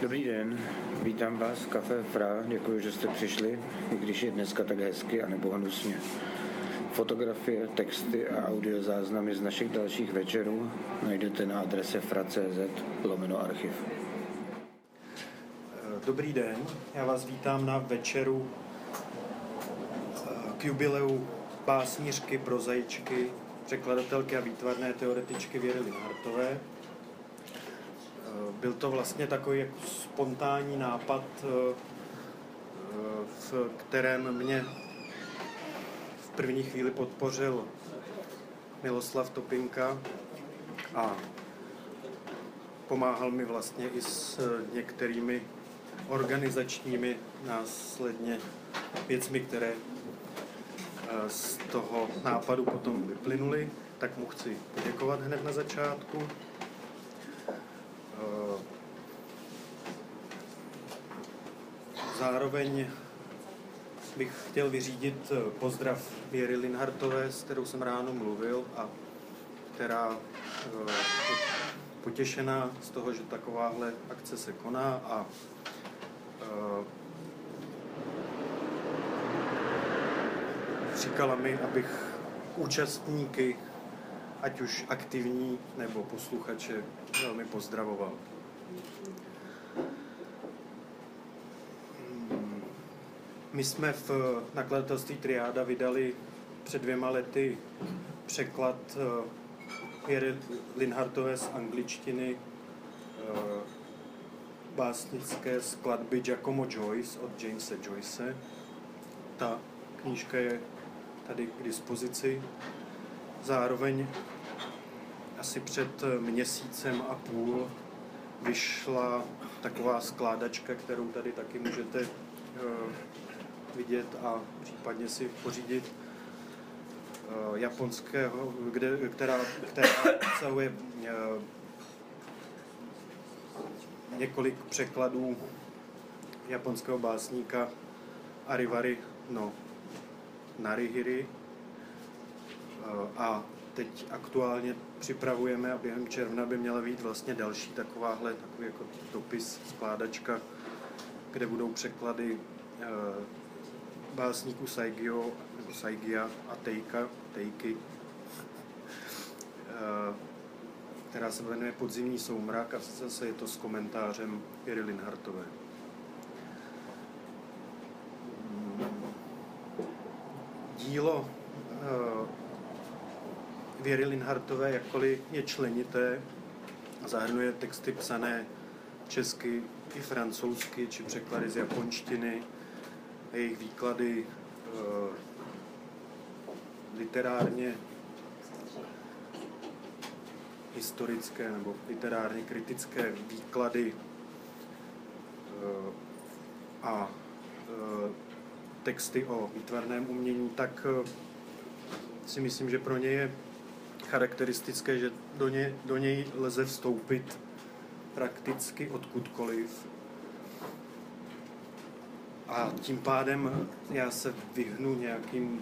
Dobrý den, vítám vás v Café Fra, děkuji, že jste přišli, i když je dneska tak hezky a nebo hnusně. Fotografie, texty a audiozáznamy z našich dalších večerů najdete na adrese fra.cz/archiv. Dobrý den, já vás vítám na večeru k jubileu básnířky, prozaičky, překladatelky a výtvarné teoretičky Věry Linhartové. Byl to vlastně takový jako spontánní nápad, v kterém mě v první chvíli podpořil Miloslav Topinka a pomáhal mi vlastně i s některými organizačními následně věcmi, které z toho nápadu potom vyplynuly, tak mu chci poděkovat hned na začátku. Zároveň bych chtěl vyřídit pozdrav Věry Linhartové, s kterou jsem ráno mluvil a která potěšená z toho, že takováhle akce se koná a říkala mi, abych účastníky, ať už aktivní nebo posluchače, velmi pozdravoval. My jsme v nakladatelství Triáda vydali před 2 lety překlad Věry Linhartové z angličtiny básnické skladby Giacomo Joyce od Jamese Joyce. Ta knížka je tady k dispozici. Zároveň asi před měsícem a půl vyšla taková skládačka, kterou tady taky můžete vidět a případně si pořídit, japonského, která obsahuje několik překladů japonského básníka Arivary no Narihiri. A teď aktuálně připravujeme a během června by měla být vlastně další takový jako dopis, skládačka, kde budou překlady básníků Saigia a Teiky, která se jmenuje Podzimní soumrak a zase je to s komentářem Věry Linhartové. Dílo Věry Linhartové, jakkoliv je členité, zahrnuje texty psané česky i francouzsky, či překlady z japonštiny, jejich výklady literárně historické nebo literárně kritické výklady a texty o výtvarném umění, tak si myslím, že pro ně je charakteristické, že do něj lze vstoupit prakticky odkudkoliv. A tím pádem já se vyhnu nějakým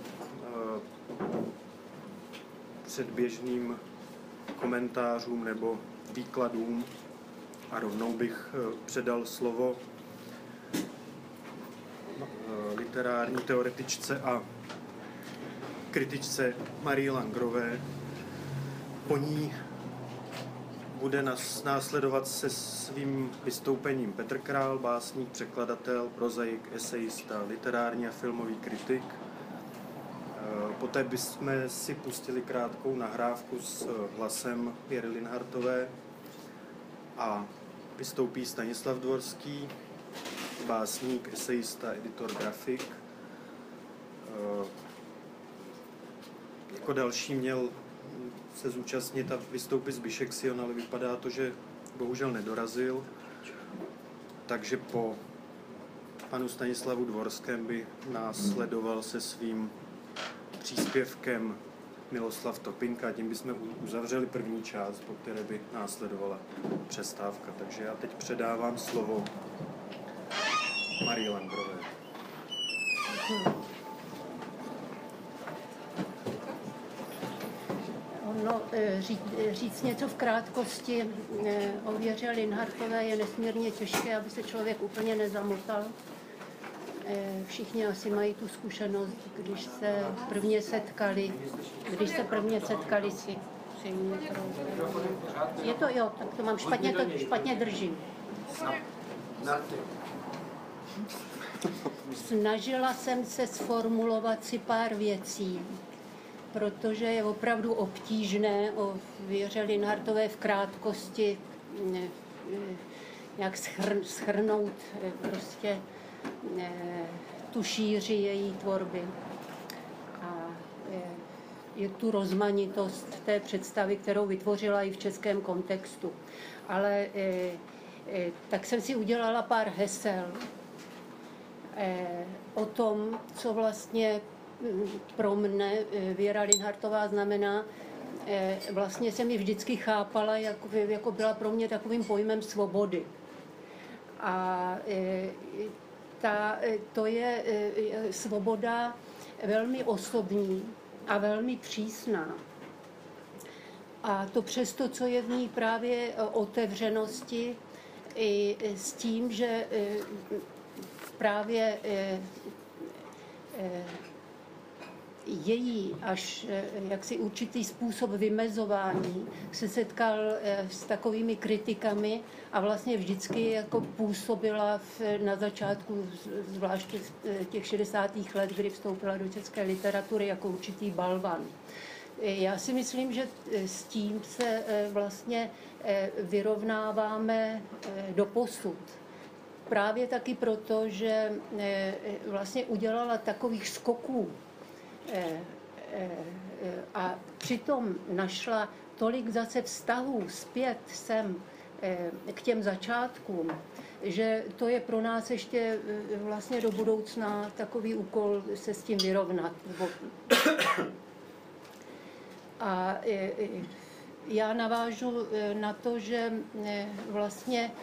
předběžným komentářům nebo výkladům a rovnou bych předal slovo literární teoretičce a kritičce Marii Langrové. Po ní bude následovat se svým vystoupením Petr Král, básník, překladatel, prozaik, esejista, literární a filmový kritik. Poté bychom si pustili krátkou nahrávku s hlasem Věry Linhartové a vystoupí Stanislav Dvorský, básník, esejista, editor, grafik. Jako další měl se zúčastnit a vystoupit Zbyšek Sion, ale vypadá to, že bohužel nedorazil. Takže po panu Stanislavu Dvorském by následoval se svým příspěvkem Miloslav Topinka a tím bychom uzavřeli první část, po které by následovala přestávka. Takže já teď předávám slovo Marii Langrové. No, říct něco v krátkosti o Věře Linhartové je nesmírně těžké, aby se člověk úplně nezamotal. Všichni asi mají tu zkušenost, když se prvně setkali si je to, jo, tak to mám špatně držím. Snažila jsem se sformulovat si pár věcí, protože je opravdu obtížné o Věře Linhartové v krátkosti nějak shrnout prostě tu šíři její tvorby. A je tu rozmanitost té představy, kterou vytvořila i v českém kontextu. Ale tak jsem si udělala pár hesel o tom, co vlastně pro mne Věra Linhartová znamená. Vlastně jsem ji vždycky chápala, jako byla pro mě takovým pojmem svobody. A to je svoboda velmi osobní a velmi přísná. A to přesto, co je v ní právě otevřenosti, i s tím, že právě její až jaksi určitý způsob vymezování se setkal s takovými kritikami a vlastně vždycky jako působila na začátku, zvláště těch 60. let, kdy vstoupila do české literatury jako určitý balvan. Já si myslím, že s tím se vlastně vyrovnáváme doposud. Právě taky proto, že vlastně udělala takových skoků a přitom našla tolik zase vztahů zpět sem k těm začátkům, že to je pro nás ještě vlastně do budoucna takový úkol se s tím vyrovnat. A já navážu na to, že vlastně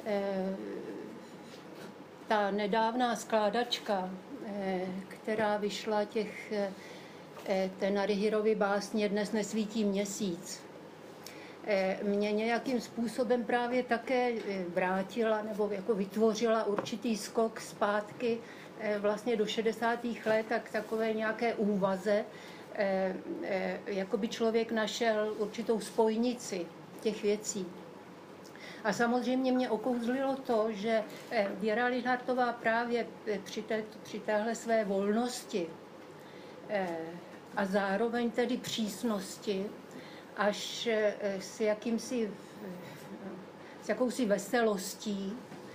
ta nedávná skládačka, která vyšla té Narihirovy básně Dnes nesvítí měsíc, mě nějakým způsobem právě také vrátila nebo jako vytvořila určitý skok zpátky vlastně do 60. let a k takové nějaké úvaze, jako by člověk našel určitou spojnici těch věcí. A samozřejmě mě okouzlilo to, že Věra Linhartová právě při téhle své volnosti a zároveň tedy přísnosti až s jakousi veselostí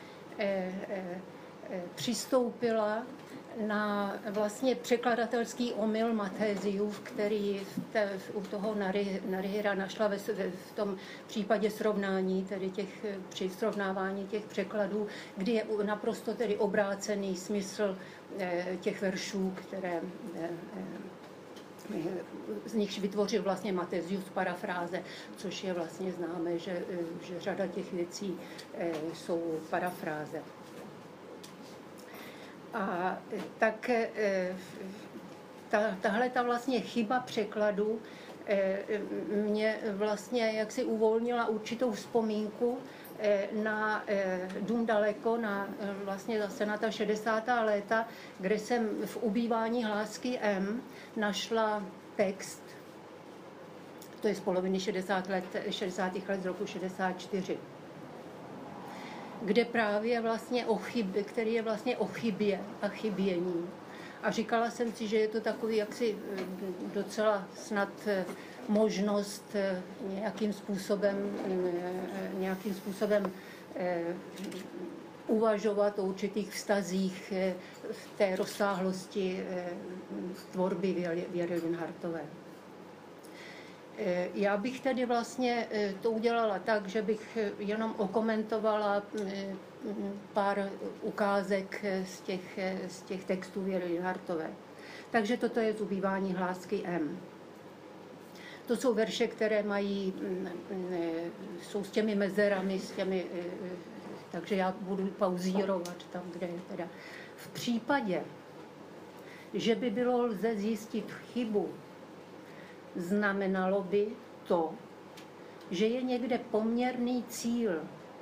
přistoupila na vlastně překladatelský omyl Mathésiův, který u toho Narihira našla v tom případě srovnání, tedy při srovnávání těch překladů, kdy je naprosto tedy obrácený smysl těch veršů, které z nich vytvořil vlastně Mathésius parafráze, což je vlastně známé, že řada těch věcí jsou parafráze. A tak tahle ta vlastně chyba překladu mě vlastně jaksi uvolnila určitou vzpomínku na Dům daleko, vlastně zase na ta 60. léta, kde jsem v ubývání hlásky M našla text, to je z poloviny 60. let z roku 64. Kde právě vlastně který je vlastně o chybě a chybění. A říkala jsem si, že je to takový jaksi docela snad možnost nějakým způsobem uvažovat o určitých vztazích v té rozsáhlosti tvorby Věry Linhartové. Já bych tedy vlastně to udělala tak, že bych jenom okomentovala pár ukázek z těch textů Věry Linhartové. Takže toto je z ubývání hlásky M. To jsou verše, které jsou s těmi mezerami, takže já budu pauzírovat tam, kde je teda. V případě, že by bylo lze zjistit chybu, znamenalo by, to, že je někde poměrný cíl.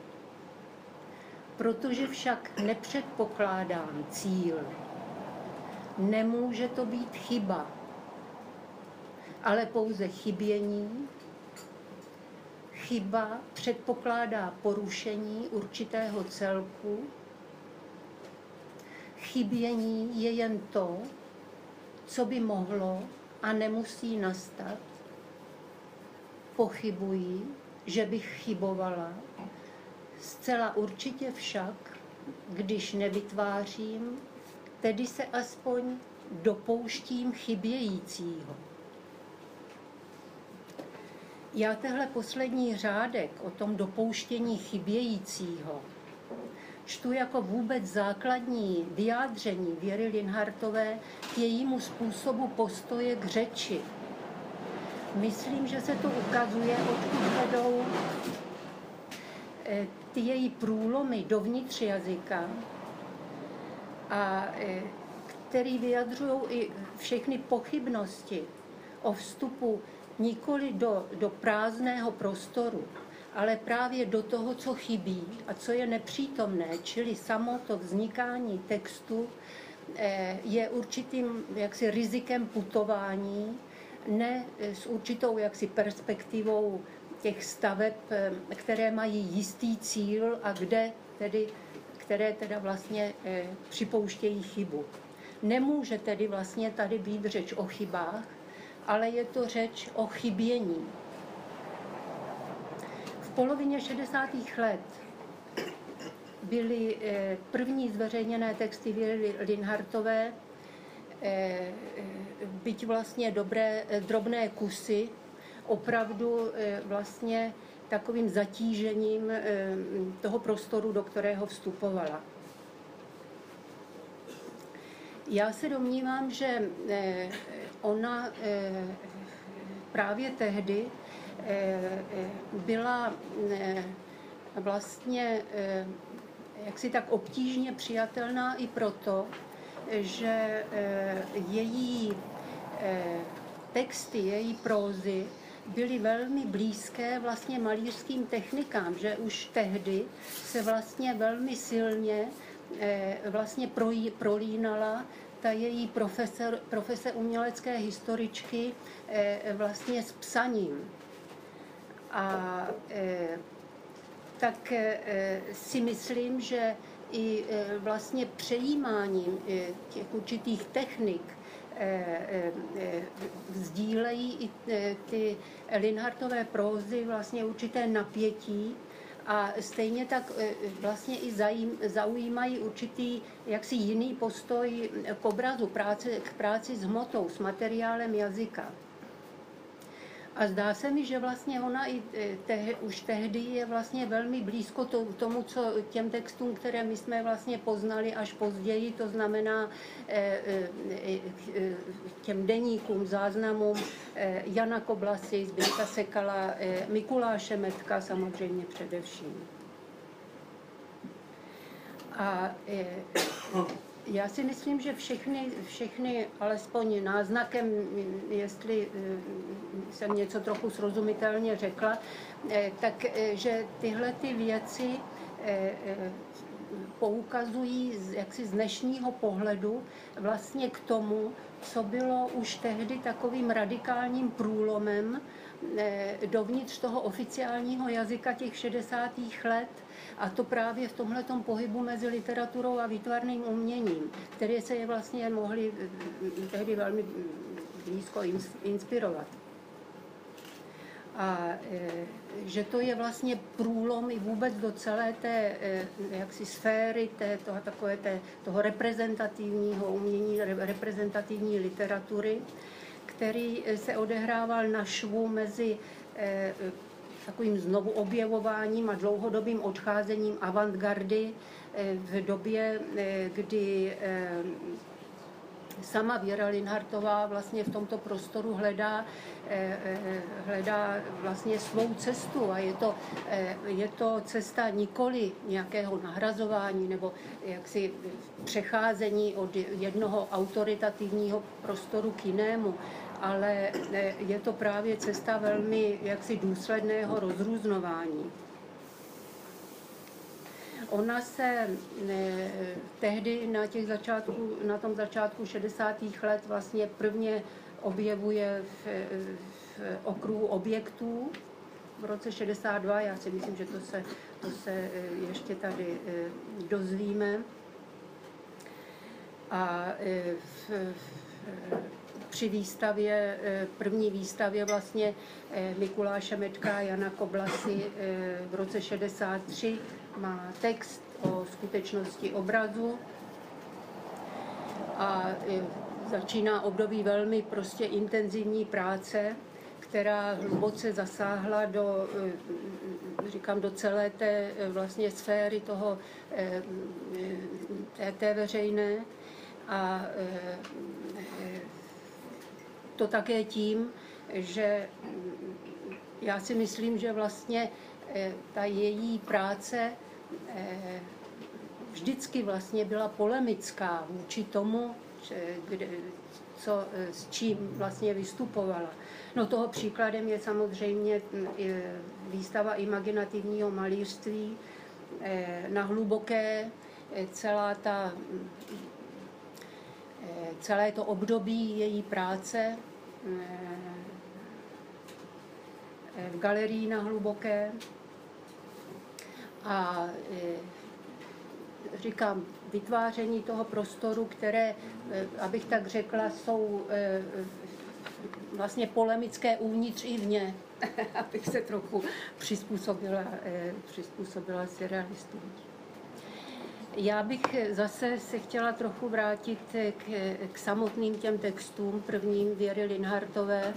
Protože však nepředpokládám cíl, nemůže to být chyba, ale pouze chybění. Chyba předpokládá porušení určitého celku. Chybění je jen to, co by mohlo a nemusí nastat. Pochybuji, že bych chybovala. Zcela určitě však, když nevytvářím, tedy se aspoň dopouštím chybějícího. Já tehle poslední řádek o tom dopouštění chybějícího čtu jako vůbec základní vyjádření Věry Linhartové k jejímu způsobu postoje k řeči. Myslím, že se to ukazuje, odkud vedou ty její průlomy dovnitř jazyka, a který vyjadřují i všechny pochybnosti o vstupu nikoli do prázdného prostoru, ale právě do toho, co chybí a co je nepřítomné, čili samo to vznikání textu je určitým jaksi rizikem putování, ne s určitou jaksi perspektivou těch staveb, které mají jistý cíl a které teda vlastně připouštějí chybu. Nemůže tedy vlastně tady být řeč o chybách, ale je to řeč o chybění. V polovině 60. let byly první zveřejněné texty Věry Linhartové, byť vlastně drobné kusy, opravdu vlastně takovým zatížením toho prostoru, do kterého vstupovala. Já se domnívám, že ona právě tehdy byla vlastně jaksi tak obtížně přijatelná i proto, že její texty, její prózy byly velmi blízké vlastně malířským technikám, že už tehdy se vlastně velmi silně vlastně prolínala ta její profese umělecké historičky vlastně s psaním. A tak si myslím, že i vlastně přejímáním těch určitých technik sdílejí i ty Linhartové prózy vlastně určité napětí a stejně tak vlastně i zaujímají určitý jaksi jiný postoj k obrazu, k práci s hmotou, s materiálem jazyka. A zdá se mi, že vlastně ona i už tehdy je vlastně velmi blízko tomu, co těm textům, které my jsme vlastně poznali až později, to znamená těm deníkům, záznamům Jana Koblasy, Zbyňka Sekala, Mikuláše Metka samozřejmě především. A já si myslím, že všechny alespoň náznakem, jestli jsem něco trochu srozumitelně řekla, tak že tyhle ty věci poukazují jaksi z dnešního pohledu vlastně k tomu, co bylo už tehdy takovým radikálním průlomem dovnitř toho oficiálního jazyka těch 60. let, a to právě v tomhletom pohybu mezi literaturou a výtvarným uměním, které se je vlastně mohly tehdy velmi blízko inspirovat. A že to je průlom i vůbec do celé té jaksi sféry toho reprezentativního umění, reprezentativní literatury, který se odehrával na švu mezi takovým znovu objevováním a dlouhodobým odcházením avantgardy v době, kdy sama Věra Linhartová vlastně v tomto prostoru hledá vlastně svou cestu a je to cesta nikoli nějakého nahrazování nebo jaksi přecházení od jednoho autoritativního prostoru k jinému, ale je to právě cesta velmi jaksi důsledného rozrůznování. Ona se tehdy na tom začátku 60. let vlastně prvně objevuje v okruhu objektů v roce 62. Já si myslím, že to se ještě tady dozvíme. A při výstavě, první výstavě vlastně Mikuláše Medka a Jana Koblasy v roce 63 má text o skutečnosti obrazu a začíná období velmi prostě intenzivní práce, která hluboce zasáhla do celé té vlastně sféry toho té veřejné a to také tím, že já si myslím, že vlastně ta její práce vždycky vlastně byla polemická vůči tomu, s čím vlastně vystupovala. No toho příkladem je samozřejmě výstava imaginativního malířství na Hluboké, celé to období její práce v galerii na Hluboké. A říkám, vytváření toho prostoru, které, abych tak řekla, jsou vlastně polemické uvnitř i vně, abych se trochu přizpůsobila surrealistům. Já bych zase se chtěla trochu vrátit k samotným těm textům. Prvním Věry Linhartové,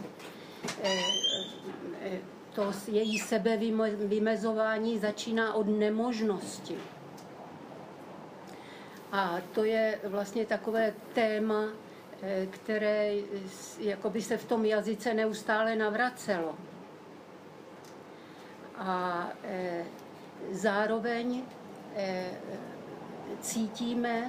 to její sebevymezování začíná od nemožnosti. A to je vlastně takové téma, které jakoby se v tom jazyce neustále navracelo. A zároveň cítíme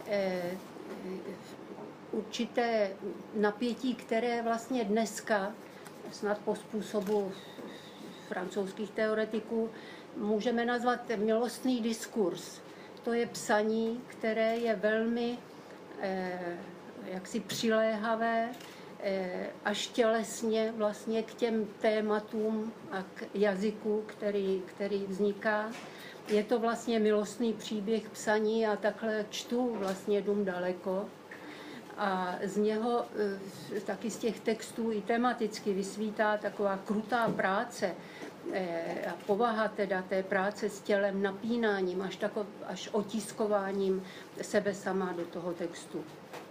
určité napětí, které vlastně dneska, snad po způsobu francouzských teoretiků, můžeme nazvat milostný diskurs. To je psaní, které je velmi jaksi přiléhavé až tělesně vlastně k těm tématům a k jazyku, který vzniká. Je to vlastně milostný příběh psaní a takhle čtu vlastně Dům daleko. A z něho, taky z těch textů i tematicky vysvítá taková krutá práce a povaha teda té práce s tělem, napínáním, až otiskováním sebe sama do toho textu.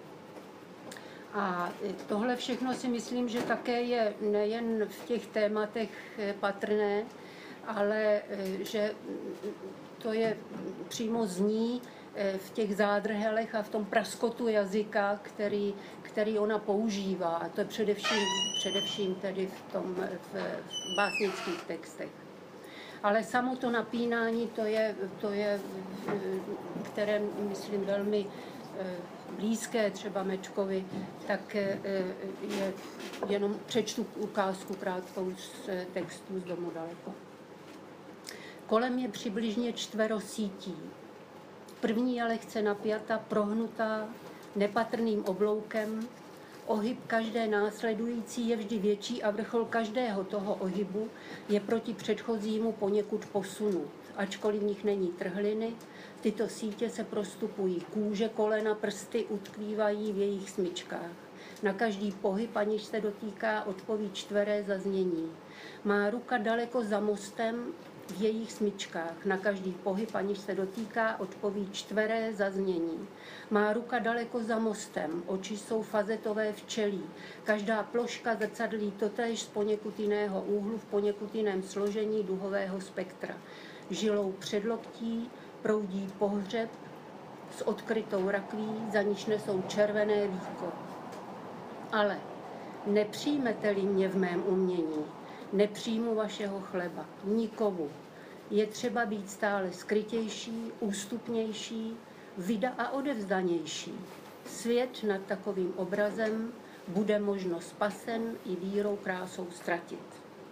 A tohle všechno si myslím, že také je nejen v těch tématech patrné, ale že to je přímo zní v těch zádrhelech a v tom praskotu jazyka, který ona používá. A to je především tedy v básnických textech. Ale samo to napínání, to je které myslím velmi blízké třeba Mečkovi, tak je jenom přečtu ukázku krátkou z textu z Domu daleko. Kolem je přibližně 4 sítí. První je lehce napjata, prohnutá, nepatrným obloukem. Ohyb každé následující je vždy větší a vrchol každého toho ohybu je proti předchozímu poněkud posunut. Ačkoliv v nich není trhliny, tyto sítě se prostupují kůže, kolena, prsty utkvívají v jejich smyčkách. Na každý pohyb, aniž se dotýká, odpoví 4 zaznění. Má ruka daleko za mostem v jejich smyčkách. Na každý pohyb, aniž se dotýká, odpoví 4 zaznění. Má ruka daleko za mostem, oči jsou fazetové včelí. Každá ploška zrcadlí totéž z poněkud jiného úhlu v poněkud jiném složení duhového spektra. Žilou předloktí proudí pohřeb s odkrytou rakví, za níž nesou červené víko. Ale nepřijmete-li mě v mém umění, nepřijmu vašeho chleba, nikomu. Je třeba být stále skrytější, ústupnější, vida a odevzdanější. Svět nad takovým obrazem bude možno spasen i vírou krásou ztratit.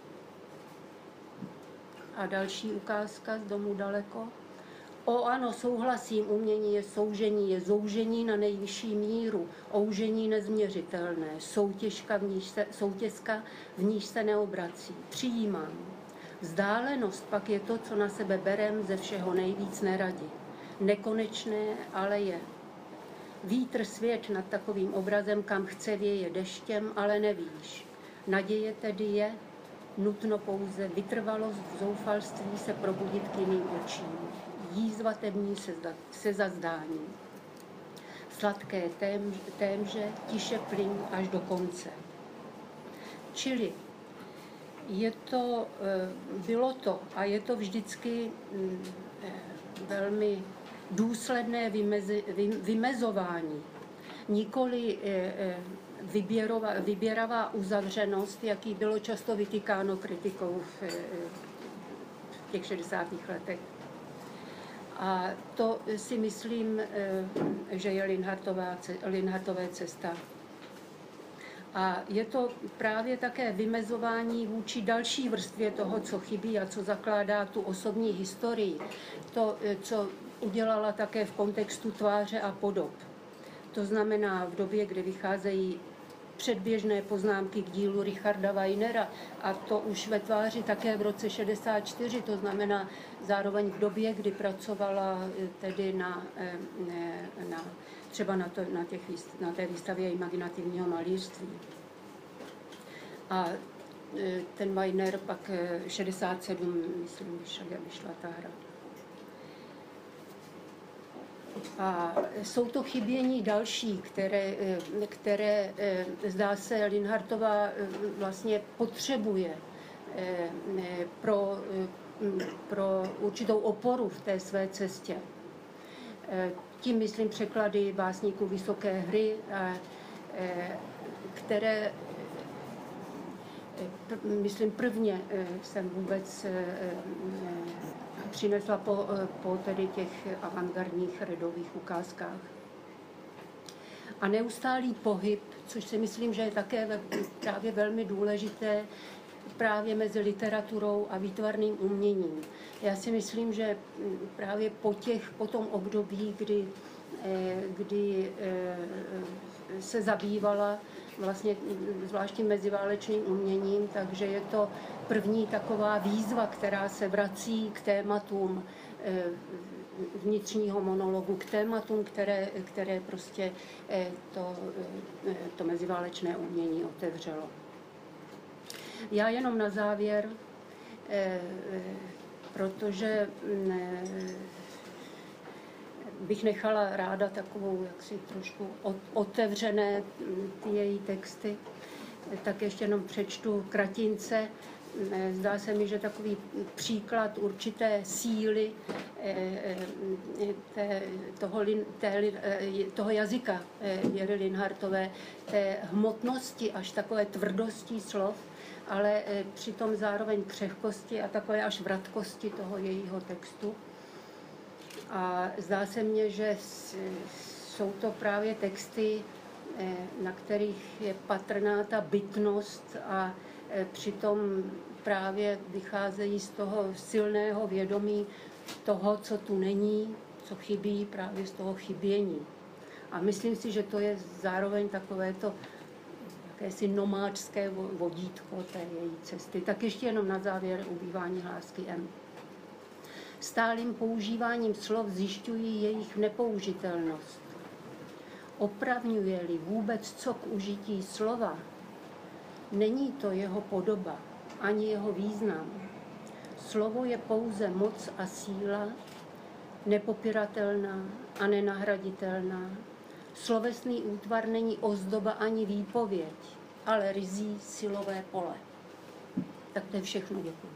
A další ukázka z Domu daleko. O ano, souhlasím, umění je soužení, je zoužení na nejvyšší míru, oužení nezměřitelné, soutězka, v níž se neobrací. Přijímám. Vzdálenost pak je to, co na sebe berem ze všeho nejvíc neradi. Nekonečné, ale je. Vítr svět nad takovým obrazem, kam chce, věje deštěm, ale nevíš. Naděje tedy je, nutno pouze vytrvalost v zoufalství se probudit k jiným očím. Jízva temní se zazdání. Sladké témže, tiše plyn až do konce. Čili bylo to a je to vždycky velmi důsledné vymezování, nikoli vyběravá uzavřenost, jaký bylo často vytýkáno kritikou v těch 60. letech. A to si myslím, že je Linhartové cesta. A je to právě také vymezování vůči další vrstvě toho, co chybí a co zakládá tu osobní historii. To, co udělala také v kontextu tváře a podob. To znamená v době, kdy vycházejí předběžné poznámky k dílu Richarda Weinera, a to už ve tváři také v roce 64, to znamená zároveň v době, kdy pracovala tedy třeba na té výstavě imaginativního malířství. A ten Weiner pak 67, myslím, vyšla ta hra. A jsou to chybění další, které zdá se Linhartová vlastně potřebuje pro určitou oporu v té své cestě. Tím myslím překlady básníků Vysoké hry, které myslím prvně jsem vůbec přinesla po tedy těch avantgardních redových ukázkách. A neustálý pohyb, což si myslím, že je také právě velmi důležité právě mezi literaturou a výtvarným uměním. Já si myslím, že právě po tom období, kdy se zabývala vlastně zvláště meziválečným uměním, takže je to první taková výzva, která se vrací k tématům vnitřního monologu, k tématům, které prostě to meziválečné umění otevřelo. Já jenom na závěr, protože bych nechala ráda takovou jaksi trošku otevřené ty její texty, tak ještě jenom přečtu kratince. Zdá se mi, že takový příklad určité síly toho jazyka Věry Linhartové, té hmotnosti až takové tvrdosti slov, ale přitom zároveň křehkosti a takové až vratkosti toho jejího textu. A zdá se mně, že jsou to právě texty, na kterých je patrná ta bytnost a přitom právě vycházejí z toho silného vědomí toho, co tu není, co chybí, právě z toho chybění. A myslím si, že to je zároveň takovéto jakési nomádské vodítko té její cesty. Tak ještě jenom na závěr ubývání hlásky M. Stálým používáním slov zjišťují jejich nepoužitelnost. Opravňuje-li vůbec co k užití slova, není to jeho podoba, ani jeho význam. Slovo je pouze moc a síla, nepopiratelná a nenahraditelná. Slovesný útvar není ozdoba ani výpověď, ale ryzí silové pole. Tak to je všechno, děkuji.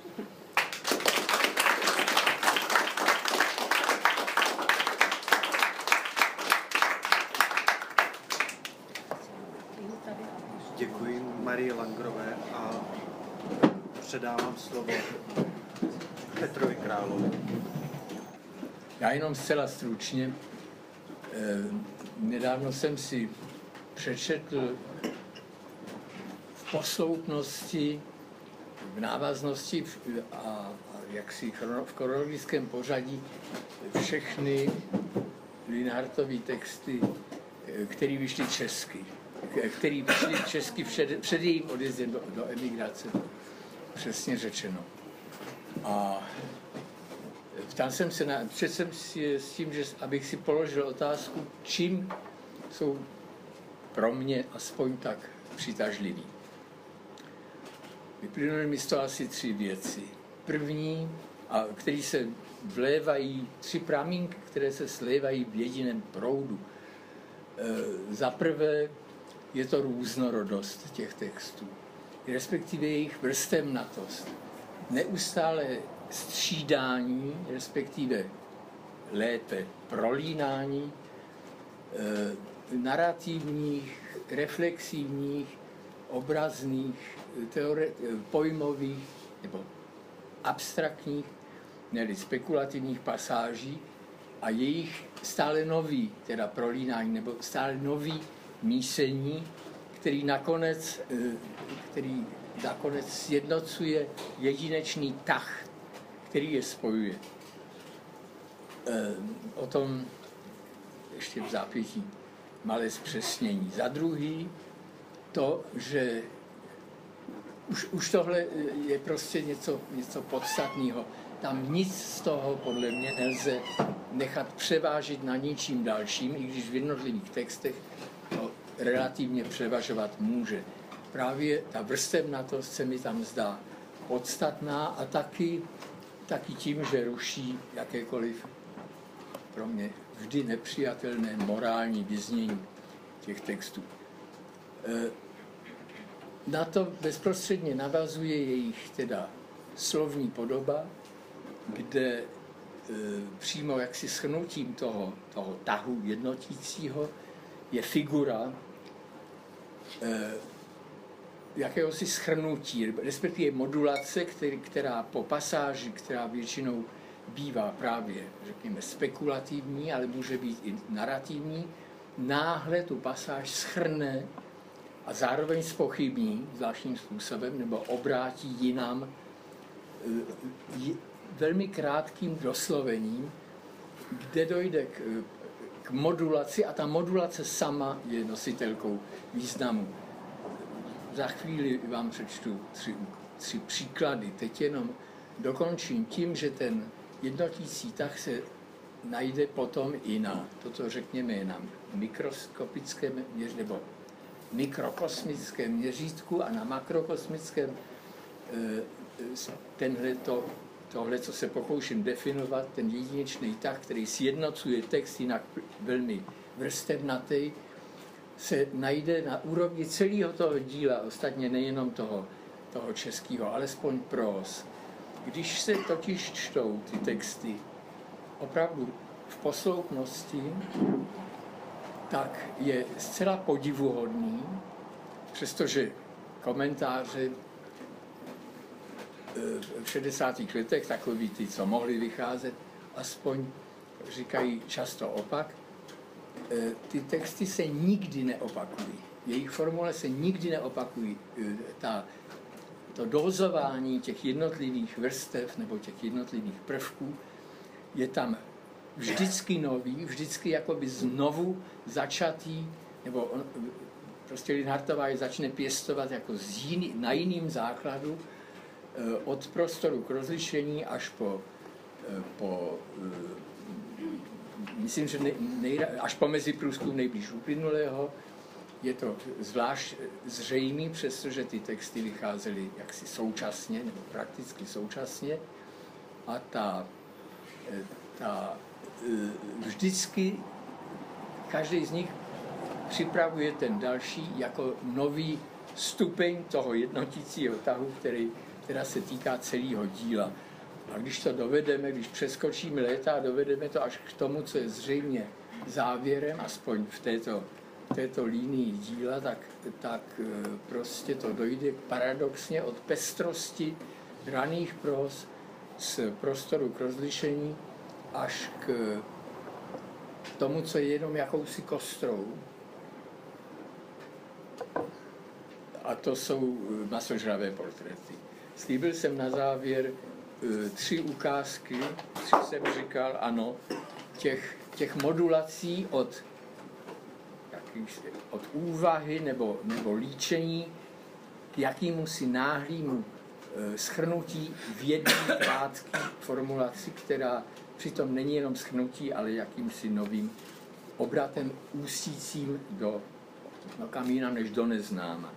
Děkuji Marii Langrové a předávám slovo Petrovi Královi. Já jenom zcela stručně. Nedávno jsem si přečetl posloupnosti, v návaznosti a jaksi v chronologickém pořadí všechny Linhartovy texty, které vyšly česky. Které vyšly česky před jejím odjezdem do emigrace, přesně řečeno. A ptal jsem se, jsem si s tím, že abych si položil otázku, čím jsou pro mě aspoň tak přitažliví. Vyplynuly mi z toho asi 3 věci. První, a který se vlévají, 3 pramínky, které se slévají v jediném proudu. Za prvé je to různorodost těch textů, respektive jejich vrstevnatost. Neustále střídání, respektive lépe prolínání narrativních, reflexivních, obrazných, pojmových nebo abstraktních, nebo spekulativních pasáží a jejich stále nový, teda prolínání, nebo stále nový mísení, který nakonec sjednocuje jedinečný tah, který je spojuje. O tom ještě v zápětí malé zpřesnění. Za druhý, to, že už tohle je prostě něco podstatného. Tam nic z toho podle mě nelze nechat převážit na ničím dalším, i když v jednotlivých textech to relativně převažovat může. Právě ta vrstevnatost se mi tam zdá podstatná a taky tím, že ruší jakékoliv pro mě vždy nepřijatelné morální vyznění těch textů. Na to bezprostředně navazuje jejich teda slovní podoba, kde přímo jaksi shrnutím toho tahu jednotícího je figura jakéhosi shrnutí, respektive modulace, která po pasáži, která většinou bývá právě, řekněme, spekulativní, ale může být i narrativní, náhle tu pasáž shrne a zároveň zpochybní zvláštním způsobem nebo obrátí jinam velmi krátkým doslovením, kde dojde k modulaci a ta modulace sama je nositelkou významu. Za chvíli vám přečtu 3 příklady. Teď jenom dokončím tím, že ten jednotící tah se najde potom i na, toto řekněme, na mikroskopickém nebo mikrokosmickém měřítku a na makrokosmickém tohle, co se pokouším definovat, ten jedinečný tah, který sjednocuje text jinak velmi vrstevnatý, se najde na úrovni celého toho díla, ostatně nejenom toho českého, alespoň próz. Když se totiž čtou ty texty opravdu v posloupnosti, tak je zcela podivuhodný, přestože komentáře v 60. letech, takový ty, co mohli vycházet, aspoň říkají často opak, ty texty se nikdy neopakují. Jejich formule se nikdy neopakují. To dózování těch jednotlivých vrstev nebo těch jednotlivých prvků je tam vždycky nový, vždycky jakoby znovu začatý, nebo prostě Linhartová je začne pěstovat jako na jiným základu, od prostoru k rozlišení až po myslím, že až po meziprůzkum nejblíž uplynulého. Je to zvlášť zřejmý, přestože ty texty vycházely jaksi současně, nebo prakticky současně. A vždycky každý z nich připravuje ten další jako nový stupeň toho jednotícího tahu, která se týká celého díla. A když to dovedeme, když přeskočíme léta a dovedeme to až k tomu, co je zřejmě závěrem, aspoň v této línii díla, tak prostě to dojde paradoxně od pestrosti raných próz z prostoru k rozlišení až k tomu, co je jenom jakousi kostrou. a to jsou masožravé portréty. Slíbil jsem na závěr 3 ukázky, 3 jsem říkal, ano, těch modulací od úvahy nebo líčení k jakýmusi náhlému shrnutí v jedné krátké formulaci, která přitom není jenom shrnutí, ale jakýmsi novým obratem ústícím do kam jinam než do neznáma.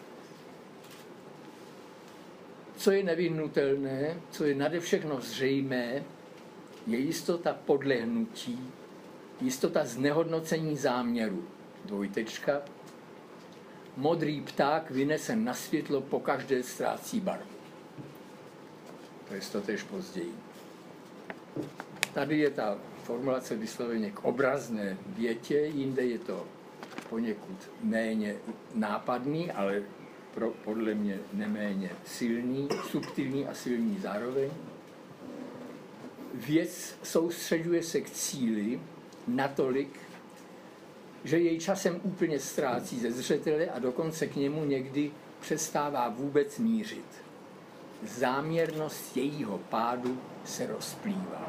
Co je nevyhnutelné, co je nade všechno zřejmé, je jistota podlehnutí, jistota znehodnocení záměru. Dvojtečka. Modrý pták vynesen na světlo pokaždé ztrácí barvu. To je totéž později. Tady je ta formulace vysloveně k obrazné větě, jinde je to poněkud méně nápadný, ale podle mě neméně silný, subtilní a silný zároveň. Věc soustředuje se k cíli natolik, že jej časem úplně ztrácí ze zřetele a dokonce k němu někdy přestává vůbec mířit. Záměrnost jejího pádu se rozplývá.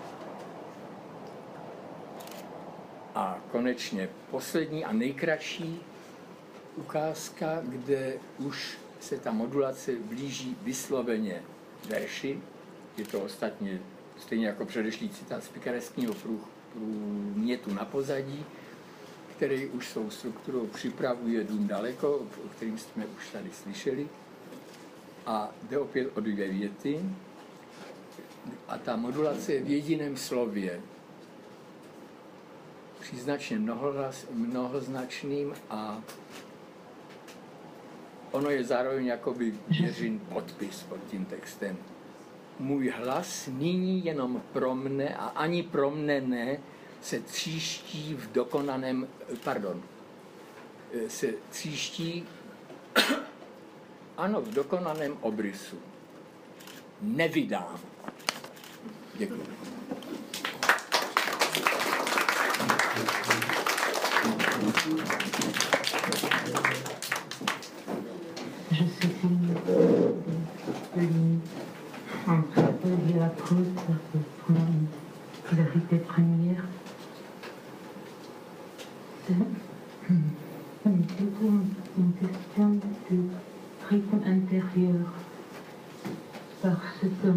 A konečně poslední a nejkratší ukázka, kde už se ta modulace blíží vysloveně verši. Je to ostatně stejně jako předešlý citát z pikareskního průmětu na pozadí, který už svou strukturou připravuje Dům daleko, o kterým jsme už tady slyšeli. A jde opět o 2 věty. A ta modulace je v jediném slově. Příznačně mnohoznačným a ono je zároveň jakoby Jiřin podpis pod tím textem. Můj hlas nyní jenom pro mne a ani pro mne ne se tříští v dokonaném, se tříští, ano, v dokonaném obrysu. Nevydám. Děkuji. Je sais entre la poésie et la prose, ça c'est vraiment une vérité première. C'est plutôt une question de rythme intérieur. Parce que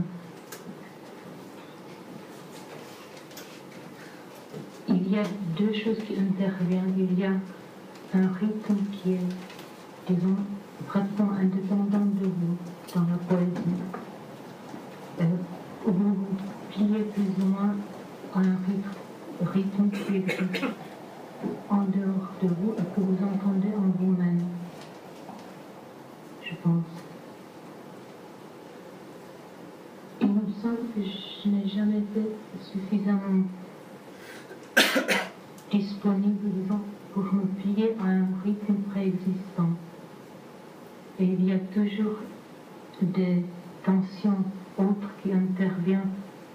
il y a 2 choses qui interviennent. Il y a un rythme qui est, disons, pratiquement indépendant de vous dans la poésie. Où vous pliez plus ou moins un rythme qui existe en dehors de vous et que vous entendez en vous-même, je pense. Il me semble que je n'ai jamais été suffisamment disponible, disons, pour me plier à un rythme préexistant. Et il y a toujours des tensions autres qui interviennent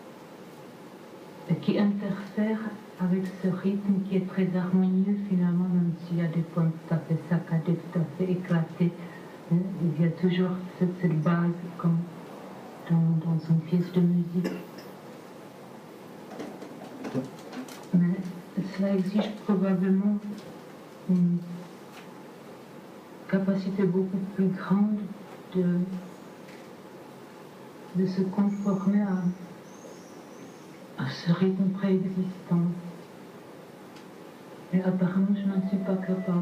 et qui interfèrent avec ce rythme qui est très harmonieux finalement, même s'il y a des points tout à fait saccadés, tout à fait éclatés. Il y a toujours cette base comme dans une pièce de musique. Mais cela exige probablement une capacité beaucoup plus grande de se conformer à ce rythme préexistant. Et apparemment, je n'en suis pas capable.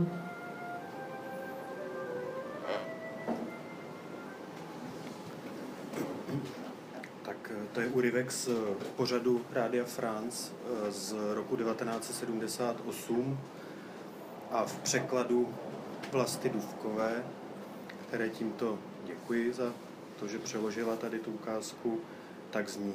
Tak to je úryvek z pořadu Rádia France z roku 1978 a v překladu Vlasty Dufkové, které tímto děkuji za to, že přeložila tady tu ukázku, tak zní.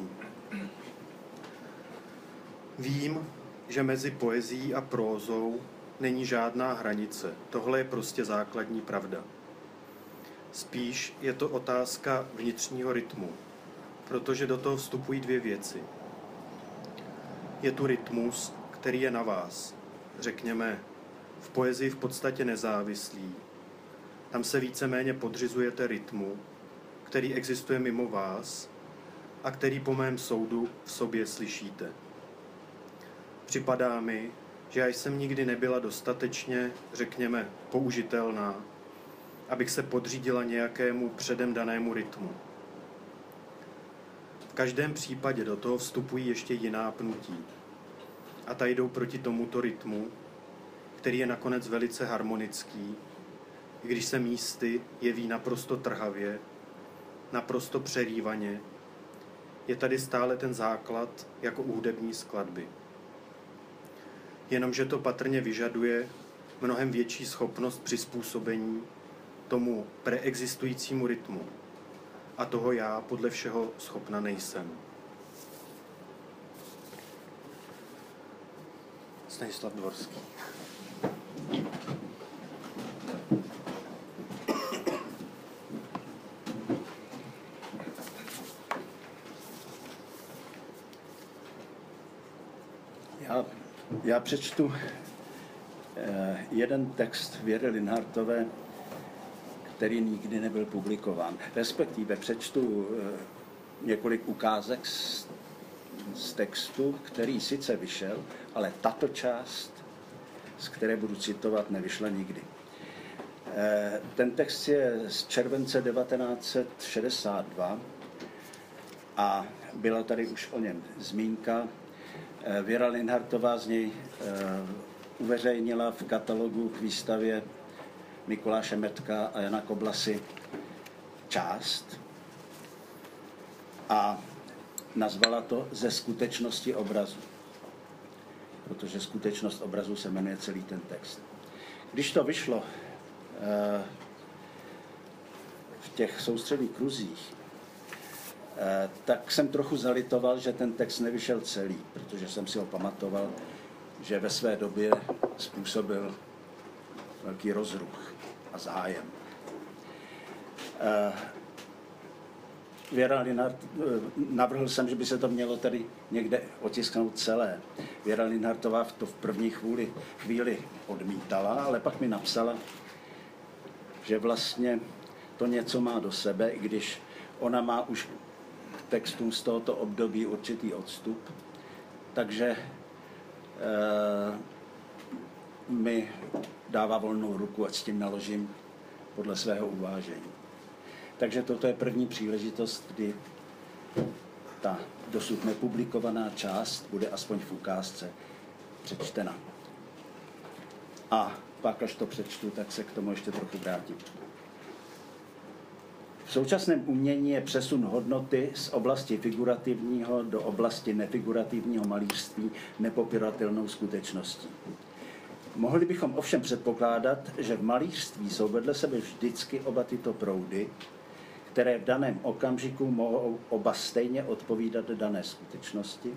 Vím, že mezi poezií a prózou není žádná hranice. Tohle je prostě základní pravda. Spíš je to otázka vnitřního rytmu, protože do toho vstupují 2 věci. Je tu rytmus, který je na vás, řekněme, v poezii v podstatě nezávislý, Tam se víceméně podřizujete rytmu, který existuje mimo vás a který po mém soudu v sobě slyšíte. Připadá mi, že já jsem nikdy nebyla dostatečně, řekněme, použitelná, abych se podřídila nějakému předem danému rytmu. V každém případě do toho vstupují ještě jiná pnutí. A ta jdou proti tomuto rytmu, který je nakonec velice harmonický, i když se místy jeví naprosto trhavě, naprosto přerývaně, je tady stále ten základ jako u hudební skladby. Jenomže to patrně vyžaduje mnohem větší schopnost přizpůsobení tomu preexistujícímu rytmu. A toho já podle všeho schopna nejsem. Stanislav Dvorský. Já přečtu jeden text Věry Linhartové, který nikdy nebyl publikován. Respektive přečtu několik ukázek z textu, který sice vyšel, ale tato část, z které budu citovat, nevyšla nikdy. Ten text je z července 1962 a byla tady už o něm zmínka. Věra Linhartová z něj uveřejnila v katalogu k výstavě Mikuláše Metka a Jana Koblasy část a nazvala to Ze skutečnosti obrazu, protože skutečnost obrazu se jmenuje celý ten text. Když to vyšlo v těch soustředních kruzích, tak jsem trochu zalitoval, že ten text nevyšel celý, protože jsem si ho pamatoval, že ve své době způsobil velký rozruch a zájem. Věra Linhart, navrhl jsem, že by se to mělo tady někde otisknout celé. Věra Linhartová to v první chvíli odmítala, ale pak mi napsala, že vlastně to něco má do sebe, i když ona má už k textům z tohoto období určitý odstup, takže mi dává volnou ruku, ať s tím naložím podle svého uvážení. Takže toto je první příležitost, kdy ta dosud nepublikovaná část bude aspoň v ukázce přečtena. A pak, až to přečtu, tak se k tomu ještě trochu vrátím. V současném umění je přesun hodnoty z oblasti figurativního do oblasti nefigurativního malířství nepopiratelnou skutečností. Mohli bychom ovšem předpokládat, že v malířství jsou vedle sebe vždycky oba tyto proudy, které v daném okamžiku mohou oba stejně odpovídat dané skutečnosti,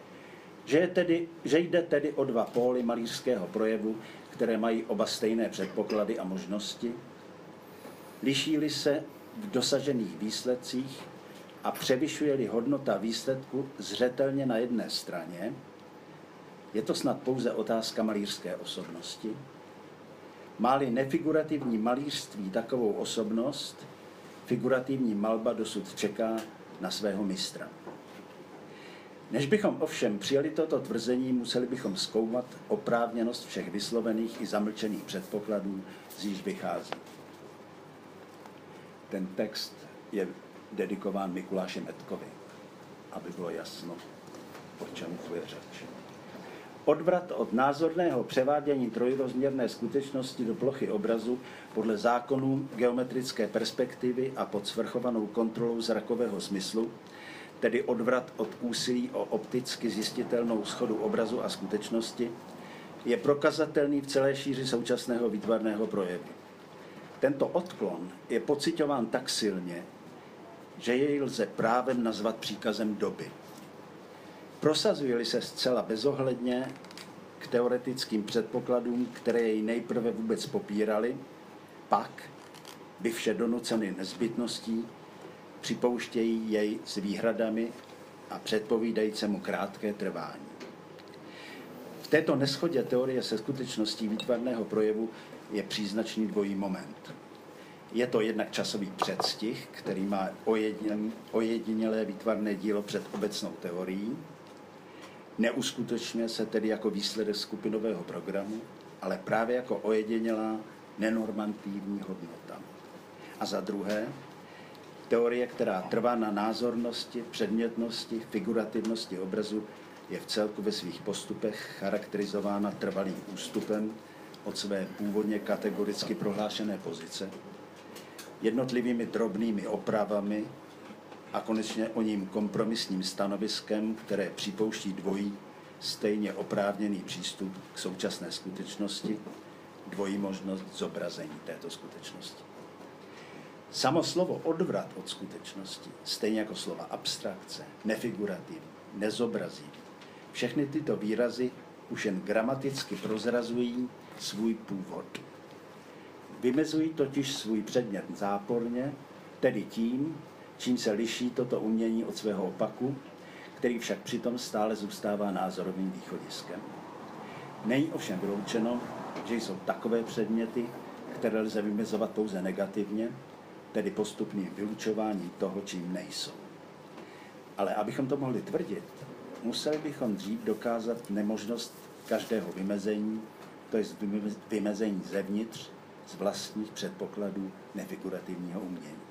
že jde tedy o dva póly malířského projevu, které mají oba stejné předpoklady a možnosti, liší-li se v dosažených výsledcích a převyšuje-li hodnota výsledku zřetelně na jedné straně, je to snad pouze otázka malířské osobnosti. Má-li nefigurativní malířství takovou osobnost, figurativní malba dosud čeká na svého mistra. Než bychom ovšem přijali toto tvrzení, museli bychom zkoumat oprávněnost všech vyslovených i zamlčených předpokladů, z níž vychází. Ten text je dedikován Mikuláši Metkovi, aby bylo jasno, o čem tu je řeč. Odvrat od názorného převádění trojrozměrné skutečnosti do plochy obrazu podle zákonů geometrické perspektivy a pod svrchovanou kontrolou zrakového smyslu, tedy odvrat od úsilí o opticky zjistitelnou shodu obrazu a skutečnosti, je prokazatelný v celé šíři současného výtvarného projevu. Tento odklon je pociťován tak silně, že jej lze právem nazvat příkazem doby. Prosazuje-li se zcela bezohledně k teoretickým předpokladům, které jej nejprve vůbec popírali, pak, by vše donuceny nezbytností, připouštějí jej s výhradami a předpovídající mu krátké trvání. V této neshodě teorie se skutečností výtvarného projevu je příznačný dvojí moment. Je to jednak časový předstih, který má ojedinělé výtvarné dílo před obecnou teorií. Neuskutečňuje se tedy jako výsledek skupinového programu, ale právě jako ojedinělá nenormativní hodnota. A za druhé, teorie, která trvá na názornosti, předmětnosti, figurativnosti obrazu, je v celku ve svých postupech charakterizována trvalým ústupem od své původně kategoricky prohlášené pozice, jednotlivými drobnými opravami a konečně o ním kompromisním stanoviskem, které připouští dvojí, stejně oprávněný přístup k současné skutečnosti, dvojí možnost zobrazení této skutečnosti. Samo slovo odvrat od skutečnosti, stejně jako slova abstrakce, nefigurativní, nezobrazivý, všechny tyto výrazy už jen gramaticky prozrazují svůj původ. Vymezují totiž svůj předmět záporně, tedy tím, čím se liší toto umění od svého opaku, který však přitom stále zůstává názorovým východiskem. Není ovšem vyloučeno, že jsou takové předměty, které lze vymezovat pouze negativně, tedy postupným vylučováním toho, čím nejsou. Ale abychom to mohli tvrdit, museli bychom dřív dokázat nemožnost každého vymezení, to je vymezení zevnitř, z vlastních předpokladů nefigurativního umění.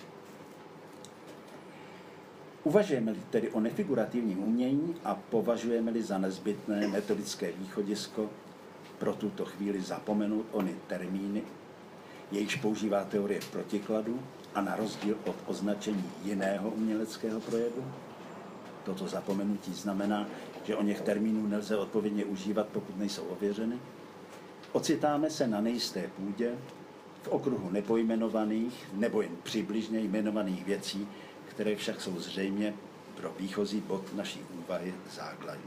Uvažujeme-li tedy o nefigurativním umění a považujeme-li za nezbytné metodické východisko pro tuto chvíli zapomenout ony termíny, jejichž používá teorie protikladu a na rozdíl od označení jiného uměleckého projevu. Toto zapomenutí znamená, že o něch termínů nelze odpovědně užívat, pokud nejsou ověřeny. Ocitáme se na nejisté půdě v okruhu nepojmenovaných nebo jen přibližně jmenovaných věcí, které však jsou zřejmě pro výchozí bod naší úvahy základní.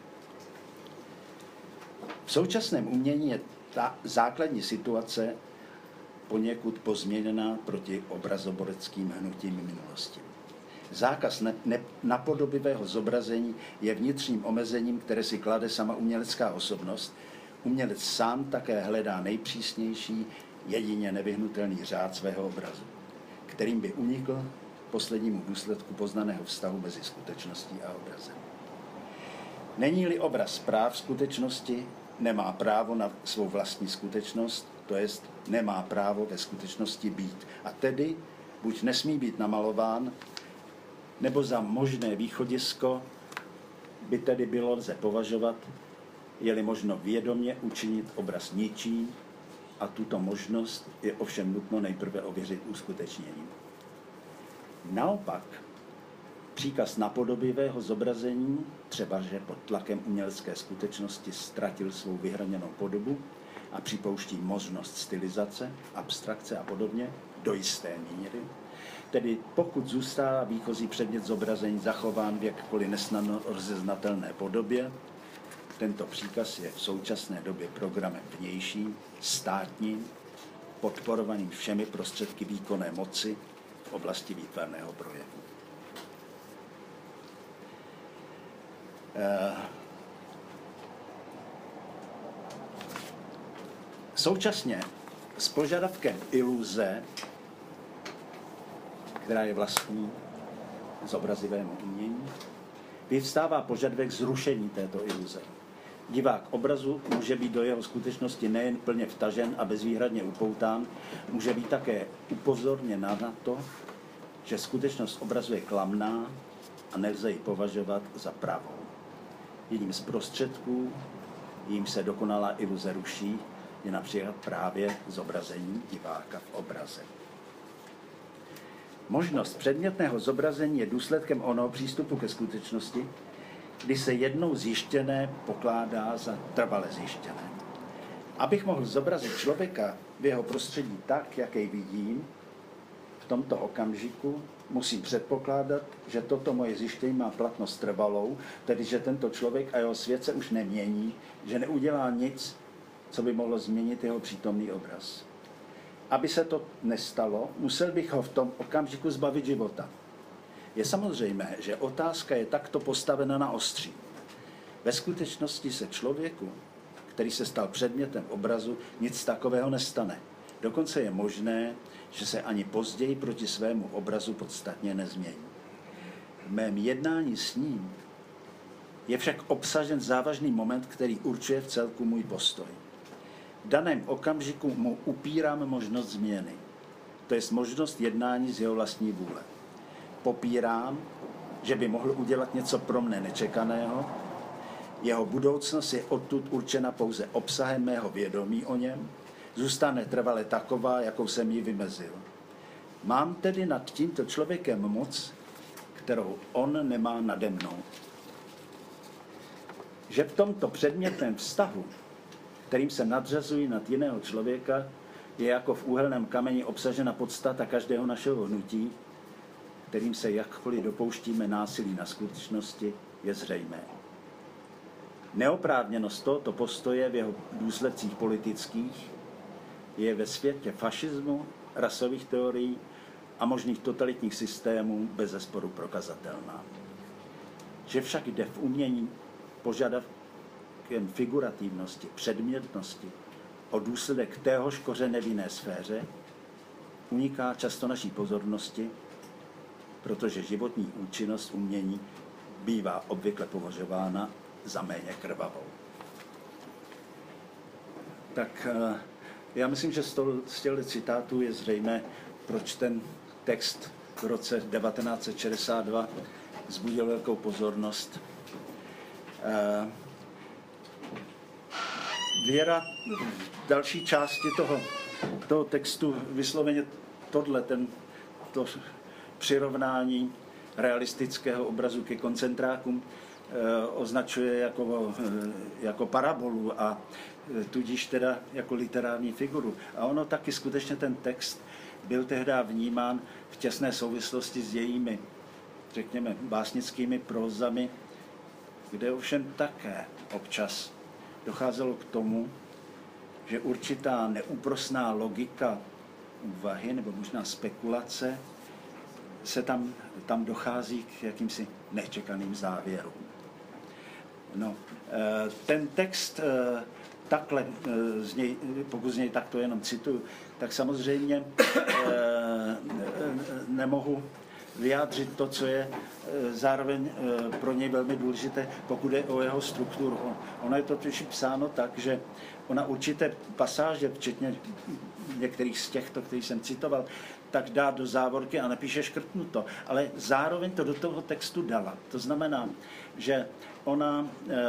V současném umění je ta základní situace poněkud pozměněná proti obrazoboreckým hnutím minulosti. Zákaz napodobivého zobrazení je vnitřním omezením, které si klade sama umělecká osobnost. Umělec sám také hledá nejpřísnější, jedině nevyhnutelný řád svého obrazu, kterým by unikl poslednímu důsledku poznaného vztahu mezi skutečností a obrazem. Není-li obraz práv skutečnosti, nemá právo na svou vlastní skutečnost, to jest nemá právo ve skutečnosti být. A tedy buď nesmí být namalován, nebo za možné východisko by tedy bylo lze považovat, je-li možno vědomě učinit obraz ničí, a tuto možnost je ovšem nutno nejprve ověřit uskutečněním. Naopak, příkaz napodobivého zobrazení, třeba že pod tlakem umělecké skutečnosti ztratil svou vyhraněnou podobu a připouští možnost stylizace, abstrakce a podobně, do jisté míry, tedy pokud zůstává výchozí předmět zobrazení zachován v jakkoliv nesnadno rozeznatelné podobě, tento příkaz je v současné době programem vnějším, státním, podporovaným všemi prostředky výkonné moci v oblasti výtvarného projevu. Současně s požadavkem iluze, která je vlastní zobrazivému umění, vyvstává požadavek zrušení této iluze. Divák obrazu může být do jeho skutečnosti nejen plně vtažen a bezvýhradně upoután, může být také upozorněn na to, že skutečnost obrazu je klamná a nelze ji považovat za pravou. Jedním z prostředků, jím se dokonalá iluze ruší, je například právě zobrazení diváka v obraze. Možnost předmětného zobrazení je důsledkem onoho přístupu ke skutečnosti, kdy se jednou zjištěné pokládá za trvale zjištěné. Abych mohl zobrazit člověka v jeho prostředí tak, jak jej vidím, v tomto okamžiku musím předpokládat, že toto moje zjištění má platnost trvalou, tedy že tento člověk a jeho svět se už nemění, že neudělá nic, co by mohlo změnit jeho přítomný obraz. Aby se to nestalo, musel bych ho v tom okamžiku zbavit života. Je samozřejmé, že otázka je takto postavena na ostří. Ve skutečnosti se člověku, který se stal předmětem obrazu, nic takového nestane. Dokonce je možné, že se ani později proti svému obrazu podstatně nezmění. V mém jednání s ním je však obsažen závažný moment, který určuje v celku můj postoj. V daném okamžiku mu upírám možnost změny, to je možnost jednání z jeho vlastní vůle. Popírám, že by mohl udělat něco pro mne nečekaného. Jeho budoucnost je odtud určena pouze obsahem mého vědomí o něm, zůstane trvale taková, jakou jsem ji vymezil. Mám tedy nad tímto člověkem moc, kterou on nemá nade mnou. Že v tomto předmětném vztahu, kterým se nadřazují nad jiného člověka, je jako v úhelném kameni obsažena podstata každého našeho hnutí, kterým se jakkoliv dopouštíme násilí na skutečnosti, je zřejmé. Neoprávněnost tohoto postoje v jeho důsledcích politických je ve světě fašismu, rasových teorií a možných totalitních systémů bezesporu prokazatelná. Že však jde v umění požadavkem figurativnosti, předmětnosti o důsledek téhož kořene v jiné sféře, uniká často naší pozornosti, protože životní účinnost umění bývá obvykle považována za méně krvavou. Tak já myslím, že z těchto citátů je zřejmé, proč ten text v roce 1962 vzbudil velkou pozornost. Věra v další části toho textu vysloveně to přirovnání realistického obrazu ke koncentrákům označuje jako parabolu a tudíž teda jako literární figuru. A ono taky skutečně ten text byl tehdy vnímán v těsné souvislosti s jejími, řekněme, básnickými prózami, kde ovšem také občas docházelo k tomu, že určitá neúprosná logika úvahy nebo možná spekulace se tam dochází k jakýmsi nečekaným závěrům. No, ten text takhle, pokud z něj takto jenom cituju, tak samozřejmě nemohu vyjádřit to, co je zároveň pro něj velmi důležité, pokud je o jeho strukturu. Ono je to totiž psáno tak, že ona určité pasáže, včetně některých z těchto, který jsem citoval, tak dá do závorky a napíše škrtnuto. Ale zároveň to do toho textu dala. To znamená, že ona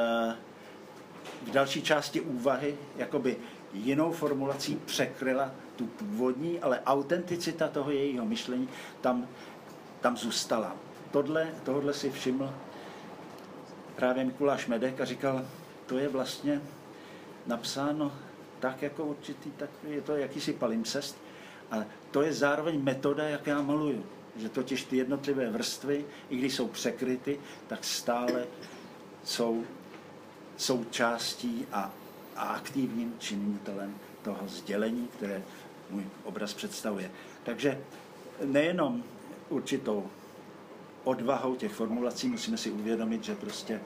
v další části úvahy jakoby jinou formulací překryla tu původní, ale autenticita toho jejího myšlení tam zůstala. Tohle si všiml právě Mikuláš Medek a říkal, to je vlastně napsáno tak jako určitý, tak je to jakýsi palimpsest, ale to je zároveň metoda, jak já maluju. Že totiž ty jednotlivé vrstvy, i když jsou překryty, tak stále jsou součástí a aktivním činitelem toho sdělení, které můj obraz představuje. Takže nejenom určitou odvahou těch formulací musíme si uvědomit, že prostě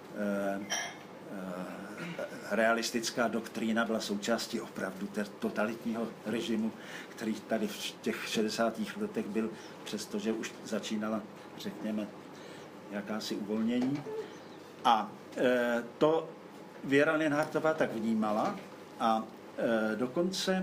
realistická doktrína byla součástí opravdu totalitního režimu, který tady v těch 60. letech byl, přestože už začínala, řekněme, jakási uvolnění. A to Věra Linhartová tak vnímala a dokonce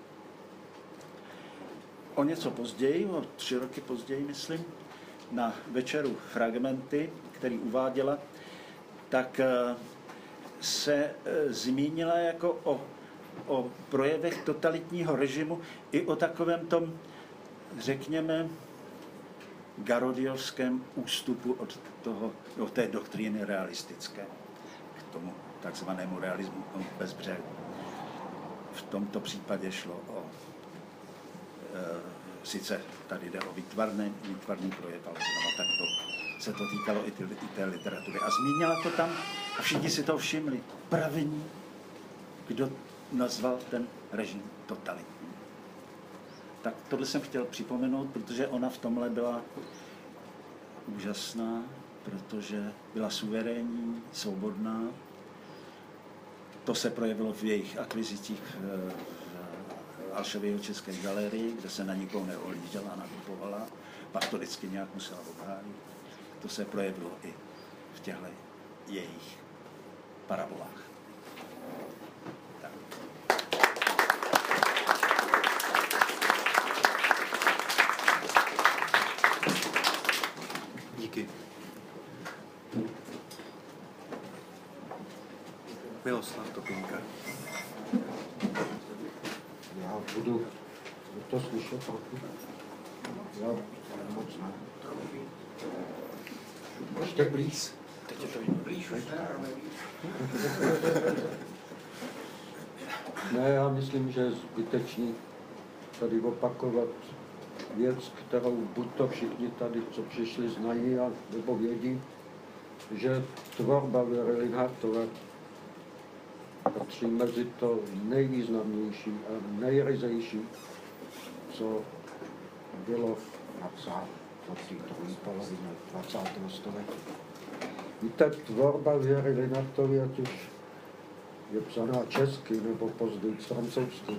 o něco později, o 3 roky později, myslím, na večeru Fragmenty, který uváděla, tak se zmínila jako o projevech totalitního režimu i o takovém tom, řekněme, garodiovském ústupu od té doktríny realistické k tomu takzvanému realismu bez břehu. V tomto případě šlo o sice tady jde o výtvarný projev, ale znovu takto se to týkalo i té literatury. A zmínila to tam a všichni si to všimli. První, kdo nazval ten režim totalitní. Tak tohle jsem chtěl připomenout, protože ona v tomhle byla úžasná, protože byla suverénní, svobodná. To se projevilo v jejich akvizicích Alševyho České galerii, kde se na nikoho neohlížela, nakupovala, pak to vždycky nějak musela obhájit. To se projevilo i v těchto jejich parabolách. Tak. Díky. Miloslav Topinka. Já budu to slyšet trochu. Já moc ne. Ještě blíž. Teď je to blíž. Ne, já myslím, že je zbytečný tady opakovat věc, kterou buď to všichni tady, co přišli, znají, nebo vědí, že tvorba Věry Linhartové patří mezi to nejvýznamnější a nejryzejší, co bylo napsáno v druhé polovině 20. století. Víte, tvorba Věry Linhartové, ať už je psaná česky nebo později francouzsky,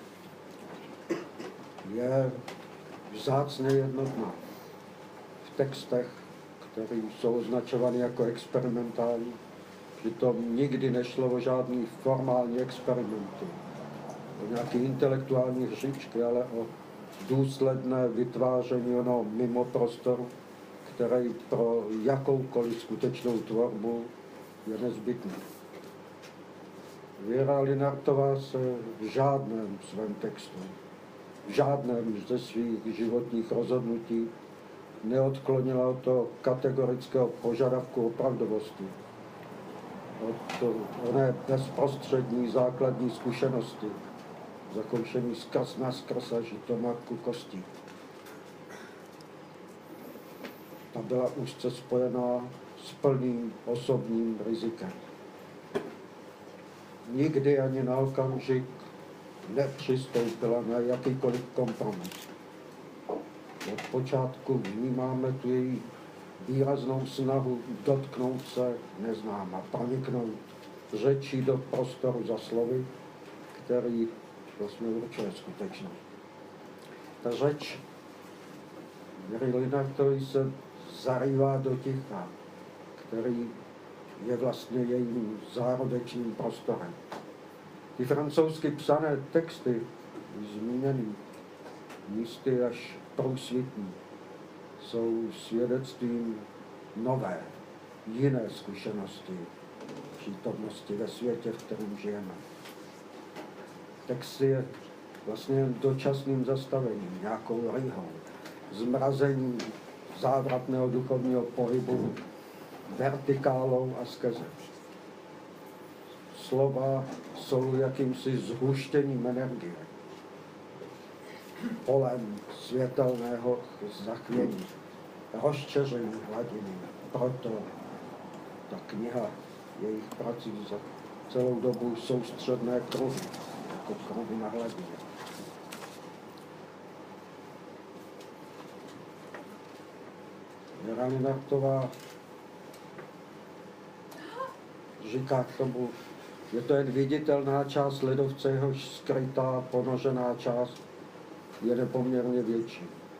je vzácně jednotná. V textech, které jsou označovány jako experimentální, přitom nikdy nešlo o žádný formální experimenty, o nějaké intelektuální hříčky, ale o důsledné vytváření onoho mimo prostoru, který pro jakoukoliv skutečnou tvorbu je nezbytný. Věra Linhartová se v žádném svém textu, v žádném ze svých životních rozhodnutí neodklonila od toho kategorického požadavku opravdovosti, od oné bezprostřední základní zkušenosti, zakoušený skrz naskrz až do matku kostí. Ta byla úzce spojená s plným osobním rizikem. Nikdy ani na okamžik nepřistoupila na jakýkoliv kompromis. Od počátku vnímáme tu její výraznou snahu dotknout se neznáma, proniknout řečí do prostoru za slovy, který vlastně určuje skutečnost. Ta řeč Věry Linhartové se zarývá do ticha, který je vlastně jejím zárodečným prostorem. Ty francouzsky psané texty, zmíněný, místy až průsvitní, jsou svědectvím nové, jiné zkušenosti, přítomnosti ve světě, v kterém žijeme. Text je vlastně jen dočasným zastavením, nějakou rýhou, zmrazením závratného duchovního pohybu, vertikálou askeze. Slova jsou jakýmsi zhuštěním energie, polem světelného zachvění, rozčeření hladiny. Proto ta kniha jejich prací za celou dobu soustředné kruhy, jako kruhy na hladině. Věra Linhartová říká k tomu, je to jen viditelná část ledovce, jehož skrytá, ponořená část je nepoměrně větší.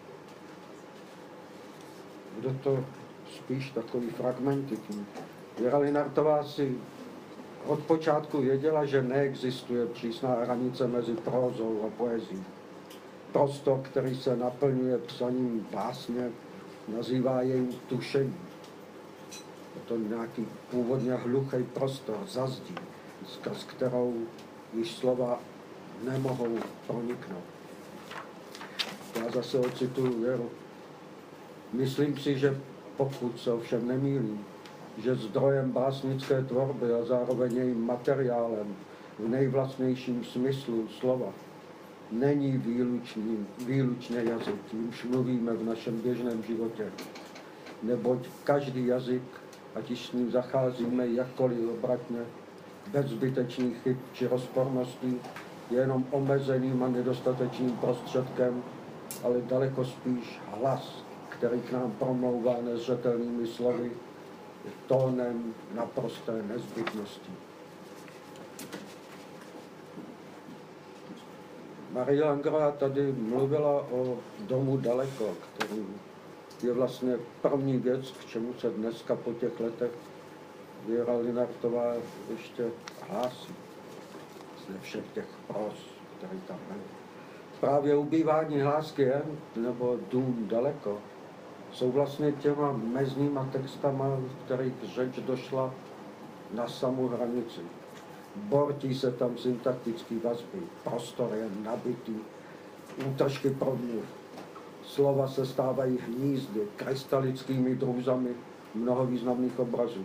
Bude to spíš takový fragmenty. Věra Linhartová si od počátku věděla, že neexistuje přísná hranice mezi prózou a poezí. Prostor, který se naplňuje psaním básně, nazývá jejím tušení. Je to nějaký původně hluchý prostor za zdí, skrz kterou již slova nemohou proniknout. Já zase ocituju Věru. Myslím si, že pokud se ovšem nemýlím, že zdrojem básnické tvorby a zároveň jejím materiálem v nejvlastnějším smyslu slova není výlučně jazyk, jímž mluvíme v našem běžném životě. Neboť každý jazyk, ať již s ním zacházíme jakkoliv obratně, bez zbytečných chyb či rozporností, je jenom omezeným a nedostatečným prostředkem, ale daleko spíš hlas, který k nám promlouvá nezřetelnými slovy, je tónem naprosté nezbytnosti. Marie Langrová tady mluvila o domu daleko, který je vlastně první věc, k čemu se dneska po těch letech Věra Linartová ještě hlásí. Z všech těch pros, které tam byly. Právě ubývání hlásky nebo dům daleko jsou vlastně těma mezníma textama, v kterých řeč došla na samou hranici. Bortí se tam syntaktický vazby, prostor je nabitý, útržky provnů. Slova se stávají hnízdy, krystalickými drůzami mnoho významných obrazů.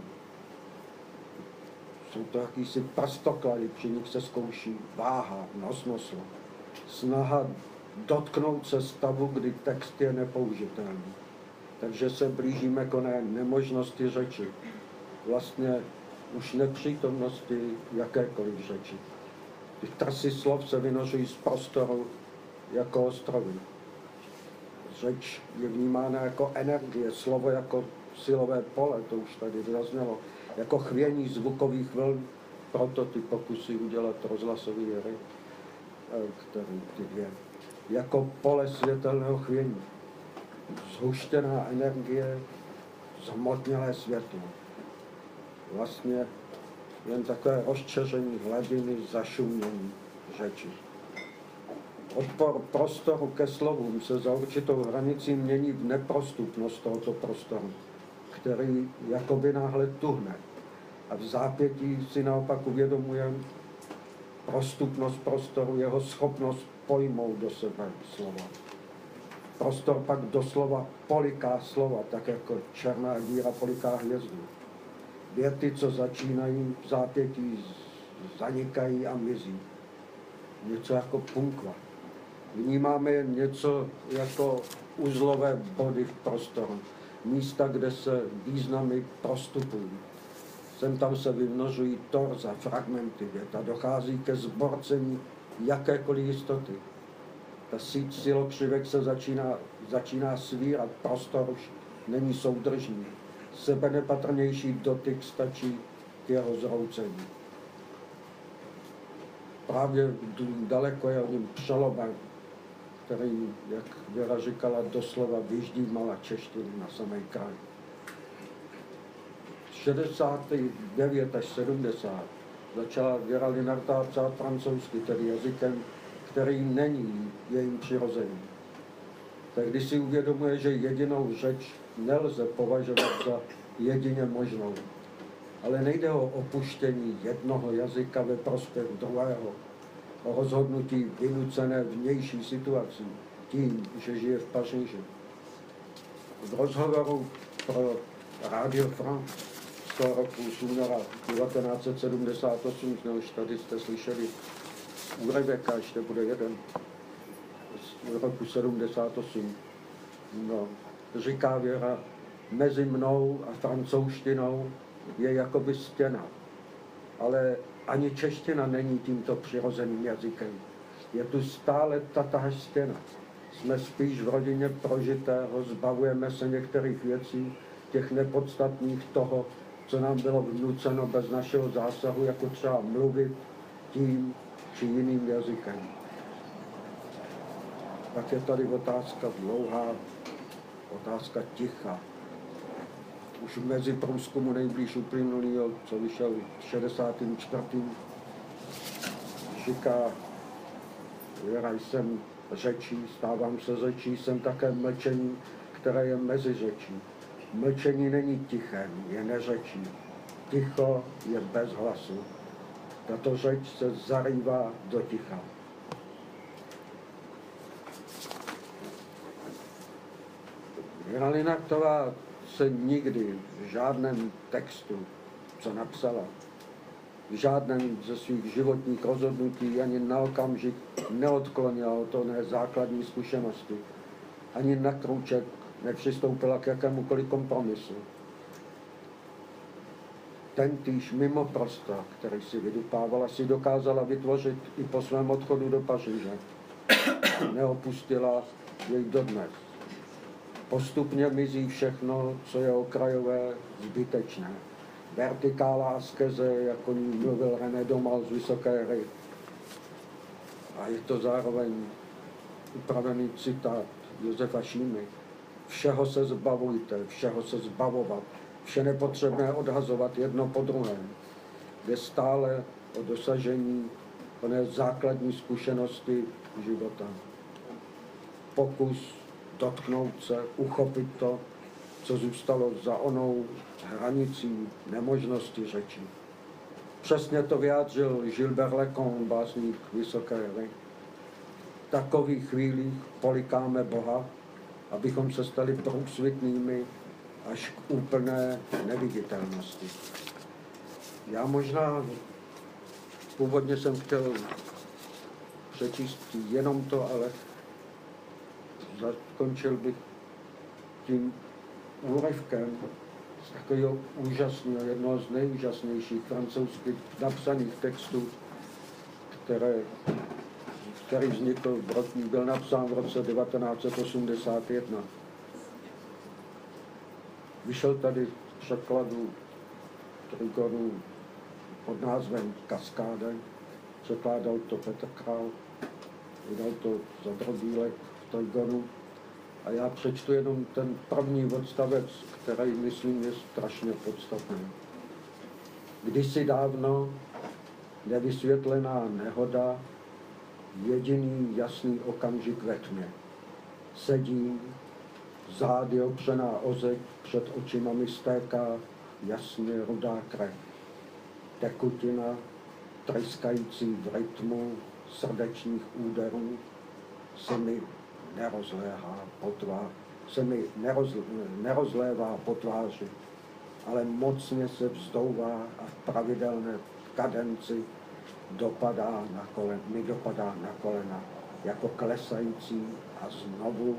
Jsou to jakýsi prstoklady, při nich se zkouší váha, nosnoslo. Snaha dotknout se stavu, kdy text je nepoužitelný. Takže se blížíme k oné nemožnosti řeči. Vlastně už nepřítomnosti jakékoliv řeči. Ty trsy slov se vynořují z prostoru jako ostrovy. Řeč je vnímána jako energie, slovo jako silové pole, to už tady zaznělo, jako chvění zvukových vln, proto ty pokusy udělat rozhlasový hry, který ty dvě, jako pole světelného chvění. Zhuštěná energie, zhmotnělé světlo. Vlastně jen takové rozčeření hladiny, zašumění řeči. Odpor prostoru ke slovům se za určitou hranicí mění v neprostupnost tohoto prostoru, který jakoby náhle tuhne. A v zápětí si naopak uvědomujeme prostupnost prostoru, jeho schopnost pojmout do sebe slova. Prostor pak doslova poliká slova, tak jako černá díra poliká hvězdu. Věty, co začínají v zápětí, zanikají a mizí. Něco jako punkva. Vnímáme jen něco jako uzlové body v prostoru. Místa, kde se významy prostupují. Sem tam se vyvnožují torza, fragmenty věta. Dochází ke zborcení jakékoliv jistoty. Ta síť silokřivek se začíná svírat. Prostor už není soudržný. Sebenepatrnější dotyk stačí k jeho zroucení. Právě daleko je o něm přelomem, který, jak Věra říkala, doslova vyždímala češtinu na samý kraj. 69 až 70 začala Věra Linartová psát francouzsky, tedy jazykem, který není jejím přirozeným. Tehdy si uvědomuje, že jedinou řeč nelze považovat za jedině možnou. Ale nejde o opuštění jednoho jazyka ve prospěch druhého, o rozhodnutí vynucené vnější situací, tím, že žije v Paříži. V rozhovoru pro Radio France z toho roku z února 1978, už tady jste slyšeli úryvek, a ještě bude jeden, z roku 78, no, říká Věra, mezi mnou a francouzštinou je jakoby stěna, ale ani čeština není tímto přirozeným jazykem. Je tu stále tatáž stěna. Jsme spíš v rodině prožitého, zbavujeme se některých věcí, těch nepodstatných toho, co nám bylo vnuceno bez našeho zásahu, jako třeba mluvit tím či jiným jazykem. Pak je tady otázka dlouhá, otázka ticha. Už mezi průzkumu nejblíž uplynulýho, co vyšel v 64. říká, Věra, jsem řečí, stávám se řečí, jsem také mlčení, které je mezi řečí. Mlčení není tichem, je neřečí. Ticho je bez hlasu. Tato řeč se zarývá do ticha. Věra Linartová se nikdy v žádném textu, co napsala, v žádném ze svých životních rozhodnutí ani na okamžik neodklonila od oné základní zkušenosti. Ani na krůček nepřistoupila k jakémukoliv kompromisu. Tentýž mimo prostor, který si vydupávala, si dokázala vytvořit i po svém odchodu do Paříže. Neopustila jej dodnes. Postupně mizí všechno, co je okrajové, zbytečné. Vertikála askeze, jako ní mluvil René Domal z Vysoké hry. A je to zároveň upravený citát Josefa Šímy. Všeho se zbavujte, všeho se zbavovat, vše nepotřebné odhazovat jedno po druhém. Jde stále o dosažení oné základní zkušenosti života. Pokus dotknout se, uchopit to, co zůstalo za onou hranicí nemožnosti řeči. Přesně to vyjádřil Gilbert Lecon, básník Vysoké Jary. V takových chvílích polikáme Boha, abychom se stali průsvitnými až k úplné neviditelnosti. Já možná původně jsem chtěl přečíst jenom to, ale zakončil bych tím úryvkem z takového úžasného, jednoho z nejúžasnějších francouzských napsaných textů, který vznikl, byl napsán v roce 1981. Vyšel tady v překladu Trigonu pod názvem Kaskáde, překládal to Petr Král, vydal to za Drobílek v Trigonu. A já přečtu jenom ten první odstavec, který, myslím, je strašně podstatný. Kdysi dávno nevysvětlená nehoda, jediný jasný okamžik ve tmě. Sedím, zády opřená o zeď, před očima mi stéká jasně rudá krev. Tekutina, tryskající v rytmu srdečních úderů, se mi nerozlévá po tváři, ale mocně se vzdouvá a v pravidelné kadenci mi dopadá na kolena jako klesající a znovu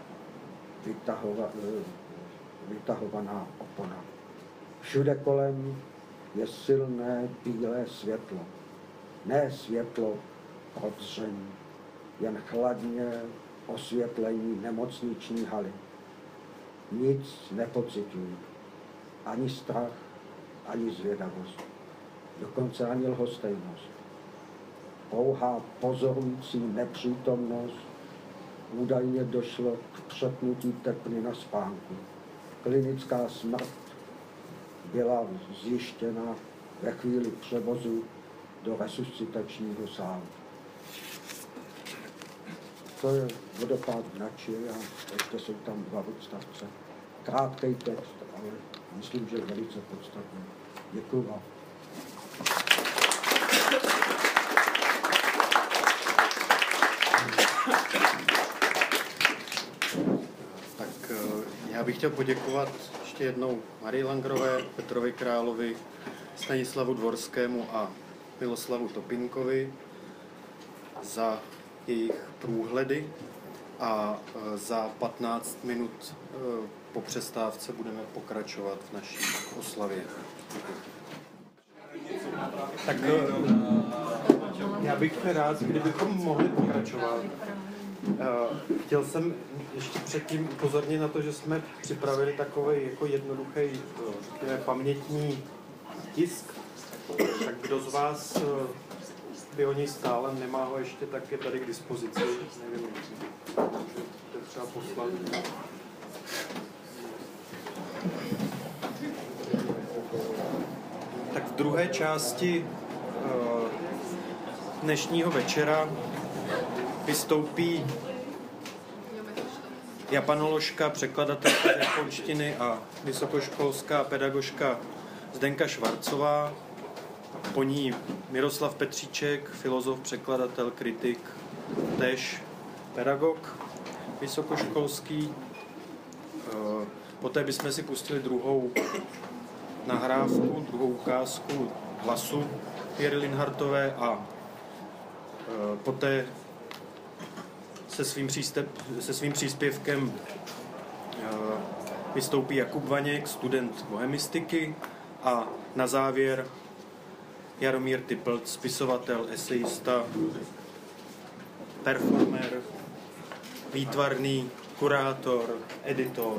vytahovaná opona. Všude kolem je silné bílé světlo. Ne světlo protření, jen chladně osvětlení nemocniční haly. Nic nepociťuji. Ani strach, ani zvědavost. Dokonce ani lhostejnost. Pouhá pozorující nepřítomnost. Údajně došlo k přepnutí tepny na spánku. Klinická smrt byla zjištěna ve chvíli převozu do resuscitačního sálu. To je Vodopád v Nači a ještě jsou tam 2 odstavce. Krátký text, ale myslím, že velice podstatný. Děkuji vám. Tak já bych chtěl poděkovat ještě jednou Marii Langerové, Petrovi Královi, Stanislavu Dvorskému a Miloslavu Topinkovi za jejich průhledy a za 15 minut po přestávce budeme pokračovat v naší oslavě. Tak já bych rád, kdybychom mohli pokračovat. Chtěl jsem ještě předtím upozornit na to, že jsme připravili takový jako jednoduchý pamětní tisk. Tak kdo z vás by o něj stál a nemá ho ještě, tak je tady k dispozici. Nevím, to třeba poslat. Tak v druhé části dnešního večera vystoupí japanoložka, překladatelka z japonštiny a vysokoškolská pedagožka Zdenka Švarcová, po ní Miroslav Petříček, filozof, překladatel, kritik, též pedagog vysokoškolský. Poté bychom si pustili druhou nahrávku, druhou ukázku hlasu Věry Linhartové a poté se svým příspěvkem vystoupí Jakub Vaněk, student bohemistiky, a na závěr Jaromír Typlt, spisovatel, esejista, performer, výtvarný kurátor, editor.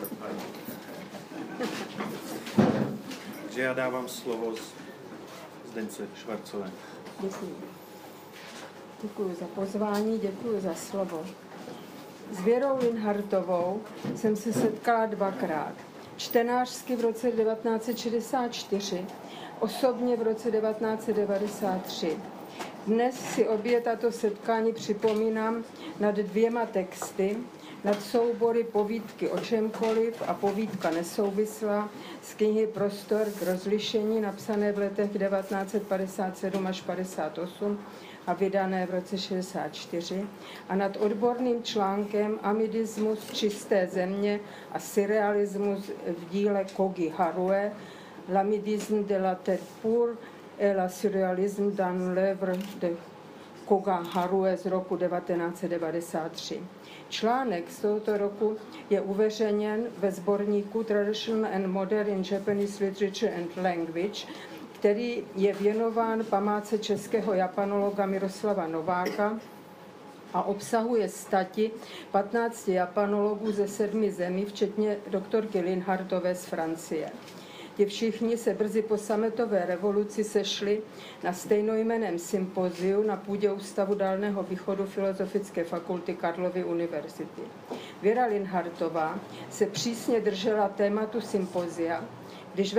Takže já dávám slovo Zdence Švarcové. Děkuji. Děkuji za pozvání, děkuji za slovo. S Věrou Linhartovou jsem se setkala dvakrát. Čtenářsky v roce 1964, osobně v roce 1993. Dnes si obě tato setkání připomínám nad 2 texty, nad soubory Povídky o čemkoliv a Povídka nesouvislá z knihy Prostor k rozlišení, napsané v letech 1957 až 58 a vydané v roce 64, a nad odborným článkem Amidismus čisté země a surrealismus v díle Kogi Harue, L'amidisme de la terre pure et la surrealisme dans l'œuvre de Koga Harue z roku 1993. Článek z tohoto roku je uveřejněn ve sborníku Traditional and Modern in Japanese Literature and Language, který je věnován památce českého japanologa Miroslava Nováka a obsahuje stati 15 japanologů ze 7 zemí, včetně doktorky Linhartové z Francie. Ti všichni se brzy po sametové revoluci sešli na stejnojmenném sympoziu na půdě Ústavu Dálného východu Filozofické fakulty Karlovy univerzity. Věra Linhartová se přísně držela tématu sympozia, když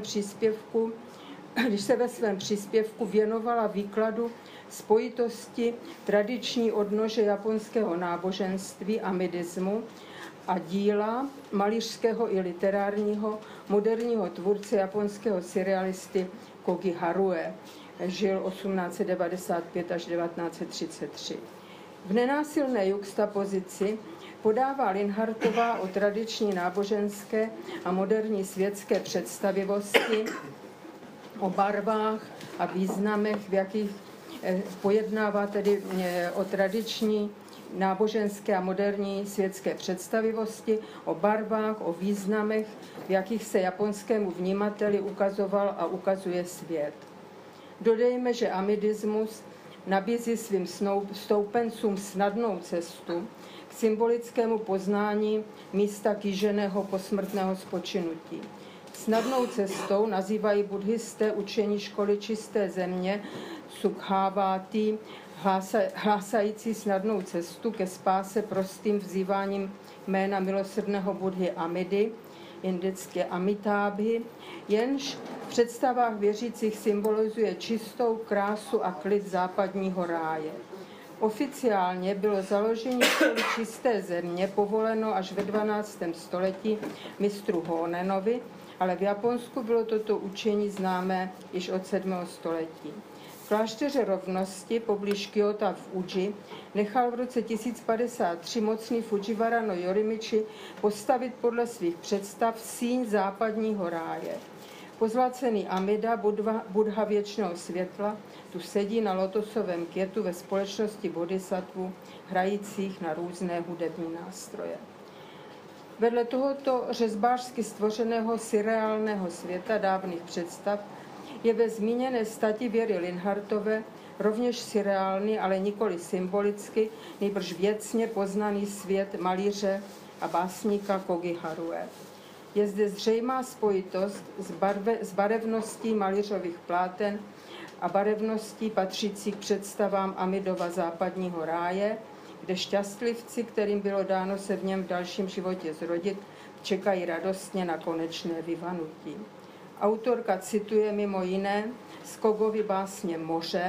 se ve svém příspěvku věnovala výkladu spojitosti tradiční odnože japonského náboženství amidismu a díla malířského i literárního moderního tvůrce japonského surrealisty Kogi Harue. Žil 1895 až 1933. V nenásilné juxtapozici podává Linhartová o tradiční náboženské a moderní světské představivosti, o barvách a významech, v jakých pojednává tedy o tradiční náboženské a moderní světské představivosti, o barvách, o významech, v jakých se japonskému vnímateli ukazoval a ukazuje svět. Dodejme, že amidismus nabízí svým stoupencům snadnou cestu k symbolickému poznání místa kýženého posmrtného spočinutí. Snadnou cestou nazývají buddhisté učení školy čisté země Sukhavati, hlásající snadnou cestu ke spáse prostým vzýváním jména milosrdného Buddhy Amidy, indické Amitábhy, jenž v představách věřících symbolizuje čistou krásu a klid západního ráje. Oficiálně bylo založení školy čisté země povoleno až ve 12. století mistru Honenovi, ale v Japonsku bylo toto učení známé již od 7. století. V klášteře rovnosti poblíž Kjóta v Uji nechal v roce 1053 mocný Fujiwara no Yorimichi postavit podle svých představ síň západního ráje. Pozlacený Amida, Buddha věčného světla, tu sedí na lotosovém květu ve společnosti bodhisattvů, hrajících na různé hudební nástroje. Vedle tohoto řezbářsky stvořeného surreálného světa dávných představ je ve zmíněné stati Věry Linhartové rovněž surreálny, ale nikoli symbolicky, nýbrž věcně poznaný svět malíře a básníka Kogi Harue. Je zde zřejmá spojitost s barevností malířových pláten a barevností patřící k představám Amidova západního ráje, kde šťastlivci, kterým bylo dáno se v něm v dalším životě zrodit, čekají radostně na konečné vyvanutí. Autorka cituje mimo jiné z Kogovy básně Moře: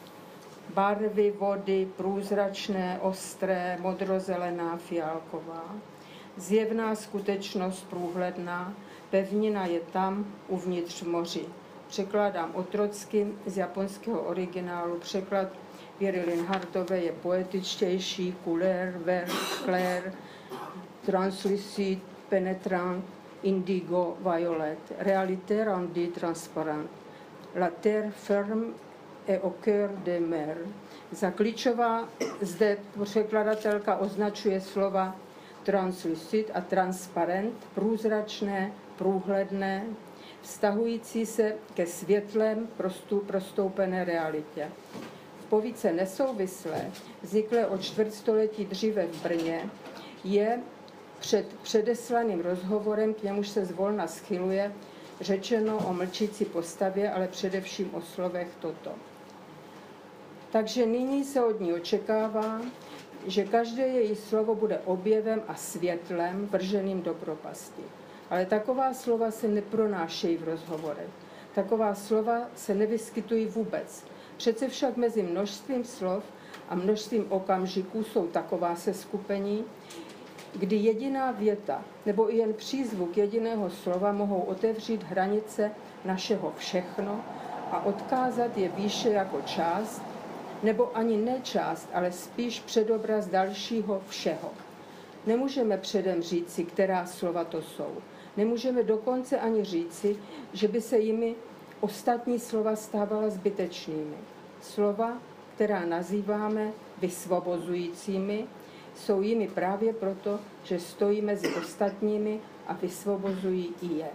barvy vody průzračné, ostré, modrozelená, fiálková. Zjevná skutečnost průhledná, pevnina je tam, uvnitř moři. Překládám otrocky z japonského originálu. Překlad Věry Linhartové je poetičtější: couleur, vert, clair, translucide, pénétrant, indigo, violet. Réalité rendue transparente. La terre ferme et au cœur de mer. Za klíčová zde překladatelka označuje slova translucid a transparent, průzračné, průhledné, vztahující se ke světlém prostoupené realitě. V povídce Nesouvislé, vzniklé o čtvrtstoletí dříve v Brně, je před předeslaným rozhovorem, k němuž se zvolna schyluje, řečeno o mlčící postavě, ale především o slovech toto. Takže nyní se od ní očekává, že každé její slovo bude objevem a světlem vrženým do propasti. Ale taková slova se nepronášejí v rozhovorech. Taková slova se nevyskytují vůbec. Přece však mezi množstvím slov a množstvím okamžiků jsou taková seskupení, kdy jediná věta nebo i jen přízvuk jediného slova mohou otevřít hranice našeho všechno a odkázat je výše jako část, nebo ani ne část, ale spíš předobraz dalšího všeho. Nemůžeme předem říci, která slova to jsou. Nemůžeme dokonce ani říci, že by se jimi ostatní slova stávala zbytečnými. Slova, která nazýváme vysvobozujícími, jsou jimi právě proto, že stojí mezi ostatními a vysvobozují i je.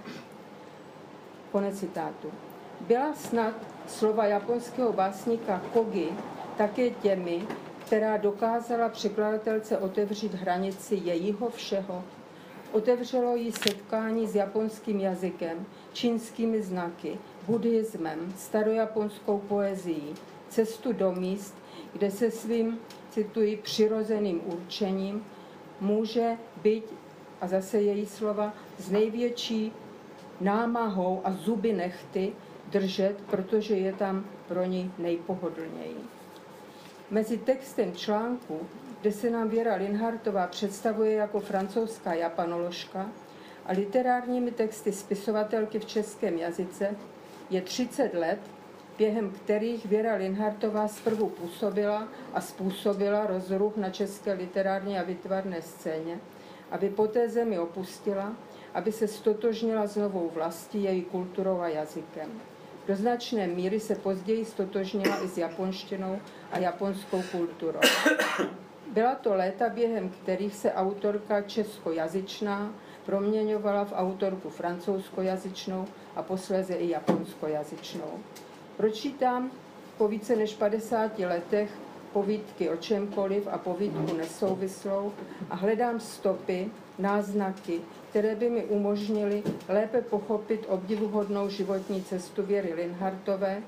Konec citátu. Byla snad slova japonského básníka Kogi také těmi, která dokázala překladatelce otevřít hranici jejího všeho. Otevřelo jí setkání s japonským jazykem, čínskými znaky, buddhismem, starojaponskou poezií, cestu do míst, kde se svým, cituji, přirozeným určením může být, a zase její slova, s největší námahou a zuby nehty držet, protože je tam pro ní nejpohodlněji. Mezi textem článku, kde se nám Věra Linhartová představuje jako francouzská japanoložka, a literárními texty spisovatelky v českém jazyce, je 30 let, během kterých Věra Linhartová zprvu působila a způsobila rozruch na české literární a výtvarné scéně, aby poté zemi opustila, aby se stotožnila s novou vlastí, její kulturou a jazykem. Do značné míry se později stotožnila i s japonštinou a japonskou kulturou. Byla to léta, během kterých se autorka českojazyčná proměňovala v autorku francouzskojazyčnou a posléze i japonskojazyčnou. Pročítám po více než 50 letech povídky o čemkoliv a povídku nesouvislou a hledám stopy, náznaky, které by mi umožnily lépe pochopit obdivuhodnou životní cestu Věry Linhartové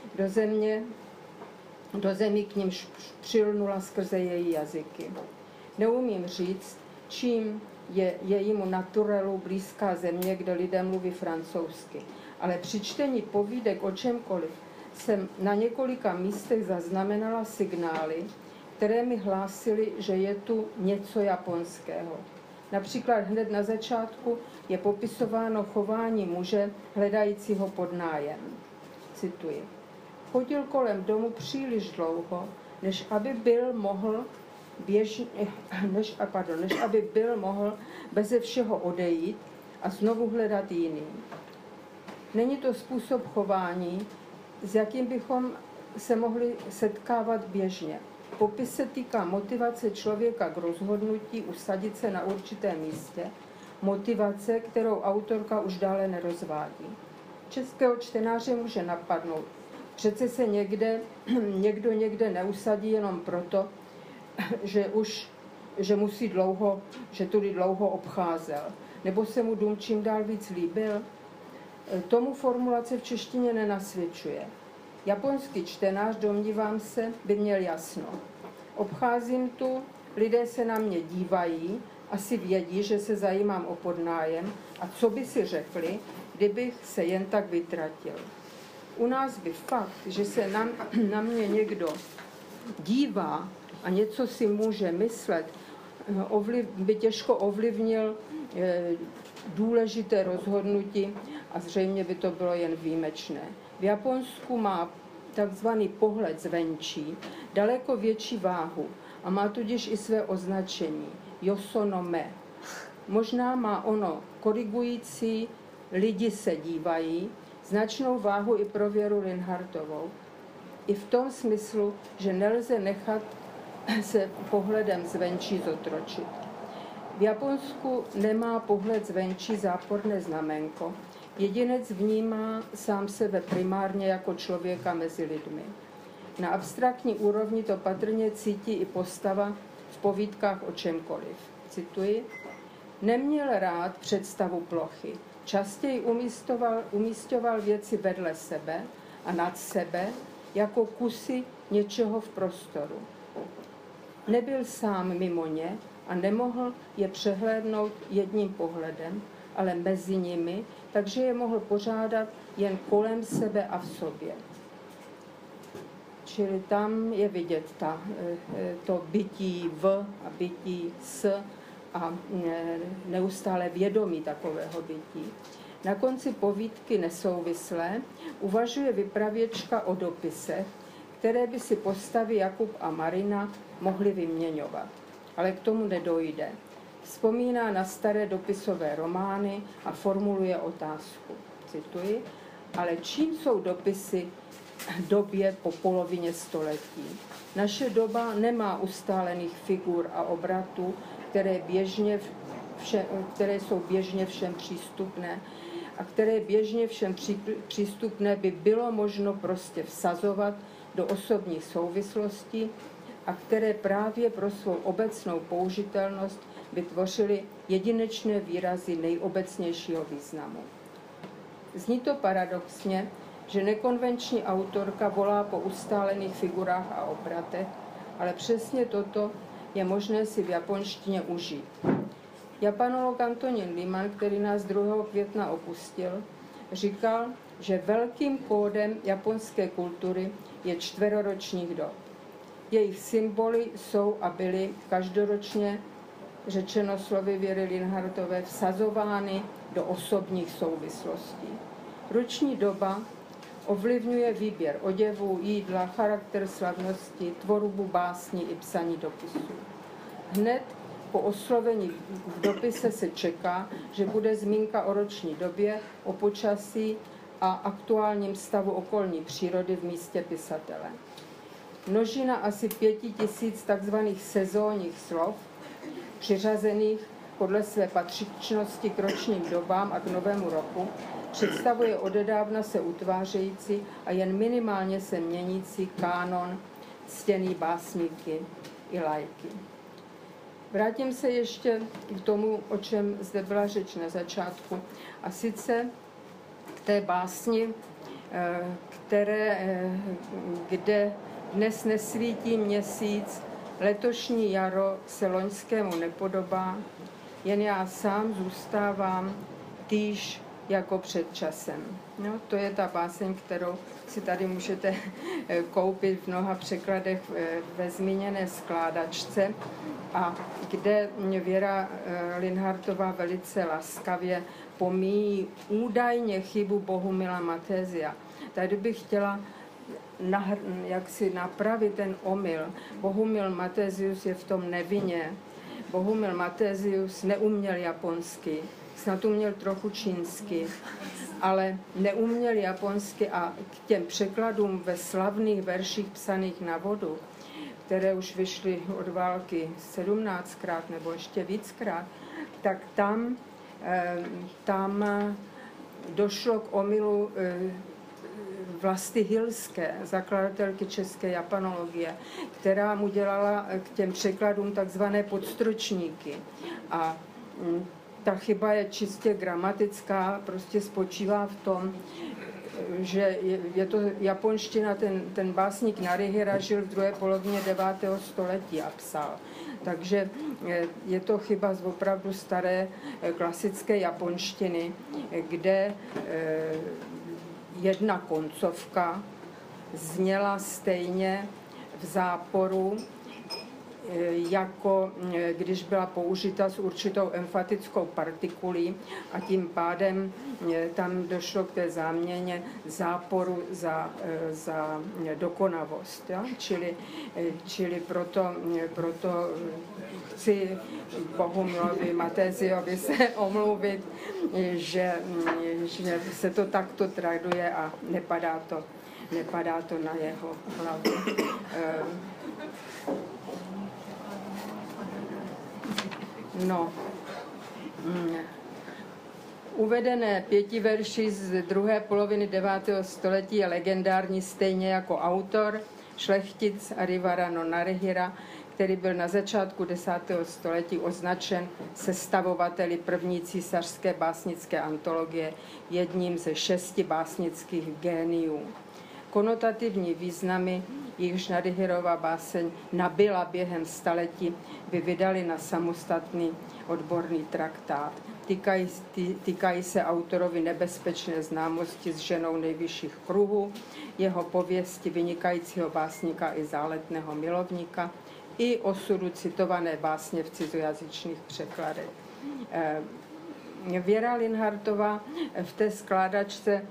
do zemí, k nímž přilnula skrze její jazyky. Neumím říct, čím je jejímu naturelu blízká země, kde lidé mluví francouzsky, ale při čtení povídek o čemkoliv jsem na několika místech zaznamenala signály, které mi hlásily, že je tu něco japonského. Například hned na začátku je popisováno chování muže hledajícího podnájem. Cituji. Chodil kolem domu příliš dlouho, než aby byl mohl beze všeho odejít a znovu hledat jiný. Není to způsob chování, s jakým bychom se mohli setkávat běžně. Popis se týká motivace člověka k rozhodnutí usadit se na určitém místě, motivace, kterou autorka už dále nerozvádí. Českého čtenáře může napadnout, přece se někdo někde neusadí jenom proto, že tudy dlouho obcházel, nebo se mu dům čím dál víc líbil. Tomu formulace v češtině nenasvědčuje. Japonský čtenář, domnívám se, by měl jasno. Obcházím tu, lidé se na mě dívají, asi vědí, že se zajímám o podnájem a co by si řekli, kdybych se jen tak vytratil. U nás by fakt, že se na mě někdo dívá a něco si může myslet, by těžko ovlivnil důležité rozhodnutí a zřejmě by to bylo jen výjimečné. V Japonsku má takzvaný pohled zvenčí daleko větší váhu a má tudíž i své označení yoso no me. Možná má ono korigující lidi se dívají značnou váhu i pro Věru Linhartovou. I v tom smyslu, že nelze nechat se pohledem zvenčí zotročit. V Japonsku nemá pohled zvenčí záporné znamenko. Jedinec vnímá sám sebe primárně jako člověka mezi lidmi. Na abstraktní úrovni to patrně cítí i postava v povídkách o čemkoliv. Cituji. Neměl rád představu plochy. Častěji umísťoval věci vedle sebe a nad sebe jako kusy něčeho v prostoru. Nebyl sám mimo ně a nemohl je přehlédnout jedním pohledem, ale mezi nimi, takže je mohl pořádat jen kolem sebe a v sobě. Čili tam je vidět to bytí v a bytí s a neustále vědomí takového bytí. Na konci povídky Nesouvislé uvažuje vypravěčka o dopisech, které by si postavy Jakub a Marina mohli vyměňovat. Ale k tomu nedojde. Vzpomíná na staré dopisové romány a formuluje otázku. Cituji, ale čím jsou dopisy době po polovině století? Naše doba nemá ustálených figur a obratů, které jsou běžně všem přístupné a které běžně všem přístupné by bylo možno prostě vsazovat do osobních souvislostí a které právě pro svou obecnou použitelnost vytvořily jedinečné výrazy nejobecnějšího významu. Zní to paradoxně, že nekonvenční autorka volá po ustálených figurách a obratech, ale přesně toto je možné si v japonštině užít. Japanolog Antonín Liman, který nás 2. května opustil, říkal, že velkým kódem japonské kultury je čtveroročních dob. Jejich symboly jsou a byly každoročně, řečeno slovy Věry Linhartové, vsazovány do osobních souvislostí. Roční doba ovlivňuje výběr oděvů, jídla, charakter slavnosti, tvorbu básní i psaní dopisů. Hned po oslovení v dopise se čeká, že bude zmínka o roční době, o počasí a aktuálním stavu okolní přírody v místě pisatele. Množina asi 5000 takzvaných sezónních slov, přiřazených podle své patřičnosti k ročním dobám a k novému roku, představuje odedávna se utvářející a jen minimálně se měnící kánon ctěný básníky i laiky. Vrátím se ještě k tomu, o čem zde byla řeč na začátku, a sice k té básni, kde dnes nesvítí měsíc, letošní jaro se loňskému nepodobá, jen já sám zůstávám týž jako před časem. No, to je ta báseň, kterou si tady můžete koupit v mnoha překladech ve zmíněné skládačce a kde Věra Linhartová velice laskavě pomíjí údajně chybu Bohumila Matézia. Tady bych chtěla jak si napravit ten omyl. Bohumil Matézius je v tom nevinně. Bohumil Matézius neuměl japonsky, snad uměl trochu čínsky, ale neuměl japonsky a k těm překladům ve slavných verších psaných na vodu, které už vyšly od války 17krát nebo ještě víckrát, tak tam došlo k omylu Vlasty Hilské, zakladatelky české japanologie, která mu dělala k těm překladům takzvané podstročníky. A ta chyba je čistě gramatická, prostě spočívá v tom, že je to japonština, ten básník Narihira žil v druhé polovině 9. století a psal. Takže je to chyba z opravdu staré klasické japonštiny, kde jedna koncovka zněla stejně v záporu, jako když byla použita s určitou emfatickou partikulí a tím pádem tam došlo k té záměně záporu za dokonavost. Ja? Čili proto chci Bohumilovi Matéziovi se omluvit, že se to takto traduje a nepadá to na jeho hlavu. No, uvedené 5 verši z druhé poloviny 9. století je legendární stejně jako autor, šlechtic Arivara no Narihira, který byl na začátku 10. století označen sestavovateli první císařské básnické antologie, jedním ze 6 básnických géniů. Konotativní významy jejichž Nadihirová báseň nabyla během staletí, by vydali na samostatný odborný traktát. Týkají se autorovi nebezpečné známosti s ženou nejvyšších kruhů, jeho pověsti vynikajícího básníka i záletného milovníka, i osudu citované básně v cizojazyčných překladech. Věra Linhartová v té skládačce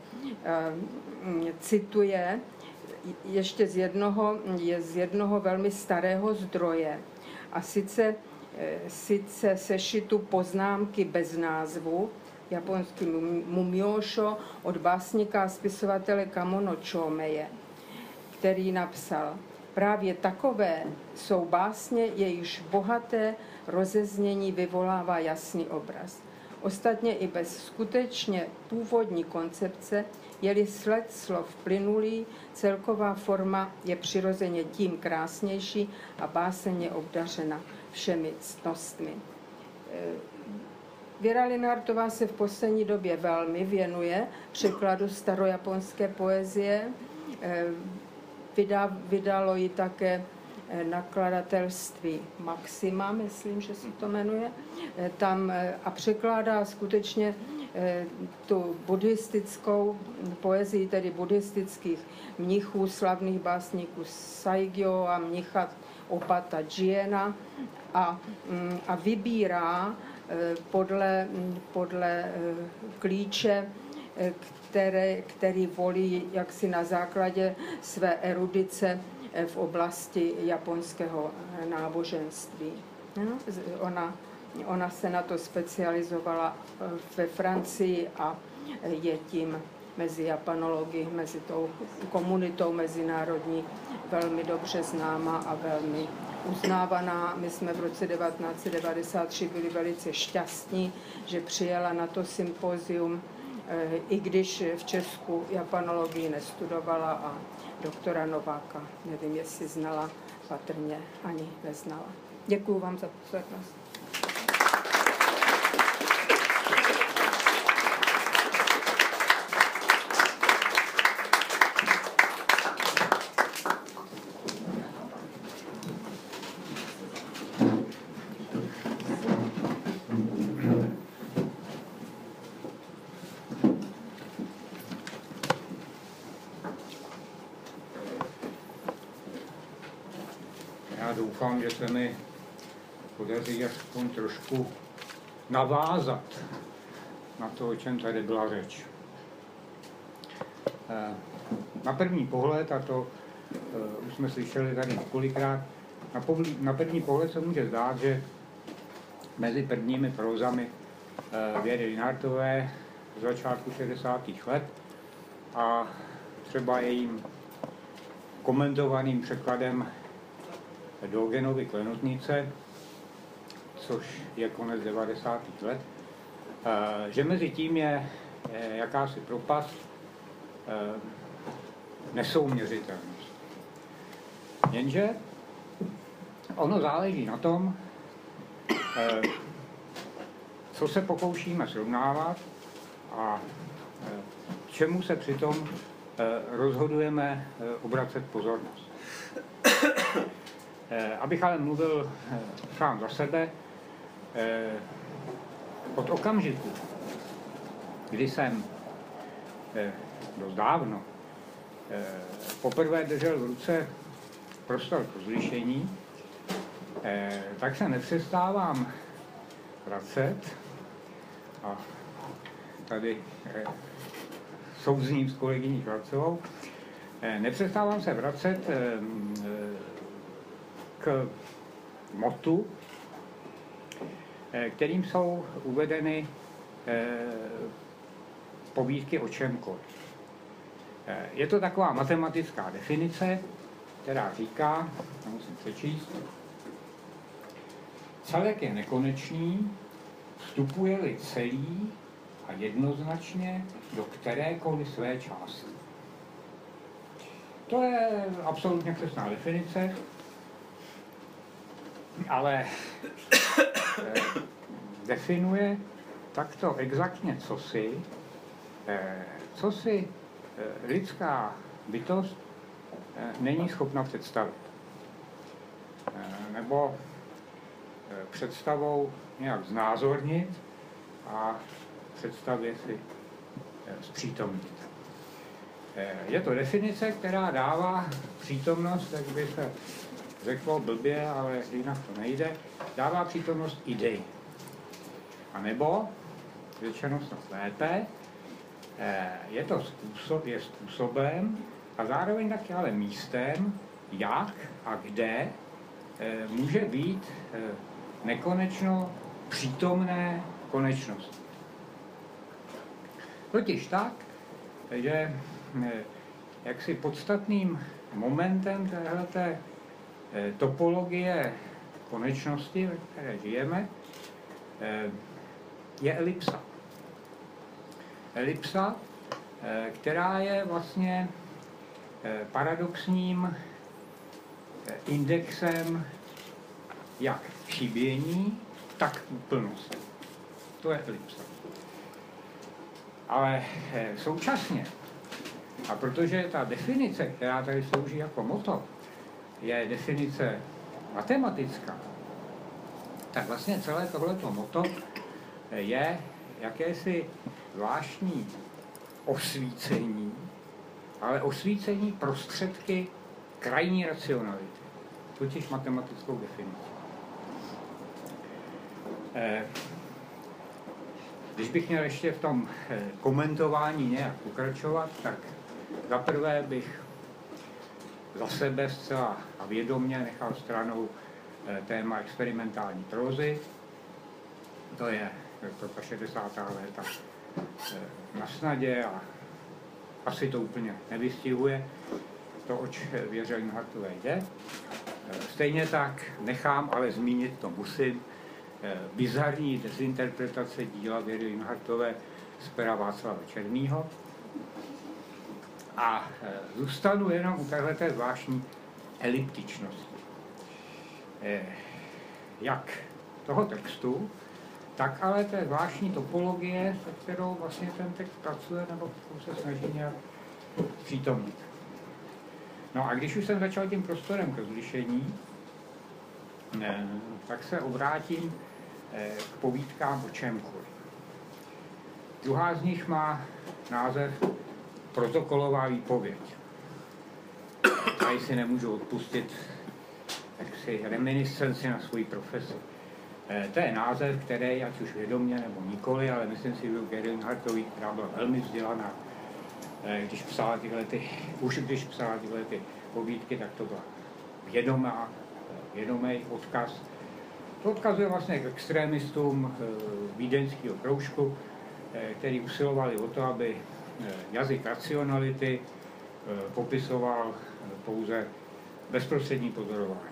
cituje ještě z jednoho velmi starého zdroje, a sice sešitu Poznámky bez názvu, japonský Mumyosho, od básníka a spisovatele Kamono Choumeje, který napsal: právě takové jsou básně, jejichž bohaté rozeznění vyvolává jasný obraz. Ostatně i bez skutečně původní koncepce, je-li sled slov plynulý, celková forma je přirozeně tím krásnější a báseň je obdařena všemi ctnostmi. Věra Linhartová se v poslední době velmi věnuje překladu starojaponské poezie. Vydalo ji také nakladatelství Maxima, myslím, že se to jmenuje, tam a překládá skutečně tu buddhistickou poezii, tedy buddhistických mnichů, slavných básníků Saigyo a mnicha Opata Džiena a vybírá podle klíče, který volí jaksi na základě své erudice v oblasti japonského náboženství. Ona se na to specializovala ve Francii a je tím mezi japanology, mezi tou komunitou mezinárodní velmi dobře známa a velmi uznávaná. My jsme v roce 1993 byli velice šťastní, že přijela na to sympozium, i když v Česku japanologii nestudovala a doktora Nováka, nevím, jestli znala, patrně ani neznala. Děkuju vám za pozornost. Doufám, že se mi podaří aspoň trošku navázat na to, o čem tady byla řeč. Na první pohled, a to už jsme slyšeli tady několikrát, na první pohled se může zdát, že mezi prvními prózami Věry Linhartové z začátku 60. let a třeba jejím komentovaným překladem Diogenovy Klenotnice, což je konec 90. let, že mezi tím je jakási propast, nesouměřitelnost. Jenže ono záleží na tom, co se pokoušíme srovnávat a čemu se přitom rozhodujeme obracet pozornost. Abych ale mluvil sám za sebe, od okamžiku, kdy jsem dost dávno poprvé držel v ruce Prostor k rozlišení, tak se nepřestávám vracet a tady souzním s kolegyní Kravcovou, nepřestávám se vracet k motu, kterým jsou uvedeny povídky o čemkoliv. Je to taková matematická definice, která říká, musím přečíst, celek je nekonečný, vstupuje-li celý a jednoznačně do kterékoliv své části. To je absolutně přesná definice, ale definuje takto exaktně cosi lidská bytost není schopna představit. Nebo představou nějak znázornit a představě si zpřítomnit. Je to definice, která dává přítomnost, jak by se řeklo blbě, ale jinak to nejde, dává přítomnost idei. A nebo, řečeno snad lépe, je způsobem a zároveň taky ale místem, jak a kde může být nekonečno přítomné konečnosti. Totiž tak, že jaksi podstatným momentem téhleté topologie konečnosti, ve které žijeme, je elipsa. Elipsa, která je vlastně paradoxním indexem jak chybění, tak úplnosti. To je elipsa. Ale současně, a protože ta definice, která tady slouží jako motto, je definice matematická, tak vlastně celé tohleto motto je jakési zvláštní osvícení, ale osvícení prostředky krajní racionality, totiž matematickou definici. Když bych měl ještě v tom komentování nějak pokračovat, tak zaprvé bych za sebe zcela a vědomě nechal stranou téma experimentální prózy. To je ta 60. léta na snadě a asi to úplně nevystihuje to, oč Věře Linhartové jde. Stejně tak nechám, ale zmínit to musím, bizarní dezinterpretace díla Věry Linhartové z pera Václava Černýho. A zůstanu jenom u téhleté zvláštní eliptičnosti. Jak toho textu, tak ale té zvláštní topologie, se kterou vlastně ten text pracuje, nebo kterou se snaží nějak přítomnit. No a když už jsem začal tím prostorem ke zlišení, tak se obrátím k povídkám o čemkoliv. Druhá z nich má název Protokolová výpověď. Tady si nemůžu odpustit jaksi reminiscenci na svoji profesi. To je název, který, ať už vědomě nebo nikoli, ale myslím si, že Věry Linhartový, která byla velmi vzdělaná, když psala tyhle povídky, tak to byla vědomý odkaz. To odkazuje vlastně k extrémistům vídeňského kroužku, který usilovali o to, aby jazyk racionality popisoval pouze bezprostřední pozorování.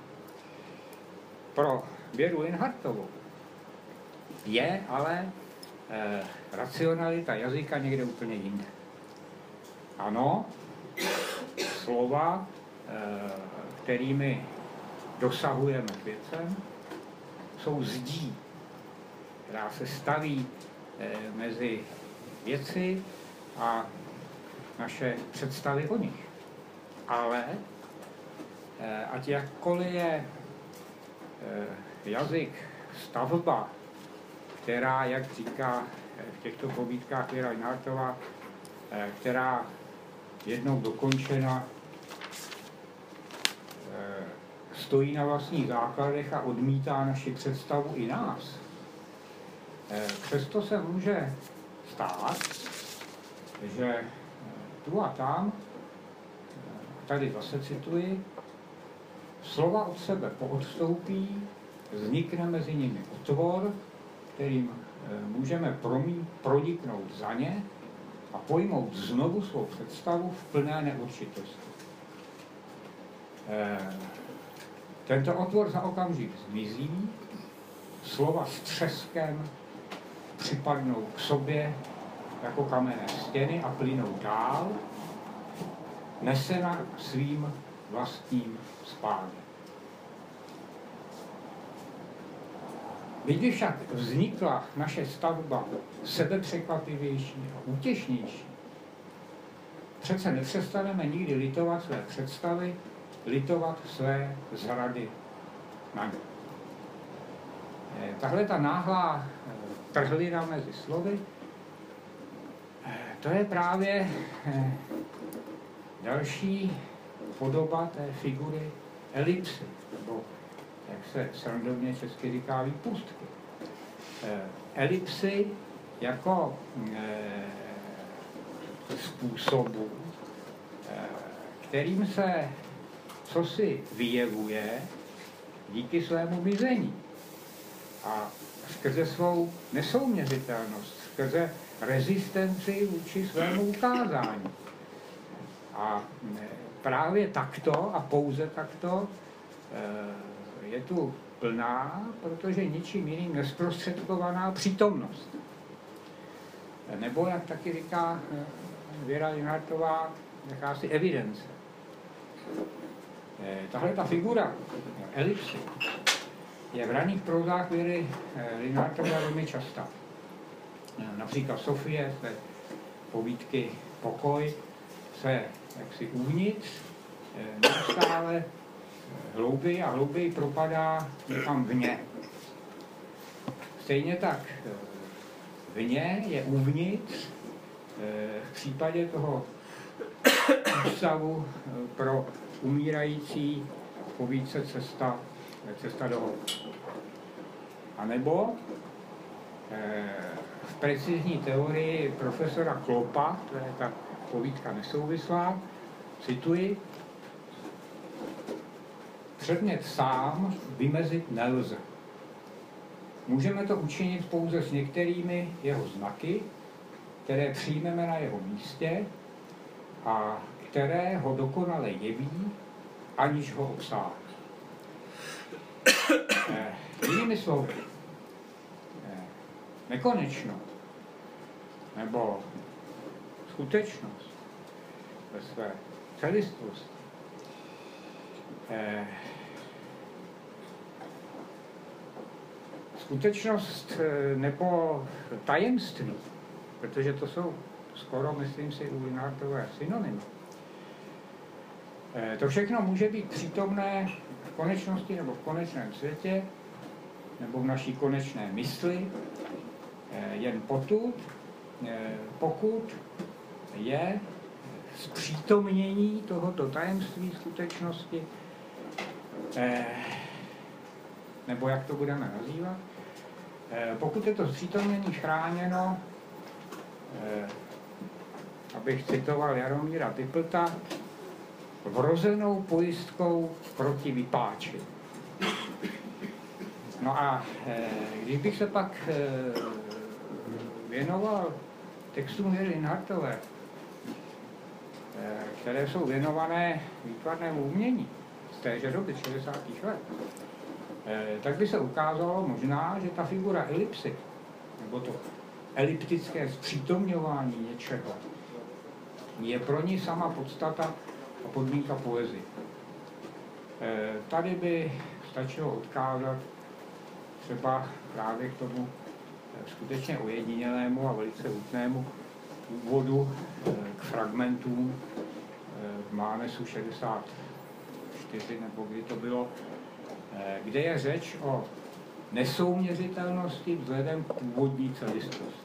Pro Věru Linhartovou je ale racionalita jazyka někde úplně jinde. Ano, slova, kterými dosahujeme k věcem, jsou zdí, která se staví mezi věci a naše představy o nich. Ale ať jakkoliv je jazyk stavba, která, jak říká v těchto povídkách Věra Linhartová, která jednou dokončena stojí na vlastních základech a odmítá naši představu i nás. Přesto se může stát, že tu a tam, tady zase cituji, slova od sebe poodstoupí, vznikne mezi nimi otvor, kterým můžeme proniknout za ně a pojmout znovu svou představu v plné neurčitosti. Tento otvor za okamžik zmizí, slova s třeskem připadnou k sobě jako kamenné stěny a plynou dál, nesena svým vlastním spádem. Kdyby však vznikla naše stavba sebepřekvapivější a útěšnější, přece nepřestaneme nikdy litovat své představy, litovat své zrady na ně. Tahle ta náhlá trhlina mezi slovy, to je právě další podoba té figury elipsy, nebo jak se srandovně česky říká, výpustky. Elipsy jako způsobu, kterým se cosi vyjevuje díky svému mizení a skrze svou nesouměřitelnost, skrze rezistenci vůči svému ukázání. A právě takto a pouze takto je tu plná, protože ničím jiným nezprostředkovaná přítomnost. Nebo, jak taky říká Věra Linhartová, jakási evidence. Tahle ta figura elipsy je v raných prózách Věry Linhartové velmi častá. Například Sofie, své povídky Pokoj, se jaksi uvnitř neustále hlouběji a hlouběji propadá někam vně. Stejně tak vně je uvnitř v případě toho ústavu pro umírající povídce Cesta do hor. A nebo v precizní teorii profesora Klopa, to je ta povídka nesouvislá, cituji: předmět sám vymezit nelze. Můžeme to učinit pouze s některými jeho znaky, které přijmeme na jeho místě a které ho dokonale jeví, aniž ho obsáhne. Jinými slovy, nekonečnost nebo skutečnost ve své celistvosti skutečnost nebo tajemství, protože to jsou skoro, myslím si, u Linhartové synonymy. To všechno může být přítomné v konečnosti nebo v konečném světě, nebo v naší konečné mysli, jen potud, pokud je zpřítomnění tohoto tajemství skutečnosti, nebo jak to budeme nazývat, pokud je to zpřítomnění chráněno, abych citoval Jaromíra Typlta, vrozenou pojistkou proti vypáči. No a když bych se pak věnoval textům Věry Linhartové, které jsou věnované výtvarnému umění z téže doby 60. let, tak by se ukázalo možná, že ta figura elipsy, nebo to eliptické zpřítomňování něčeho, je pro ní sama podstata a podmínka poezie. Tady by stačilo odkázat třeba právě k tomu skutečně ojedinělému a velice hutnému úvodu k fragmentům v Mánesu 64, nebo kdy to bylo, kde je řeč o nesouměřitelnosti vzhledem k původní celistvosti.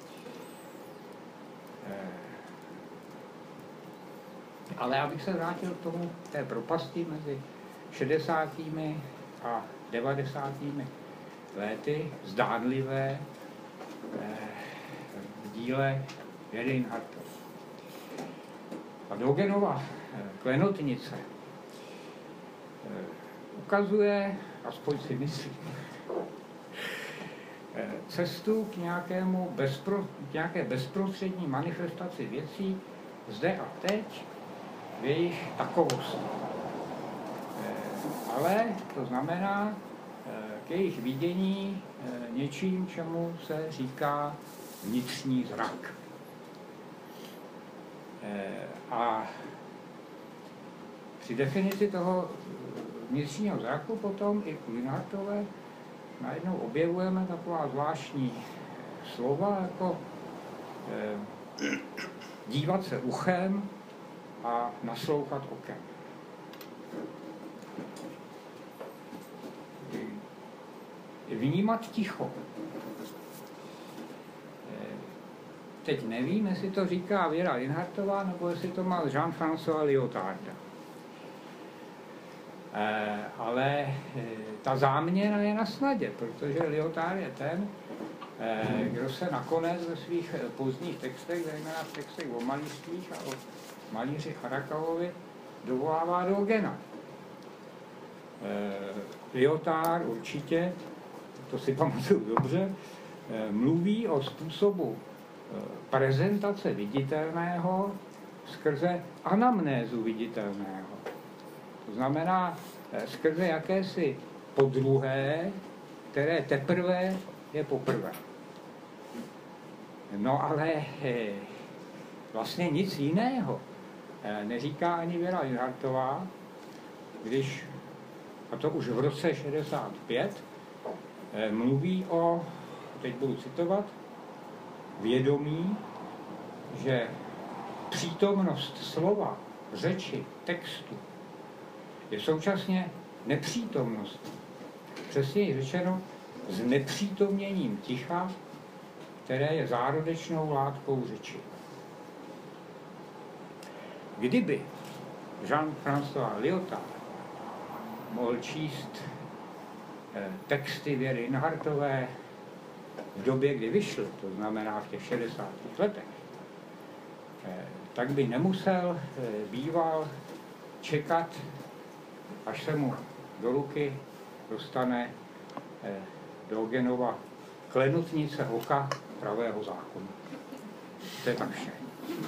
Ale abych se vrátil k tomu té propasti mezi 60. a 90. léty, zdánlivé v díle Věry Linhartové. A Diogenova Klenotnice ukazuje, aspoň si myslím, cestu k nějaké bezprostřední manifestaci věcí zde a teď v jejich takovosti. Ale to znamená k jejich vidění něčím, čemu se říká vnitřní zrak. A při definici toho vnitřního zraku potom i u Linhartové najednou objevujeme taková zvláštní slova, jako dívat se uchem, a naslouchat okem. Vnímat ticho. Teď nevím, jestli to říká Věra Linhartová, nebo jestli to má Jean-François Lyotarda. Ale ta záměna je na snadě, protože Lyotard je ten, kdo se nakonec ve svých pozdních textech, zejména v textech o malířstvích a o malíři Charakaovi, dovolává Diogena. Lyotard určitě, to si pamatuju dobře, mluví o způsobu prezentace viditelného skrze anamnézu viditelného. To znamená skrze jakési podruhé, které teprve je poprvé. No ale vlastně nic jiného neříká ani Věra Linhartová, když, a to už v roce 65, mluví o, teď budu citovat, vědomí, že přítomnost slova, řeči, textu je současně nepřítomnost. Přesněji řečeno, s nepřítomněním ticha, které je zárodečnou látkou řeči. Kdyby Jean-François Lyotard mohl číst texty Věry Linhartové v době, kdy vyšly, to znamená v těch 60. letech, tak by nemusel býval čekat, až se mu do ruky dostane Diogenova klenutnice oka pravého zákona. To je tak vše.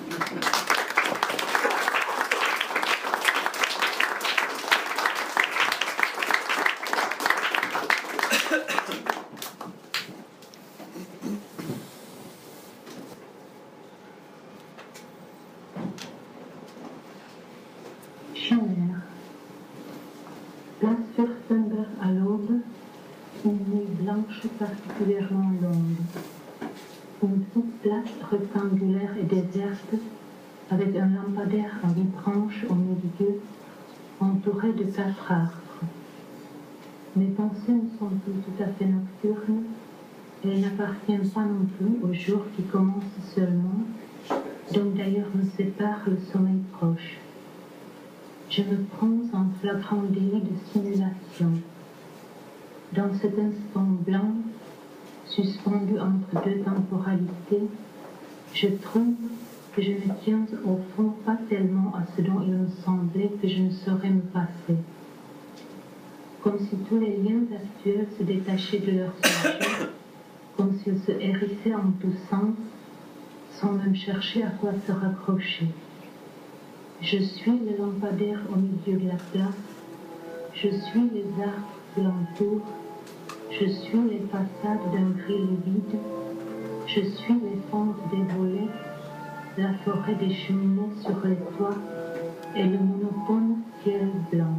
Particulièrement longue. Une petite place rectangulaire et déserte, avec un lampadaire à 8 branches au milieu, entouré de 4 arbres. Mes pensées ne sont plus tout à fait nocturnes, et elles n'appartiennent pas non plus au jour qui commence seulement, dont d'ailleurs me sépare le sommeil proche. Je me prends en flagrant délit de simulation. Dans cet instant blanc, suspendu entre deux temporalités, je trouve que je ne tiens au fond pas tellement à ce dont il me semblait que je ne saurais me passer. Comme si tous les liens actuels se détachaient de leur sujet, comme s'ils se hérissaient en tous sens, sans même chercher à quoi se raccrocher. Je suis le lampadaire au milieu de la place, je suis les arbres qui l'entourent, je suis les façades d'un gris livide, je suis les fentes des volets, la forêt des cheminées sur les toits et le monotone ciel blanc.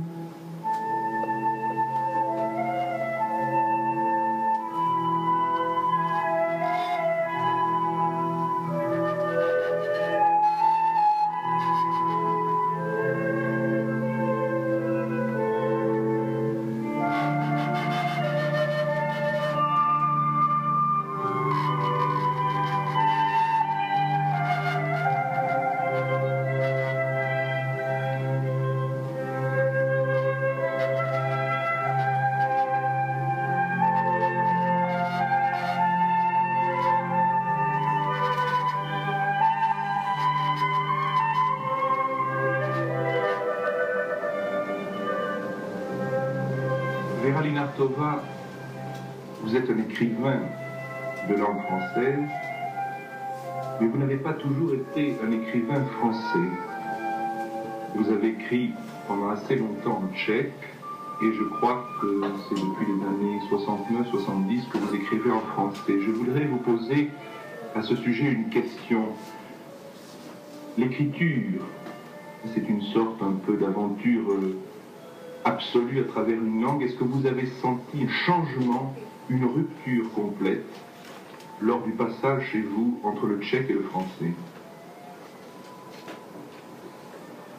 Vera Linhartova, vous êtes un écrivain de langue française, mais vous n'avez pas toujours été un écrivain français. Vous avez écrit pendant assez longtemps en tchèque, et je crois que c'est depuis les années 69-70 que vous écrivez en français. Je voudrais vous poser à ce sujet une question. L'écriture, c'est une sorte un peu d'aventure absolue à travers une langue. Est-ce que vous avez senti un changement, une rupture complète lors du passage chez vous entre le tchèque et le français?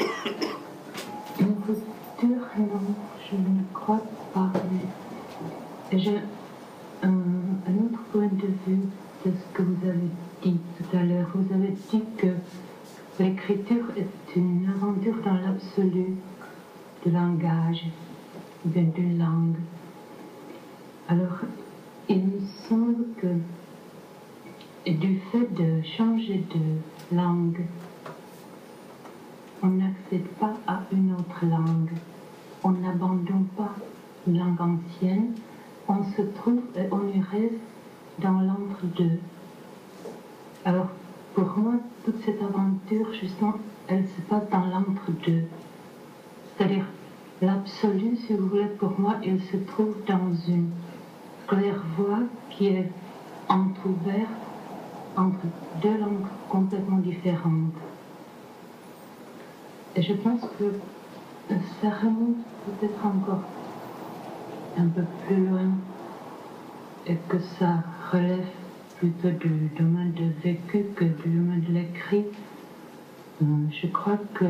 J'ai un autre point de vue de ce que vous avez dit tout à l'heure. Vous avez dit que l'écriture est une aventure dans l'absolu du langage, d'une langue. Alors, il me semble que du fait de changer de langue, on n'accède pas à une autre langue. On n'abandonne pas une langue ancienne. On se trouve et on y reste dans l'entre-deux. Alors, pour moi, toute cette aventure, justement, elle se passe dans l'entre-deux. C'est-à-dire, l'absolu, si vous voulez, pour moi, il se trouve dans une claire-voie qui est entrouverte entre deux langues complètement différentes. Et je pense que ça remonte peut-être encore un peu plus loin et que ça relève plutôt du domaine de vécu que du domaine de l'écrit. Je crois que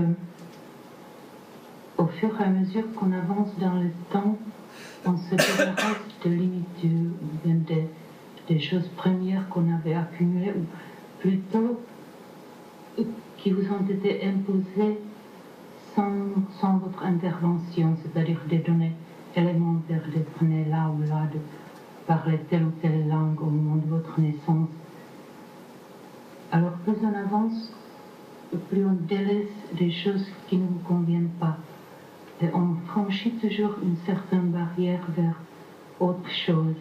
au fur et à mesure qu'on avance dans le temps, on se débarrasse de l'inutile, ou bien des choses premières qu'on avait accumulées, ou plutôt qui vous ont été imposées sans votre intervention, c'est-à-dire des données élémentaires, d'être né là ou là, de parler telle ou telle langue au moment de votre naissance. Alors plus on avance, plus on délaisse des choses qui ne vous conviennent pas. Et on franchit toujours une certaine barrière vers autre chose.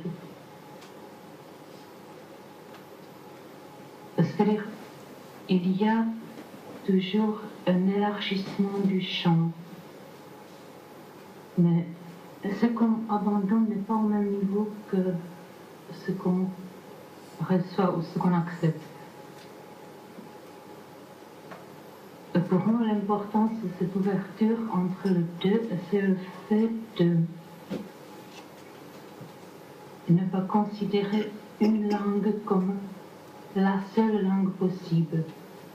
C'est-à-dire, il y a toujours un élargissement du champ. Mais ce qu'on abandonne n'est pas au même niveau que ce qu'on reçoit ou ce qu'on accepte. Et pour moi, l'importance de cette ouverture entre les deux, c'est le fait de ne pas considérer une langue comme la seule langue possible.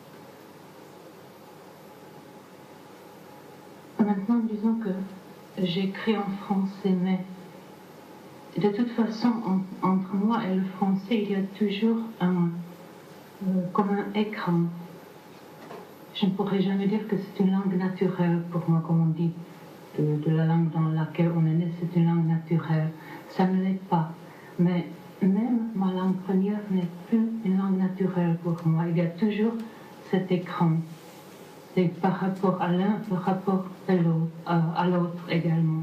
Maintenant, disons que j'écris en français, mais de toute façon, entre moi et le français, il y a toujours comme un écran. Je ne pourrais jamais dire que c'est une langue naturelle pour moi, comme on dit, de la langue dans laquelle on est né, c'est une langue naturelle. Ça ne l'est pas. Mais même ma langue première n'est plus une langue naturelle pour moi. Il y a toujours cet écran. C'est par rapport à l'un, par rapport à l'autre également.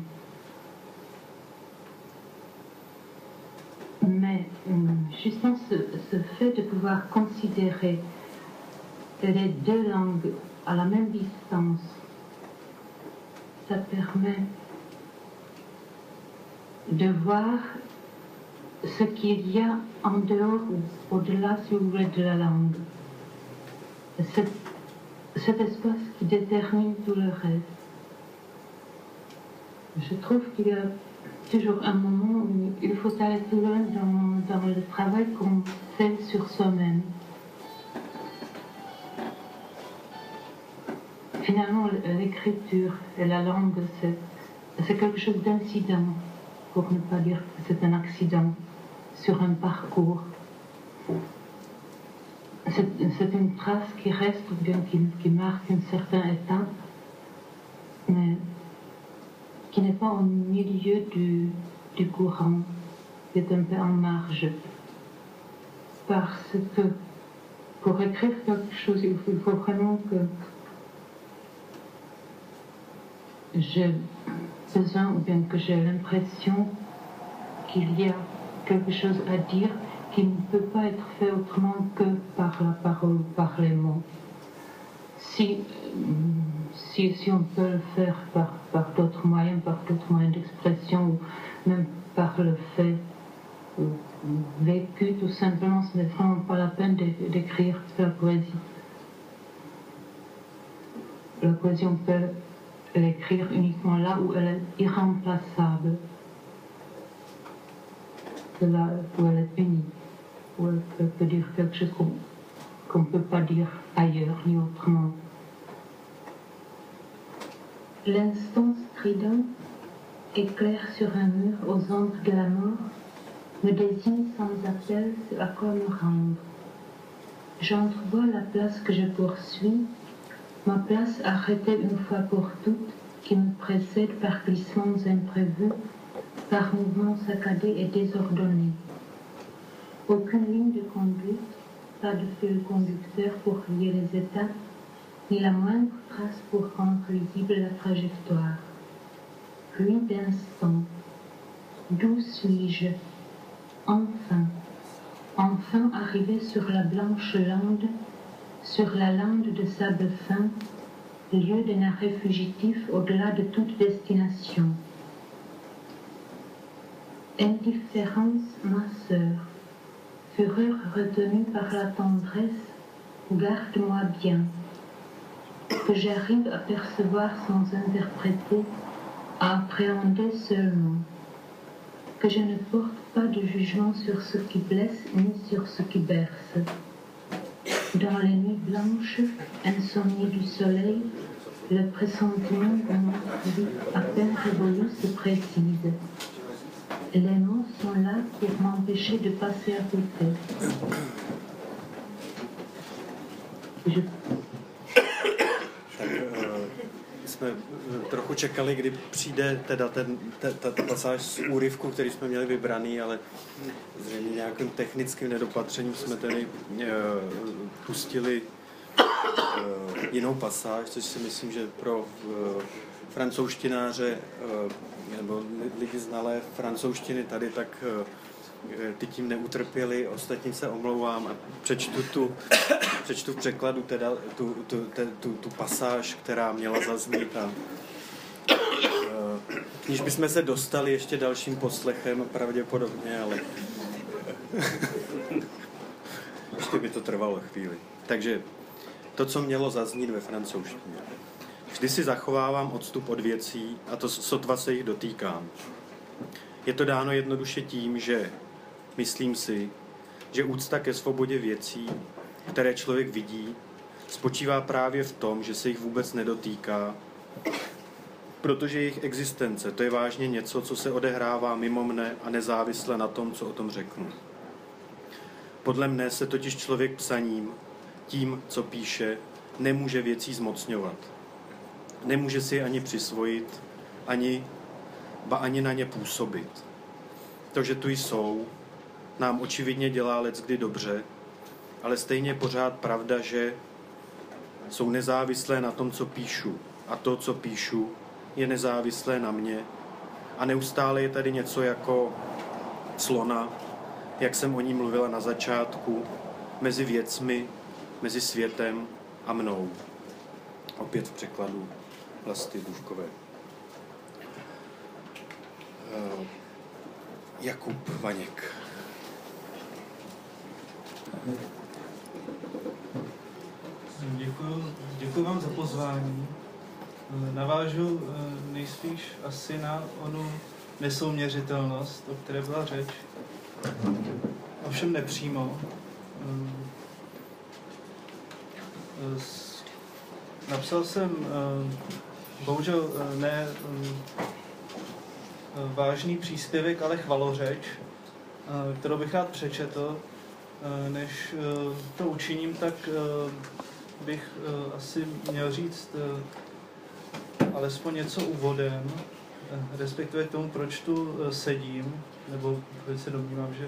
Mais justement, ce fait de pouvoir considérer les deux langues à la même distance, ça permet de voir ce qu'il y a en dehors ou au-delà, si vous voulez, de la langue. Cet espace qui détermine tout le reste. Je trouve qu'il y a toujours un moment où il faut aller plus loin dans le travail qu'on fait sur soi-même. Finalement, l'écriture et la langue, c'est quelque chose d'incident, pour ne pas dire que c'est un accident sur un parcours. C'est une trace qui reste, ou bien qui marque une certaine étape, mais qui n'est pas au milieu du courant, qui est un peu en marge. Parce que pour écrire quelque chose, il faut vraiment que j'ai besoin, ou bien que j'ai l'impression qu'il y a quelque chose à dire qui ne peut pas être fait autrement que par la parole, par les mots. Si on peut le faire par d'autres moyens d'expression, ou même par le fait vécu, tout simplement, ce n'est vraiment pas la peine d'écrire de la poésie. La poésie, on peut l'écrire uniquement là où elle est irremplaçable, c'est là où elle est unique, où elle peut dire quelque chose qu'on ne peut pas dire ailleurs ni autrement. L'instant strident éclair sur un mur aux ombres de la mort, me désigne sans appel ce à quoi me rendre. J'entrevois la place que je poursuis, ma place arrêtée une fois pour toutes, qui me précède par glissements imprévus, par mouvements saccadés et désordonnés. Aucune ligne de conduite, pas de fil conducteur pour lier les étapes, ni la moindre trace pour rendre lisible la trajectoire. Pluie d'instants. D'où suis-je? Enfin arrivé sur la blanche lande, sur la lande de sable fin, lieu d'un arrêt fugitif au-delà de toute destination. Indifférence, ma sœur, fureur retenue par la tendresse, garde-moi bien, que j'arrive à percevoir sans interpréter, à appréhender seulement, que je ne porte pas de jugement sur ce qui blesse ni sur ce qui berce. Dans les nuits blanches, insomnie du soleil, le pressentiment de notre vie à peine révolu se précise. Les mots sont là pour m'empêcher de passer à côté. Jsme trochu čekali, kdy přijde teda ta pasáž z úryvku, který jsme měli vybraný, ale zřejmě nějakým technickým nedopatřením jsme tedy pustili jinou pasáž, což si myslím, že pro francouzštináře nebo lidi znalé francouzštiny tady, tak ty tím neutrpěli, ostatním se omlouvám a přečtu v překladu teda tu pasáž, která měla zaznít a k níž bychom se dostali ještě dalším poslechem pravděpodobně, ale ještě by to trvalo chvíli. Takže to, co mělo zaznít ve francouzštině. Vždy si zachovávám odstup od věcí a to sotva se jich dotýkám. Je to dáno jednoduše tím, že myslím si, že úcta ke svobodě věcí, které člověk vidí, spočívá právě v tom, že se jich vůbec nedotýká, protože jejich existence, to je vážně něco, co se odehrává mimo mne a nezávisle na tom, co o tom řeknu. Podle mne se totiž člověk psaním, tím, co píše, nemůže věcí zmocňovat. Nemůže si je ani přisvojit, ani na ně působit. To, že tu jsou, nám očividně dělá leckdy dobře, ale stejně pořád pravda, že jsou nezávislé na tom, co píšu. A to, co píšu, je nezávislé na mě. A neustále je tady něco jako clona, jak jsem o ní mluvila na začátku, mezi věcmi, mezi světem a mnou. Opět v překladu Vlasty Důvkové. Jakub Vaněk. Děkuji vám za pozvání. Navážu nejspíš asi na onu nesouměřitelnost, o které byla řeč. Ovšem nepřímo. Napsal jsem bohužel ne vážný příspěvek, ale chvalořeč, kterou bych rád přečetl. Než to učiním, tak bych asi měl říct alespoň něco úvodem, respektive k tomu, proč tu sedím, nebo proč se domnívám, že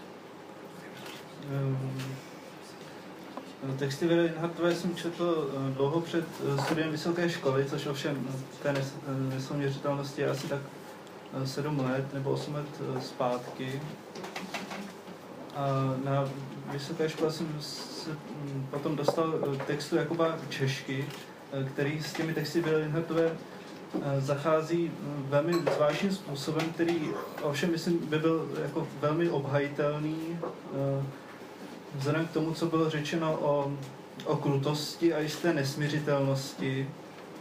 texty Věry Linhartové jsem četl dlouho před studiem vysoké školy, což ovšem té nesouměřitelnosti je asi tak 7 let nebo 8 let zpátky. A na vysoké škole jsem se potom dostal k textu Jakuba Češky, který s těmi texty Věry Linhartové zachází velmi zvláštním způsobem, který ovšem myslím by byl jako velmi obhajitelný vzhledem k tomu, co bylo řečeno o krutosti a jisté nesmiřitelnosti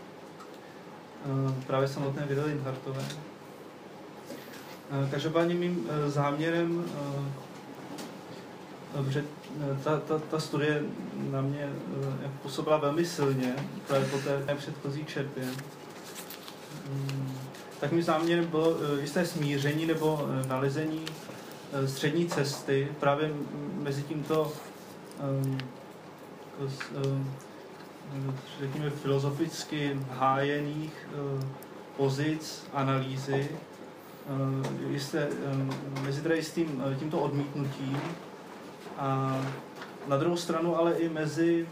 právě samotné Věry Linhartové. Každopádně mým záměrem, protože ta studie na mě působila velmi silně, právě po té předchozí četbě, tak mým záměrem bylo jisté smíření nebo nalezení střední cesty právě mezi tímto řekněme filozoficky hájených pozic, analýzy, mezi teda tímto odmítnutím a na druhou stranu ale i mezi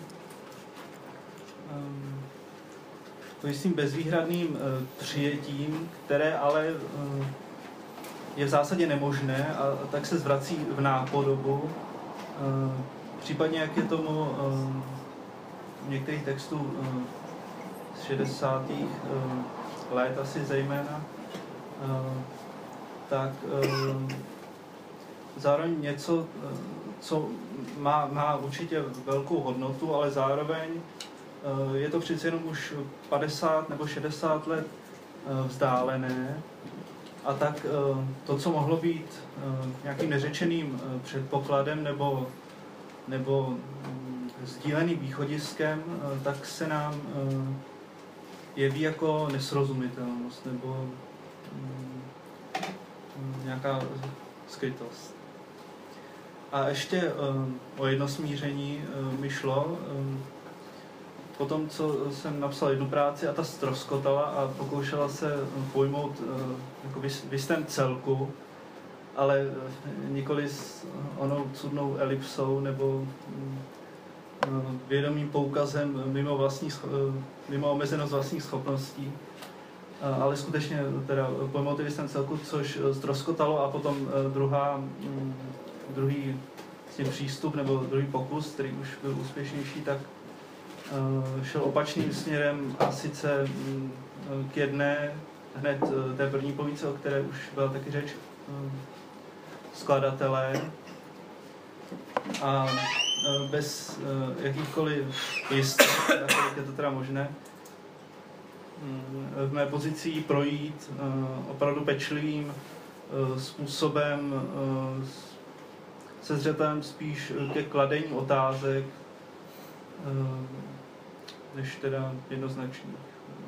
jistým bezvýhradným přijetím, které ale je v zásadě nemožné a tak se zvrací v nápodobu. Případně, jak je tomu u některých textů z 60. let asi zejména, tak zároveň něco, co má určitě velkou hodnotu, ale zároveň je to přece jenom už 50 nebo 60 let vzdálené a tak to, co mohlo být nějakým neřečeným předpokladem nebo sdíleným východiskem, tak se nám jeví jako nesrozumitelnost nebo nějaká skrytost. A ještě o jedno smíření mi šlo. Po tom, co jsem napsal jednu práci a ta ztroskotala a pokoušela se pojmout jako v jistém celku, ale nikoli s onou cudnou elipsou nebo vědomým poukazem mimo omezenost vlastních schopností, ale skutečně teda pojmout v jistém celku, což ztroskotalo a potom druhý přístup nebo druhý pokus, který už byl úspěšnější, tak šel opačným směrem a sice k jedné, hned té první povídce, o které už byla taky řeč, skladatelé, a bez jakýchkoliv jistot, jak je to teda možné, v mé pozici projít opravdu pečlivým způsobem se zřetelem spíš ke kladení otázek, než teda jednoznačných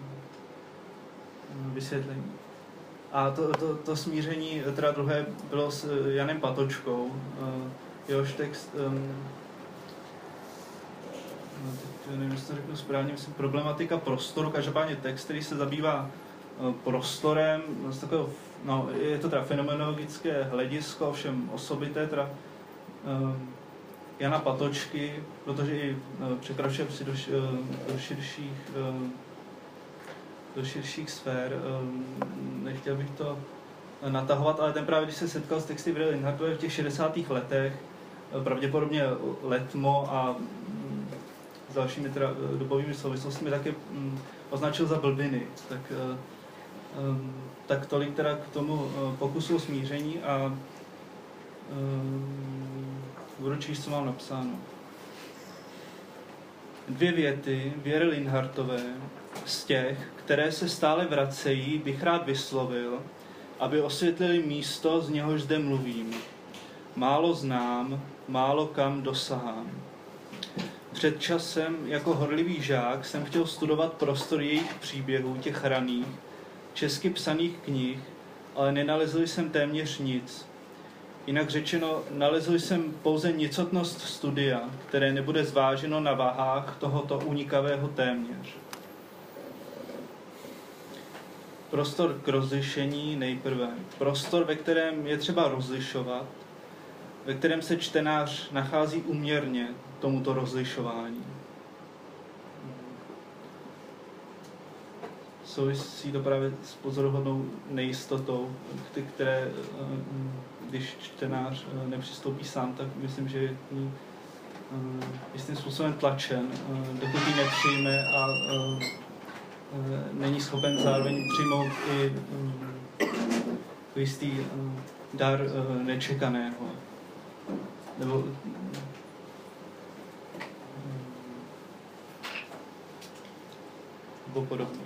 vysvětlení. A to smíření, teda druhé, bylo s Janem Patočkou, jehož text, nevím, jestli to řeknu správně, myslím, problematika prostoru, každopádně text, který se zabývá prostorem, z takového, no, je to teda fenomenologické hledisko, ovšem osobité, teda Jana Patočky, protože i překračuje do širších sfér. Nechtěl bych to natahovat, ale ten právě, když se setkal s texty Věry Linhartové v těch 60. letech, pravděpodobně letmo a s dalšími teda dobovými souvislostmi, tak je označil za blbiny. Tak tolik teda k tomu pokusu o smíření a budu číst, co mám napsáno. 2 věty Věry Linhartové z těch, které se stále vracejí, bych rád vyslovil, aby osvětlili místo, z něhož zde mluvím. Málo znám, málo kam dosahám. Před časem jako horlivý žák jsem chtěl studovat prostor jejich příběhů, těch raných, česky psaných knih, ale nenalezl jsem téměř nic. Jinak řečeno, nalezl jsem pouze nicotnost studia, které nebude zváženo na váhách tohoto unikavého téměř. Prostor k rozlišení nejprve. Prostor, ve kterém je třeba rozlišovat, ve kterém se čtenář nachází úměrně tomuto rozlišování. Souvisí to právě s pozoruhodnou nejistotou, které, když čtenář nepřistoupí sám, tak myslím, že je jistým způsobem tlačen, dokud ji nepřijme a není schopen zároveň přijmout i jistý dar nečekaného. Nebo podobně.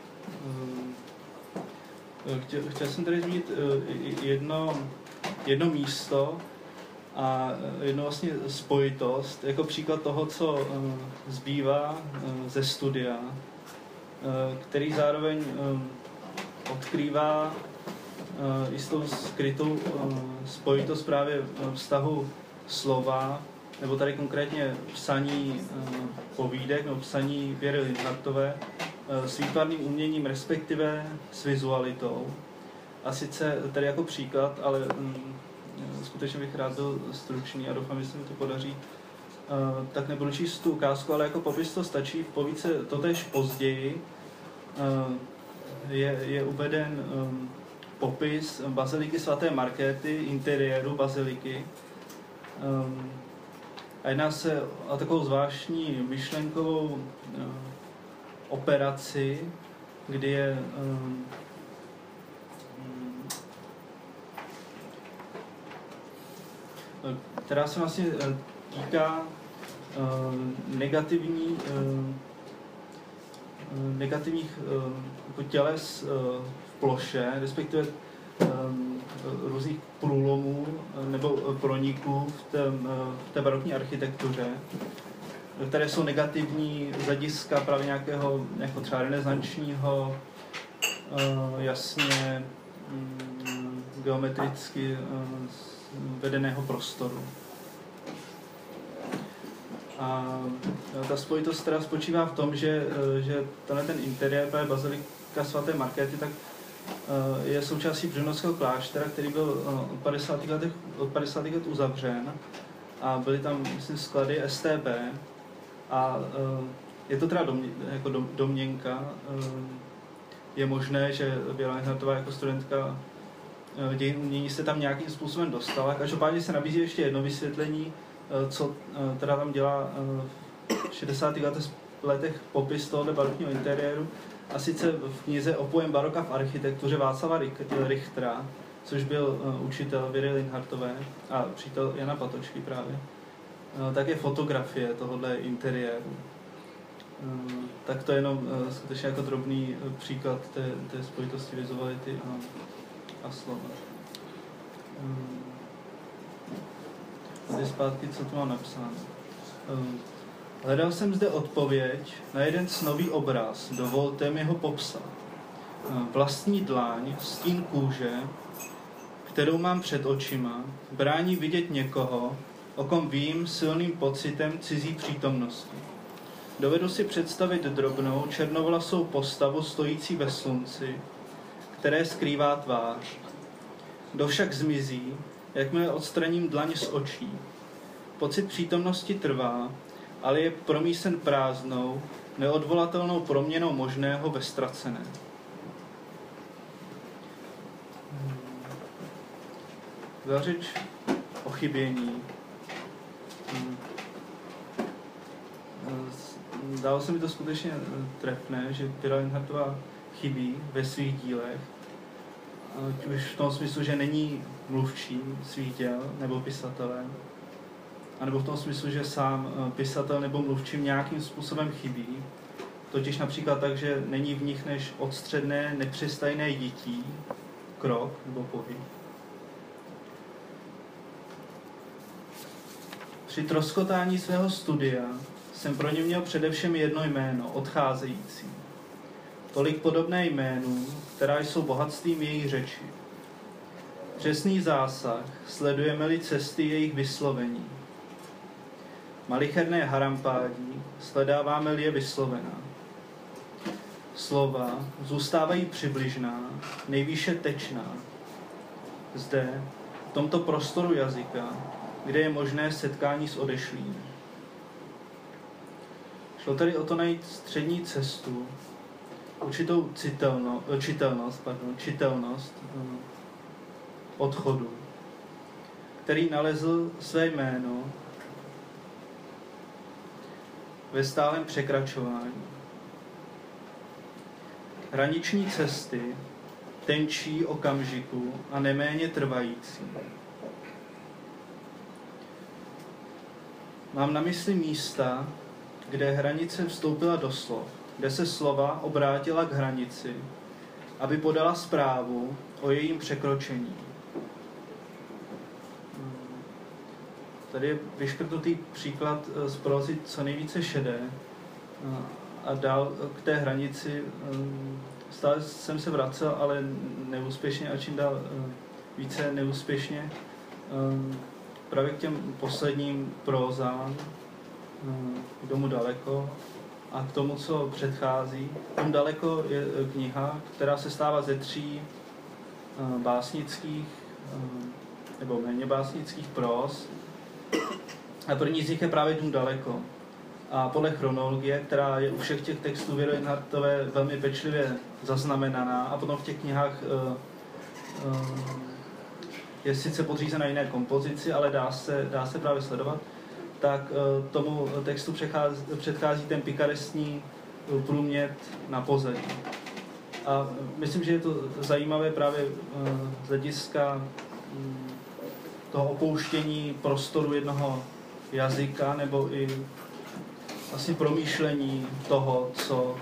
Chtěl jsem tady zmínit jedno místo a jednu vlastně spojitost, jako příklad toho, co zbývá ze studia, který zároveň odkrývá jistou skrytou spojitost právě vztahu slova, nebo tady konkrétně psaní povídek, nebo psaní Věry Linhartové s výtvarným uměním, respektive s vizualitou. A sice tady jako příklad, ale skutečně bych rád byl stručný a doufám, že se mi to podaří, tak nebudu číst tu ukázku, ale jako popis to stačí. V povídce totéž později je uveden popis baziliky svaté Markéty, interiéru baziliky. A jedná se o takovou zvláštní myšlenkovou operaci, kdy je která se vlastně týká negativních jako těles v ploše, respektive různých průlomů nebo proniků v té barokní architektuře, které jsou negativní z hlediska právě nějakého jako třeba renesančního, jasně geometricky vedeného prostoru. A ta spojitost teda spočívá v tom, že tenhle ten interiér právě bazilika svaté Markéty tak je součástí Břevnovského kláštera, který byl od 50. let uzavřen a byly tam, myslím, sklady STB a je to teda domněnka. Je možné, že Věra Linhartová jako studentka dějin umění se tam nějakým způsobem dostala. Každopádně se nabízí ještě jedno vysvětlení, co teda tam dělá v 60. letech popis tohoto barokního interiéru. A sice v knize O pojem baroka v architektuře Václava Richtera, což byl učitel Věry Linhartové a přítel Jana Patočky právě, tak je fotografie tohohle interiéru. Tak to je jenom skutečně jako drobný příklad té spojitosti vizuality a slova. Tady zpátky, co tu mám napsáno. Hledal jsem zde odpověď na jeden snový obraz, dovolte mi ho popsat. Vlastní dlaň, stín kůže, kterou mám před očima, brání vidět někoho, o kom vím silným pocitem cizí přítomnosti. Dovedu si představit drobnou, černovlasou postavu stojící ve slunci, které skrývá tvář. Kdo však zmizí, jakmile odstraním dlaň z očí. Pocit přítomnosti trvá, ale je promísen prázdnou, neodvolatelnou proměnou možného ve ztracené. Byla řeč o chybění. Dálo se mi to skutečně trefné, že Věra Linhartová chybí ve svých dílech. Ať už v tom smyslu, že není mluvčím svých děl nebo pisatelem, anebo v tom smyslu, že sám pisatel nebo mluvčím nějakým způsobem chybí. Totiž například tak, že není v nich než odstředné, nepřestajné jití, krok nebo pohyb. Při troskotání svého studia jsem pro ně měl především jedno jméno, odcházející. Tolik podobné jménům, která jsou bohatstvím jejich řeči. Přesný zásah, sledujeme-li cesty jejich vyslovení. Malicherné harampádí, sledáváme-li je vyslovená. Slova zůstávají přibližná, nejvýše tečná. Zde, v tomto prostoru jazyka, kde je možné setkání s odešlými. Šlo tedy o to najít střední cestu, určitou čitelnost odchodu, který nalezl své jméno ve stálem překračování. Hraniční cesty, tenčí okamžiku a neméně trvající. Mám na mysli místa, kde hranice vstoupila do slov, kde se slova obrátila k hranici, aby podala zprávu o jejím překročení. Tady je vyškrtnutý příklad z prózy Co nejvíce šedé a dál k té hranici stále jsem se vracel, ale neúspěšně a čím dál více neúspěšně právě k těm posledním prózám K domu daleko a k tomu, co předchází. Dům daleko je kniha, která se stává ze 3 básnických nebo méně básnických próz. A první z nich je právě Dům daleko. A podle chronologie, která je u všech těch textů Věry Linhartové velmi pečlivě zaznamenaná a potom v těch knihách je sice podřízena jiné kompozici, ale dá se právě sledovat, tak tomu textu předchází ten pikarestní průmět na pozadí. A myslím, že je to zajímavé právě z hlediska toho opouštění prostoru jednoho jazyka nebo i vlastně promýšlení toho, co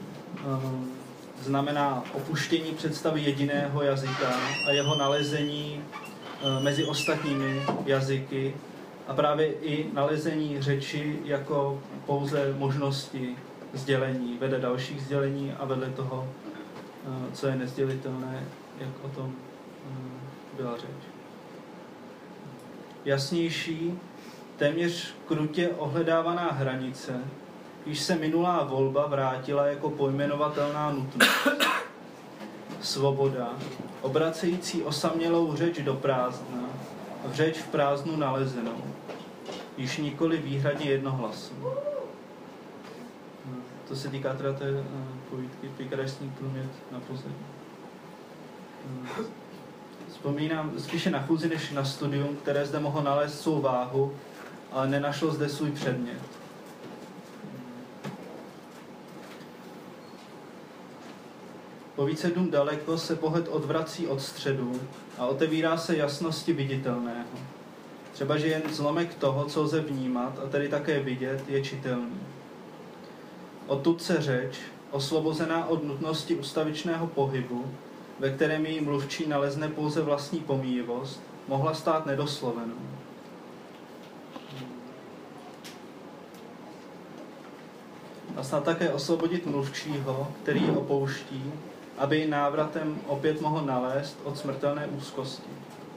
znamená opuštění představy jediného jazyka a jeho nalezení mezi ostatními jazyky a právě i nalezení řeči jako pouze možnosti sdělení, vedle dalších sdělení a vedle toho, co je nesdělitelné, jak o tom byla řeč. Jasnější, téměř krutě ohledávaná hranice, již se minulá volba vrátila jako pojmenovatelná nutnost. Svoboda, obracející osamělou řeč do prázdna, v řeč v prázdnu nalezenou, již nikoli výhradně jednohlasu. To se týká teda té povídky Pikarestní průmět na pozadí. Vzpomínám spíše na chůzi než na studium, které zde mohlo nalézt svou váhu, ale nenašlo zde svůj předmět. Po více Dům daleko se pohled odvrací od středu a otevírá se jasnosti viditelného. Třeba, že jen zlomek toho, co lze vnímat a tedy také vidět, je čitelný. Odtud se řeč, osvobozená od nutnosti ustavičného pohybu, ve kterém její mluvčí nalezne pouze vlastní pomíjivost, mohla stát nedoslovenou. A snad také osvobodit mluvčího, který ji opouští, aby ji návratem opět mohl nalézt od smrtelné úzkosti.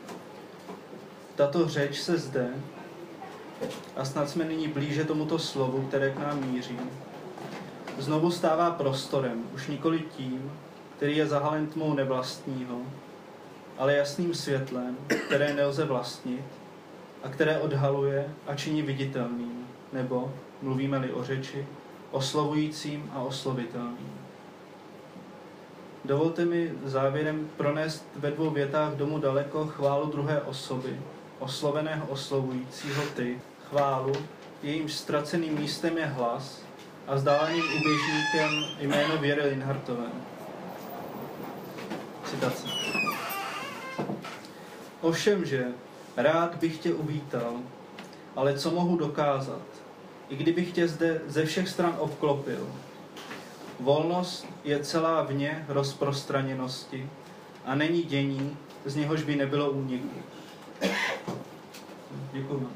Tato řeč se zde, a snad jsme nyní blíže tomuto slovu, které k nám míří, znovu stává prostorem, už nikoli tím, který je zahalen tmou nevlastního, ale jasným světlem, které nelze vlastnit a které odhaluje a činí viditelným, nebo, mluvíme-li o řeči, oslovujícím a oslovitelným. Dovolte mi závěrem pronést ve 2 větách Domu daleko chválu druhé osoby, osloveného oslovujícího ty, chválu, jejímž ztraceným místem je hlas a vzdáleným uběžníkem jméno Věry Linhartové. Citace. Ovšemže, rád bych tě uvítal, ale co mohu dokázat, i kdybych tě zde ze všech stran obklopil. Volnost je celá vně rozprostraněnosti a není dění, z něhož by nebylo úniku. Děkuji.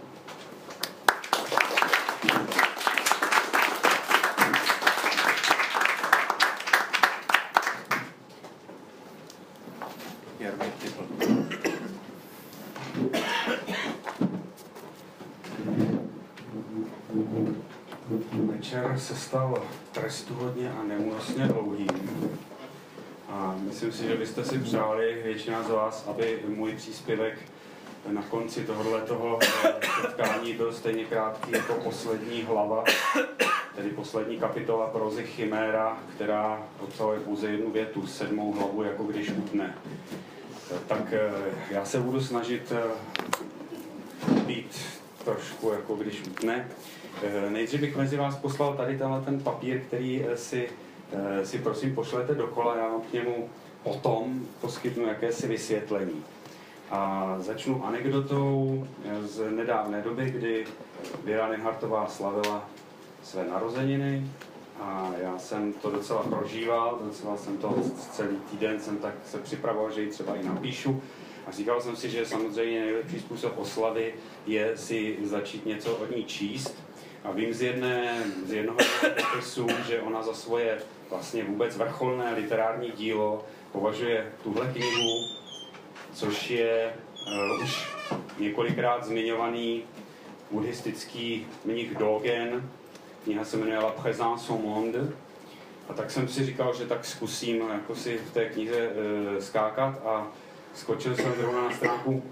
Večer se stal trestuhodně a neúnosně dlouhým. A myslím si, že byste si přáli, většina z vás, aby můj příspěvek na konci tohoto setkání byl stejně krátký jako poslední hlava, tedy poslední kapitola prózy Chiméra, která obsahuje pouze jednu větu, 7. hlavu, jako když utne. Tak já se budu snažit být trošku jako když utne. Nejdřív bych mezi vás poslal tady ten papír, který si prosím pošlete dokola, já vám k němu potom poskytnu jakési vysvětlení. A začnu anekdotou z nedávné doby, kdy Věra Linhartová slavila své narozeniny a já jsem to docela prožíval, docela jsem to celý týden, jsem tak se připravoval, že ji třeba i napíšu. A říkal jsem si, že samozřejmě nejlepší způsob oslavy je si začít něco od ní číst. A vím z jednoho popisu, že ona za svoje vlastně vůbec vrcholné literární dílo považuje tuhle knihu, což je už několikrát zmiňovaný buddhistický mnich Dogen. Kniha se jmenuje La Présence au Monde. A tak jsem si říkal, že tak zkusím jako si v té knize skákat a skočil jsem zrovna na stránku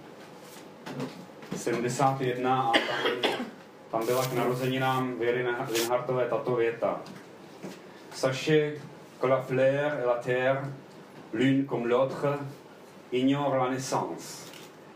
71 a tam byla k narozeninám Věry Linhartové tato věta. Sachez que la fleur et la terre, l'une comme l'autre, ignore la naissance.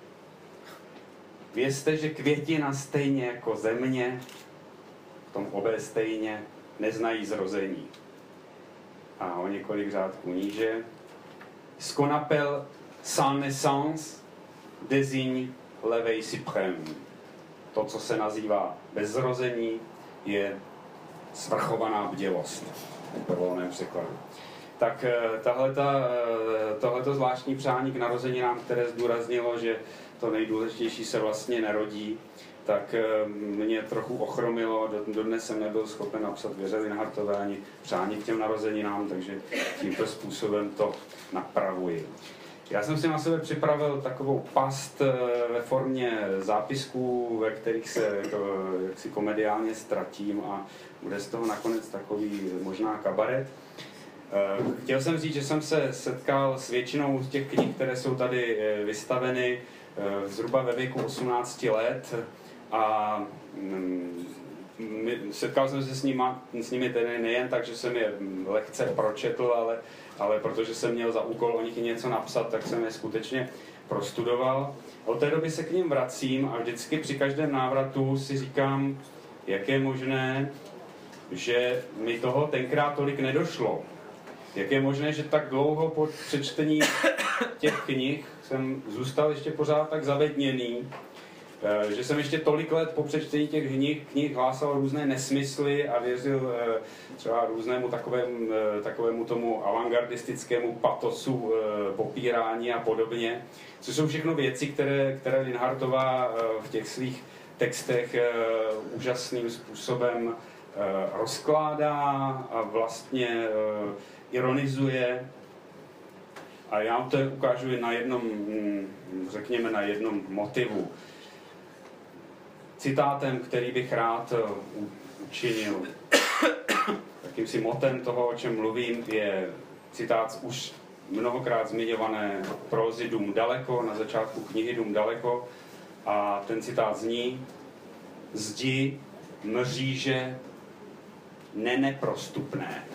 Vězte, že květina stejně jako země, v tom obé stejně, neznají zrození. A o několik řádků níže. Ce qu'on appelle sans naissance désigne l'éveil suprême. To, co se nazývá bezzrození, je svrchovaná bdělost. Po volném překladu. Tak tohleto zvláštní přání k narozeninám, které zdůraznilo, že to nejdůležitější se vlastně nerodí, tak mě trochu ochromilo. Dodnes jsem nebyl schopen napsat Věře Linhartové ani přání k těm narozeninám, takže tímto způsobem to napravuji. Já jsem si na sebe připravil takovou past ve formě zápisků, ve kterých se jaksi komediálně ztratím a bude z toho nakonec takový možná kabaret. Chtěl jsem říct, že jsem se setkal s většinou z těch knih, které jsou tady vystaveny zhruba ve věku 18 let a setkal jsem se s nimi tedy nejen tak, že jsem je lehce pročetl, ale protože jsem měl za úkol o nich něco napsat, tak jsem je skutečně prostudoval. Od té doby se k nim vracím a vždycky při každém návratu si říkám, jak je možné, že mi toho tenkrát tolik nedošlo. Jak je možné, že tak dlouho po přečtení těch knih jsem zůstal ještě pořád tak zavedněný, že jsem ještě tolik let po přečtení těch knih hlásal různé nesmysly a věřil třeba různému takovému tomu avantgardistickému patosu popírání a podobně. Což jsou všechno věci, které Linhartová v těch svých textech úžasným způsobem rozkládá a vlastně ironizuje. A já to ukážu na jednom, řekněme, na jednom motivu. Citátem, který bych rád učinil. Jakýmsi motem toho, o čem mluvím, je citát z už mnohokrát zmiňované prózy Dům daleko, na začátku knihy Dům daleko. A ten citát zní: zdi, mříže, neprostupné.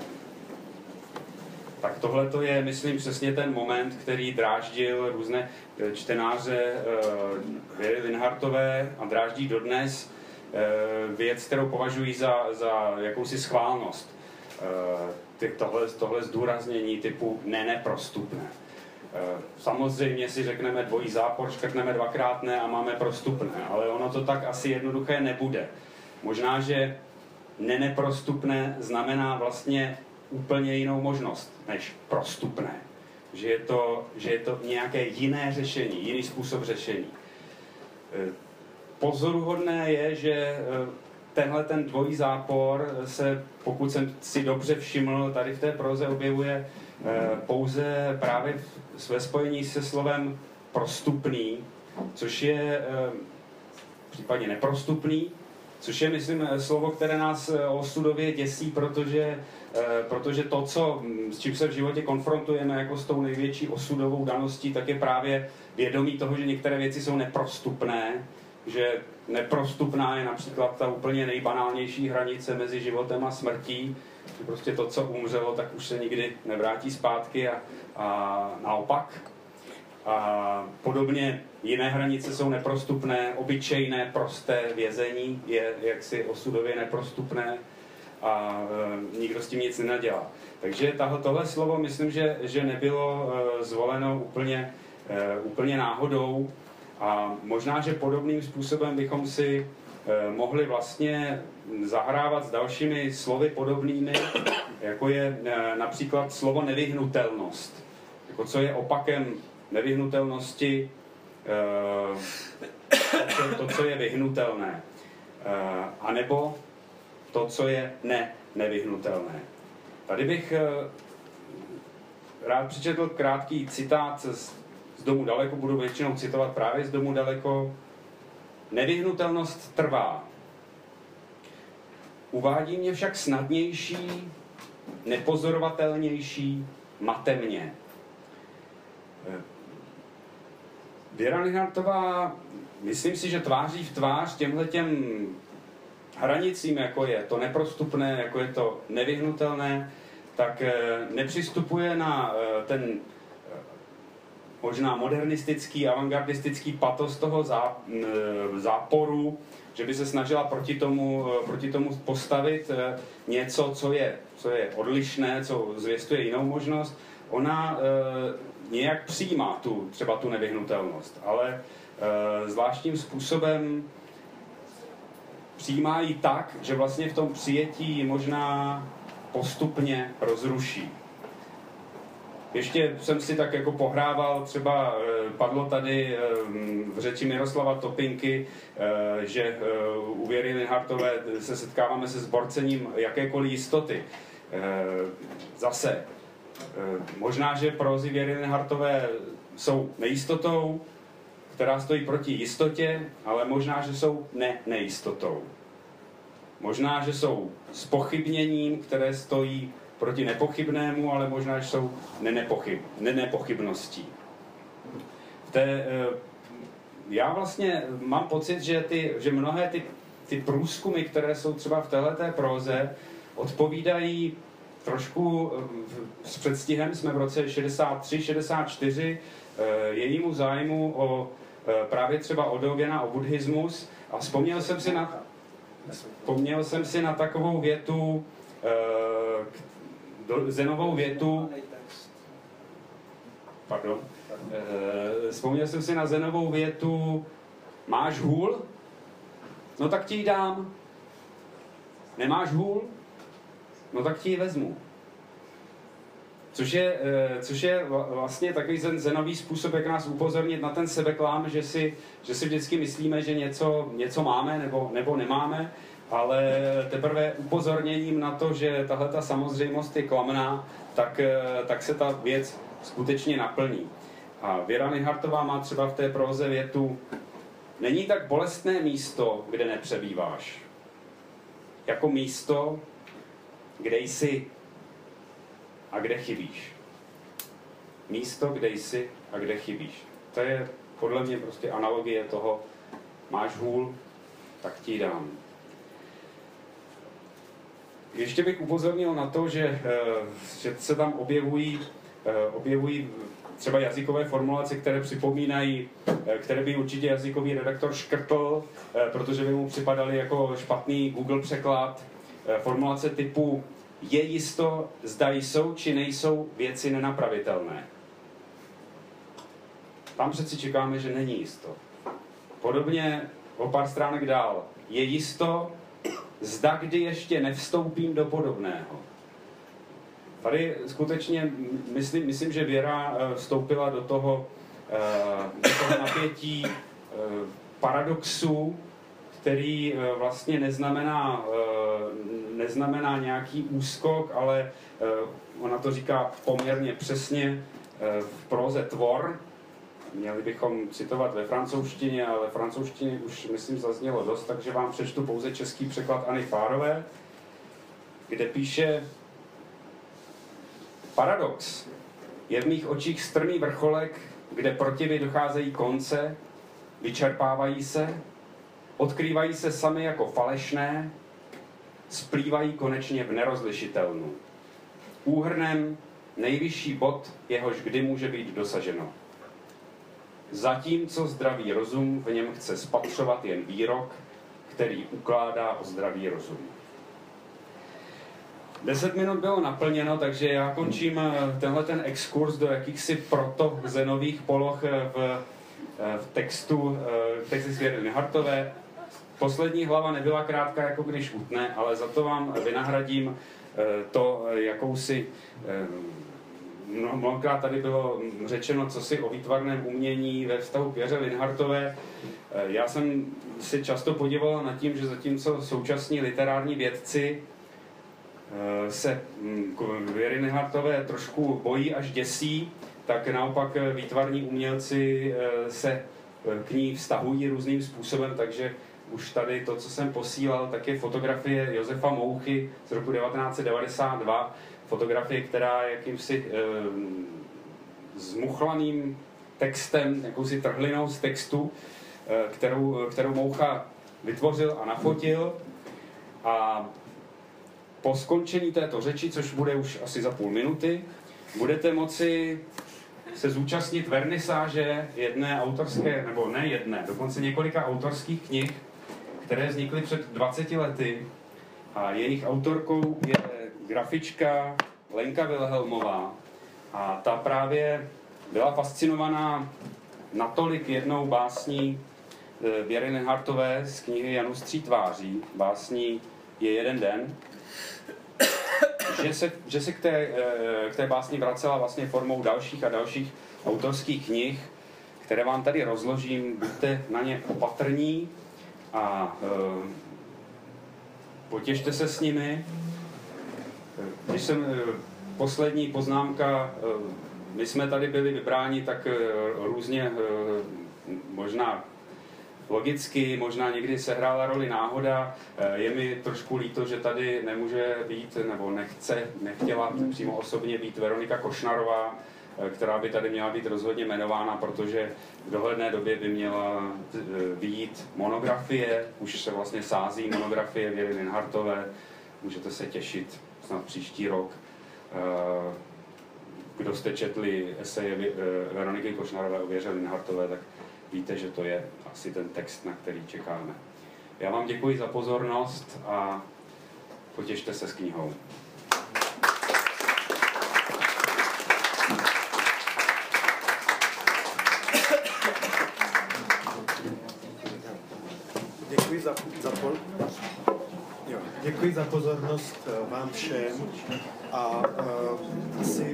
Tak tohle to je, myslím, přesně ten moment, který dráždil různé čtenáře Věry Linhartové a dráždí dodnes věc, kterou považují za jakousi schválnost. Tohle zdůraznění typu neprostupné. Samozřejmě si řekneme dvojí zápor, škrtneme dvakrát ne a máme prostupné, ale ono to tak asi jednoduché nebude. Možná, že neprostupné znamená vlastně úplně jinou možnost než prostupné. Že je to nějaké jiné řešení, jiný způsob řešení. Pozoruhodné je, že tenhle ten dvojí zápor se, pokud jsem si dobře všiml, tady v té proze objevuje pouze právě ve spojení se slovem prostupný, což je případně neprostupný, což je, myslím, slovo, které nás osudově děsí, protože to, s čím se v životě konfrontujeme jako s tou největší osudovou daností, tak je právě vědomí toho, že některé věci jsou neprostupné, že neprostupná je například ta úplně nejbanálnější hranice mezi životem a smrtí, že prostě to, co umřelo, tak už se nikdy nevrátí zpátky a naopak. A podobně jiné hranice jsou neprostupné, obyčejné, prosté vězení je jaksi osudově neprostupné a nikdo s tím nic nenadělá. Takže tohle slovo myslím, že nebylo zvoleno úplně náhodou a možná, že podobným způsobem bychom si mohli vlastně zahrávat s dalšími slovy podobnými, jako je například slovo nevyhnutelnost. Jako co je opakem nevyhnutelnosti, to, co je vyhnutelné. A nebo to, co je nevyhnutelné. Tady bych rád přečetl krátký citát z Domu daleko, budu většinou citovat právě z Domu daleko. Nevyhnutelnost trvá. Uvádí mě však snadnější, nepozorovatelnější, matemně. Věra Linhartová, myslím si, že tváří v tvář těmhletěm hranicím, jako je to neprostupné, jako je to nevyhnutelné, tak nepřistupuje na ten možná modernistický, avantgardistický patos toho záporu, že by se snažila proti tomu postavit něco, co je odlišné, co zvěstuje jinou možnost. Ona nějak přijímá třeba tu nevyhnutelnost, ale zvláštním způsobem přijímá ji tak, že vlastně v tom přijetí možná postupně rozruší. Ještě jsem si tak jako pohrával, třeba padlo tady v řeči Miroslava Topinky, že u Věry Linhartové se setkáváme se zborcením jakékoliv jistoty. Zase, možná, že prózy Věry Linhartové jsou nejistotou, která stojí proti jistotě, ale možná, že jsou nejistotou. Možná, že jsou zpochybněním, které stojí proti nepochybnému, ale možná, že jsou nepochybností. Já vlastně mám pocit, že mnohé ty průzkumy, které jsou třeba v téhleté próze, odpovídají trošku s předstihem, jsme v roce 63-64, jejímu zájmu o právě třeba o Diogena, o buddhismus, a vzpomněl jsem si na takovou větu, Zenovou větu, vzpomněl jsem si na Zenovou větu: máš hůl? No tak ti ji dám. Nemáš hůl? No tak ti ji vezmu. Což je vlastně takový zenový způsob, jak nás upozornit na ten sebeklám, že si vždycky myslíme, že něco máme nebo nemáme, ale teprve upozorněním na to, že tahle ta samozřejmost je klamná, tak se ta věc skutečně naplní. A Věra Linhartová má třeba v té próze větu: není tak bolestné místo, kde nepřebýváš, jako místo, kde jsi a kde chybíš. Místo, kde jsi a kde chybíš. To je podle mě prostě analogie toho: máš hůl, tak ti dám. Ještě bych upozornil na to, že se tam objevují třeba jazykové formulace, které připomínají, které by určitě jazykový redaktor škrtl, protože by mu připadaly jako špatný Google překlad. Formulace typu: je jisto, zda jsou či nejsou věci nenapravitelné. Tam přeci čekáme, že není jisto. Podobně o pár stránek dál: je jisto, zda kdy ještě nevstoupím do podobného. Tady skutečně myslím, že Věra vstoupila do toho napětí paradoxu, který vlastně neznamená nějaký úskok, ale ona to říká poměrně přesně v próze tvor. Měli bychom citovat ve francouzštině, ale francouzštině už, myslím, zaznělo dost, takže vám přečtu pouze český překlad Anny Fárové, kde píše: paradox je v mých očích strmý vrcholek, kde protivy docházejí konce, vyčerpávají se, odkrývají se sami jako falešné, splývají konečně v nerozlišitelnu. Úhrnem nejvyšší bod, jehož kdy může být dosaženo. Zatímco zdravý rozum v něm chce spatřovat jen výrok, který ukládá o zdravý rozum. 10 minut bylo naplněno, takže já končím tenhle ten exkurs do jakýchsi proto-zenových poloh v textu Věry Linhartové. Poslední hlava nebyla krátká, jako když utne, ale za to vám vynahradím to jakousi Mnohokrát tady bylo řečeno cosi o výtvarném umění ve vztahu k Věře Linhartové. Já jsem si často podíval nad tím, že zatímco současní literární vědci se Věry Linhartové trošku bojí až děsí, tak naopak výtvarní umělci se k ní vztahují různým způsobem, takže už tady to, co jsem posílal, tak je fotografie Josefa Mouchy z roku 1992, fotografie, která je jakýmsi zmuchlaným textem, jakousi trhlinou z textu, kterou Moucha vytvořil a nafotil. A po skončení této řeči, což bude už asi za půl minuty, budete moci se zúčastnit vernisáže jedné autorské, nebo ne jedné, dokonce několika autorských knih, které vznikly před 20 lety. A jejich autorkou je grafička Lenka Wilhelmová. A ta právě byla fascinovaná natolik jednou básní Věry Linhartové z knihy Janus 3 tváří, básní Je jeden den, že se k té básni vracela vlastně formou dalších a dalších autorských knih, které vám tady rozložím. Buďte na ně opatrní a potěšte se s nimi. Když jsem poslední poznámka, my jsme tady byli vybráni tak různě, možná logicky, možná někdy sehrála roli náhoda. Je mi trošku líto, že tady nemůže být, nebo nechtěla přímo osobně být Veronika Košnarová, která by tady měla být rozhodně jmenována, protože v dohledné době by měla vyjít monografie, už se vlastně sází monografie Věry Linhartové, můžete se těšit snad příští rok. Kdo jste četli eseje Veroniky Košnarové o Věře Linhartové, tak víte, že to je asi ten text, na který čekáme. Já vám děkuji za pozornost a potěšte se s knihou. Děkuji za pozornost vám všem a asi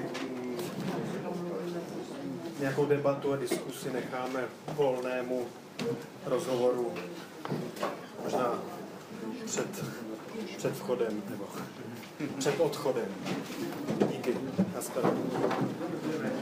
nějakou debatu a diskusi necháme volnému rozhovoru možná před vchodem nebo před odchodem. Díky. Naschledanou.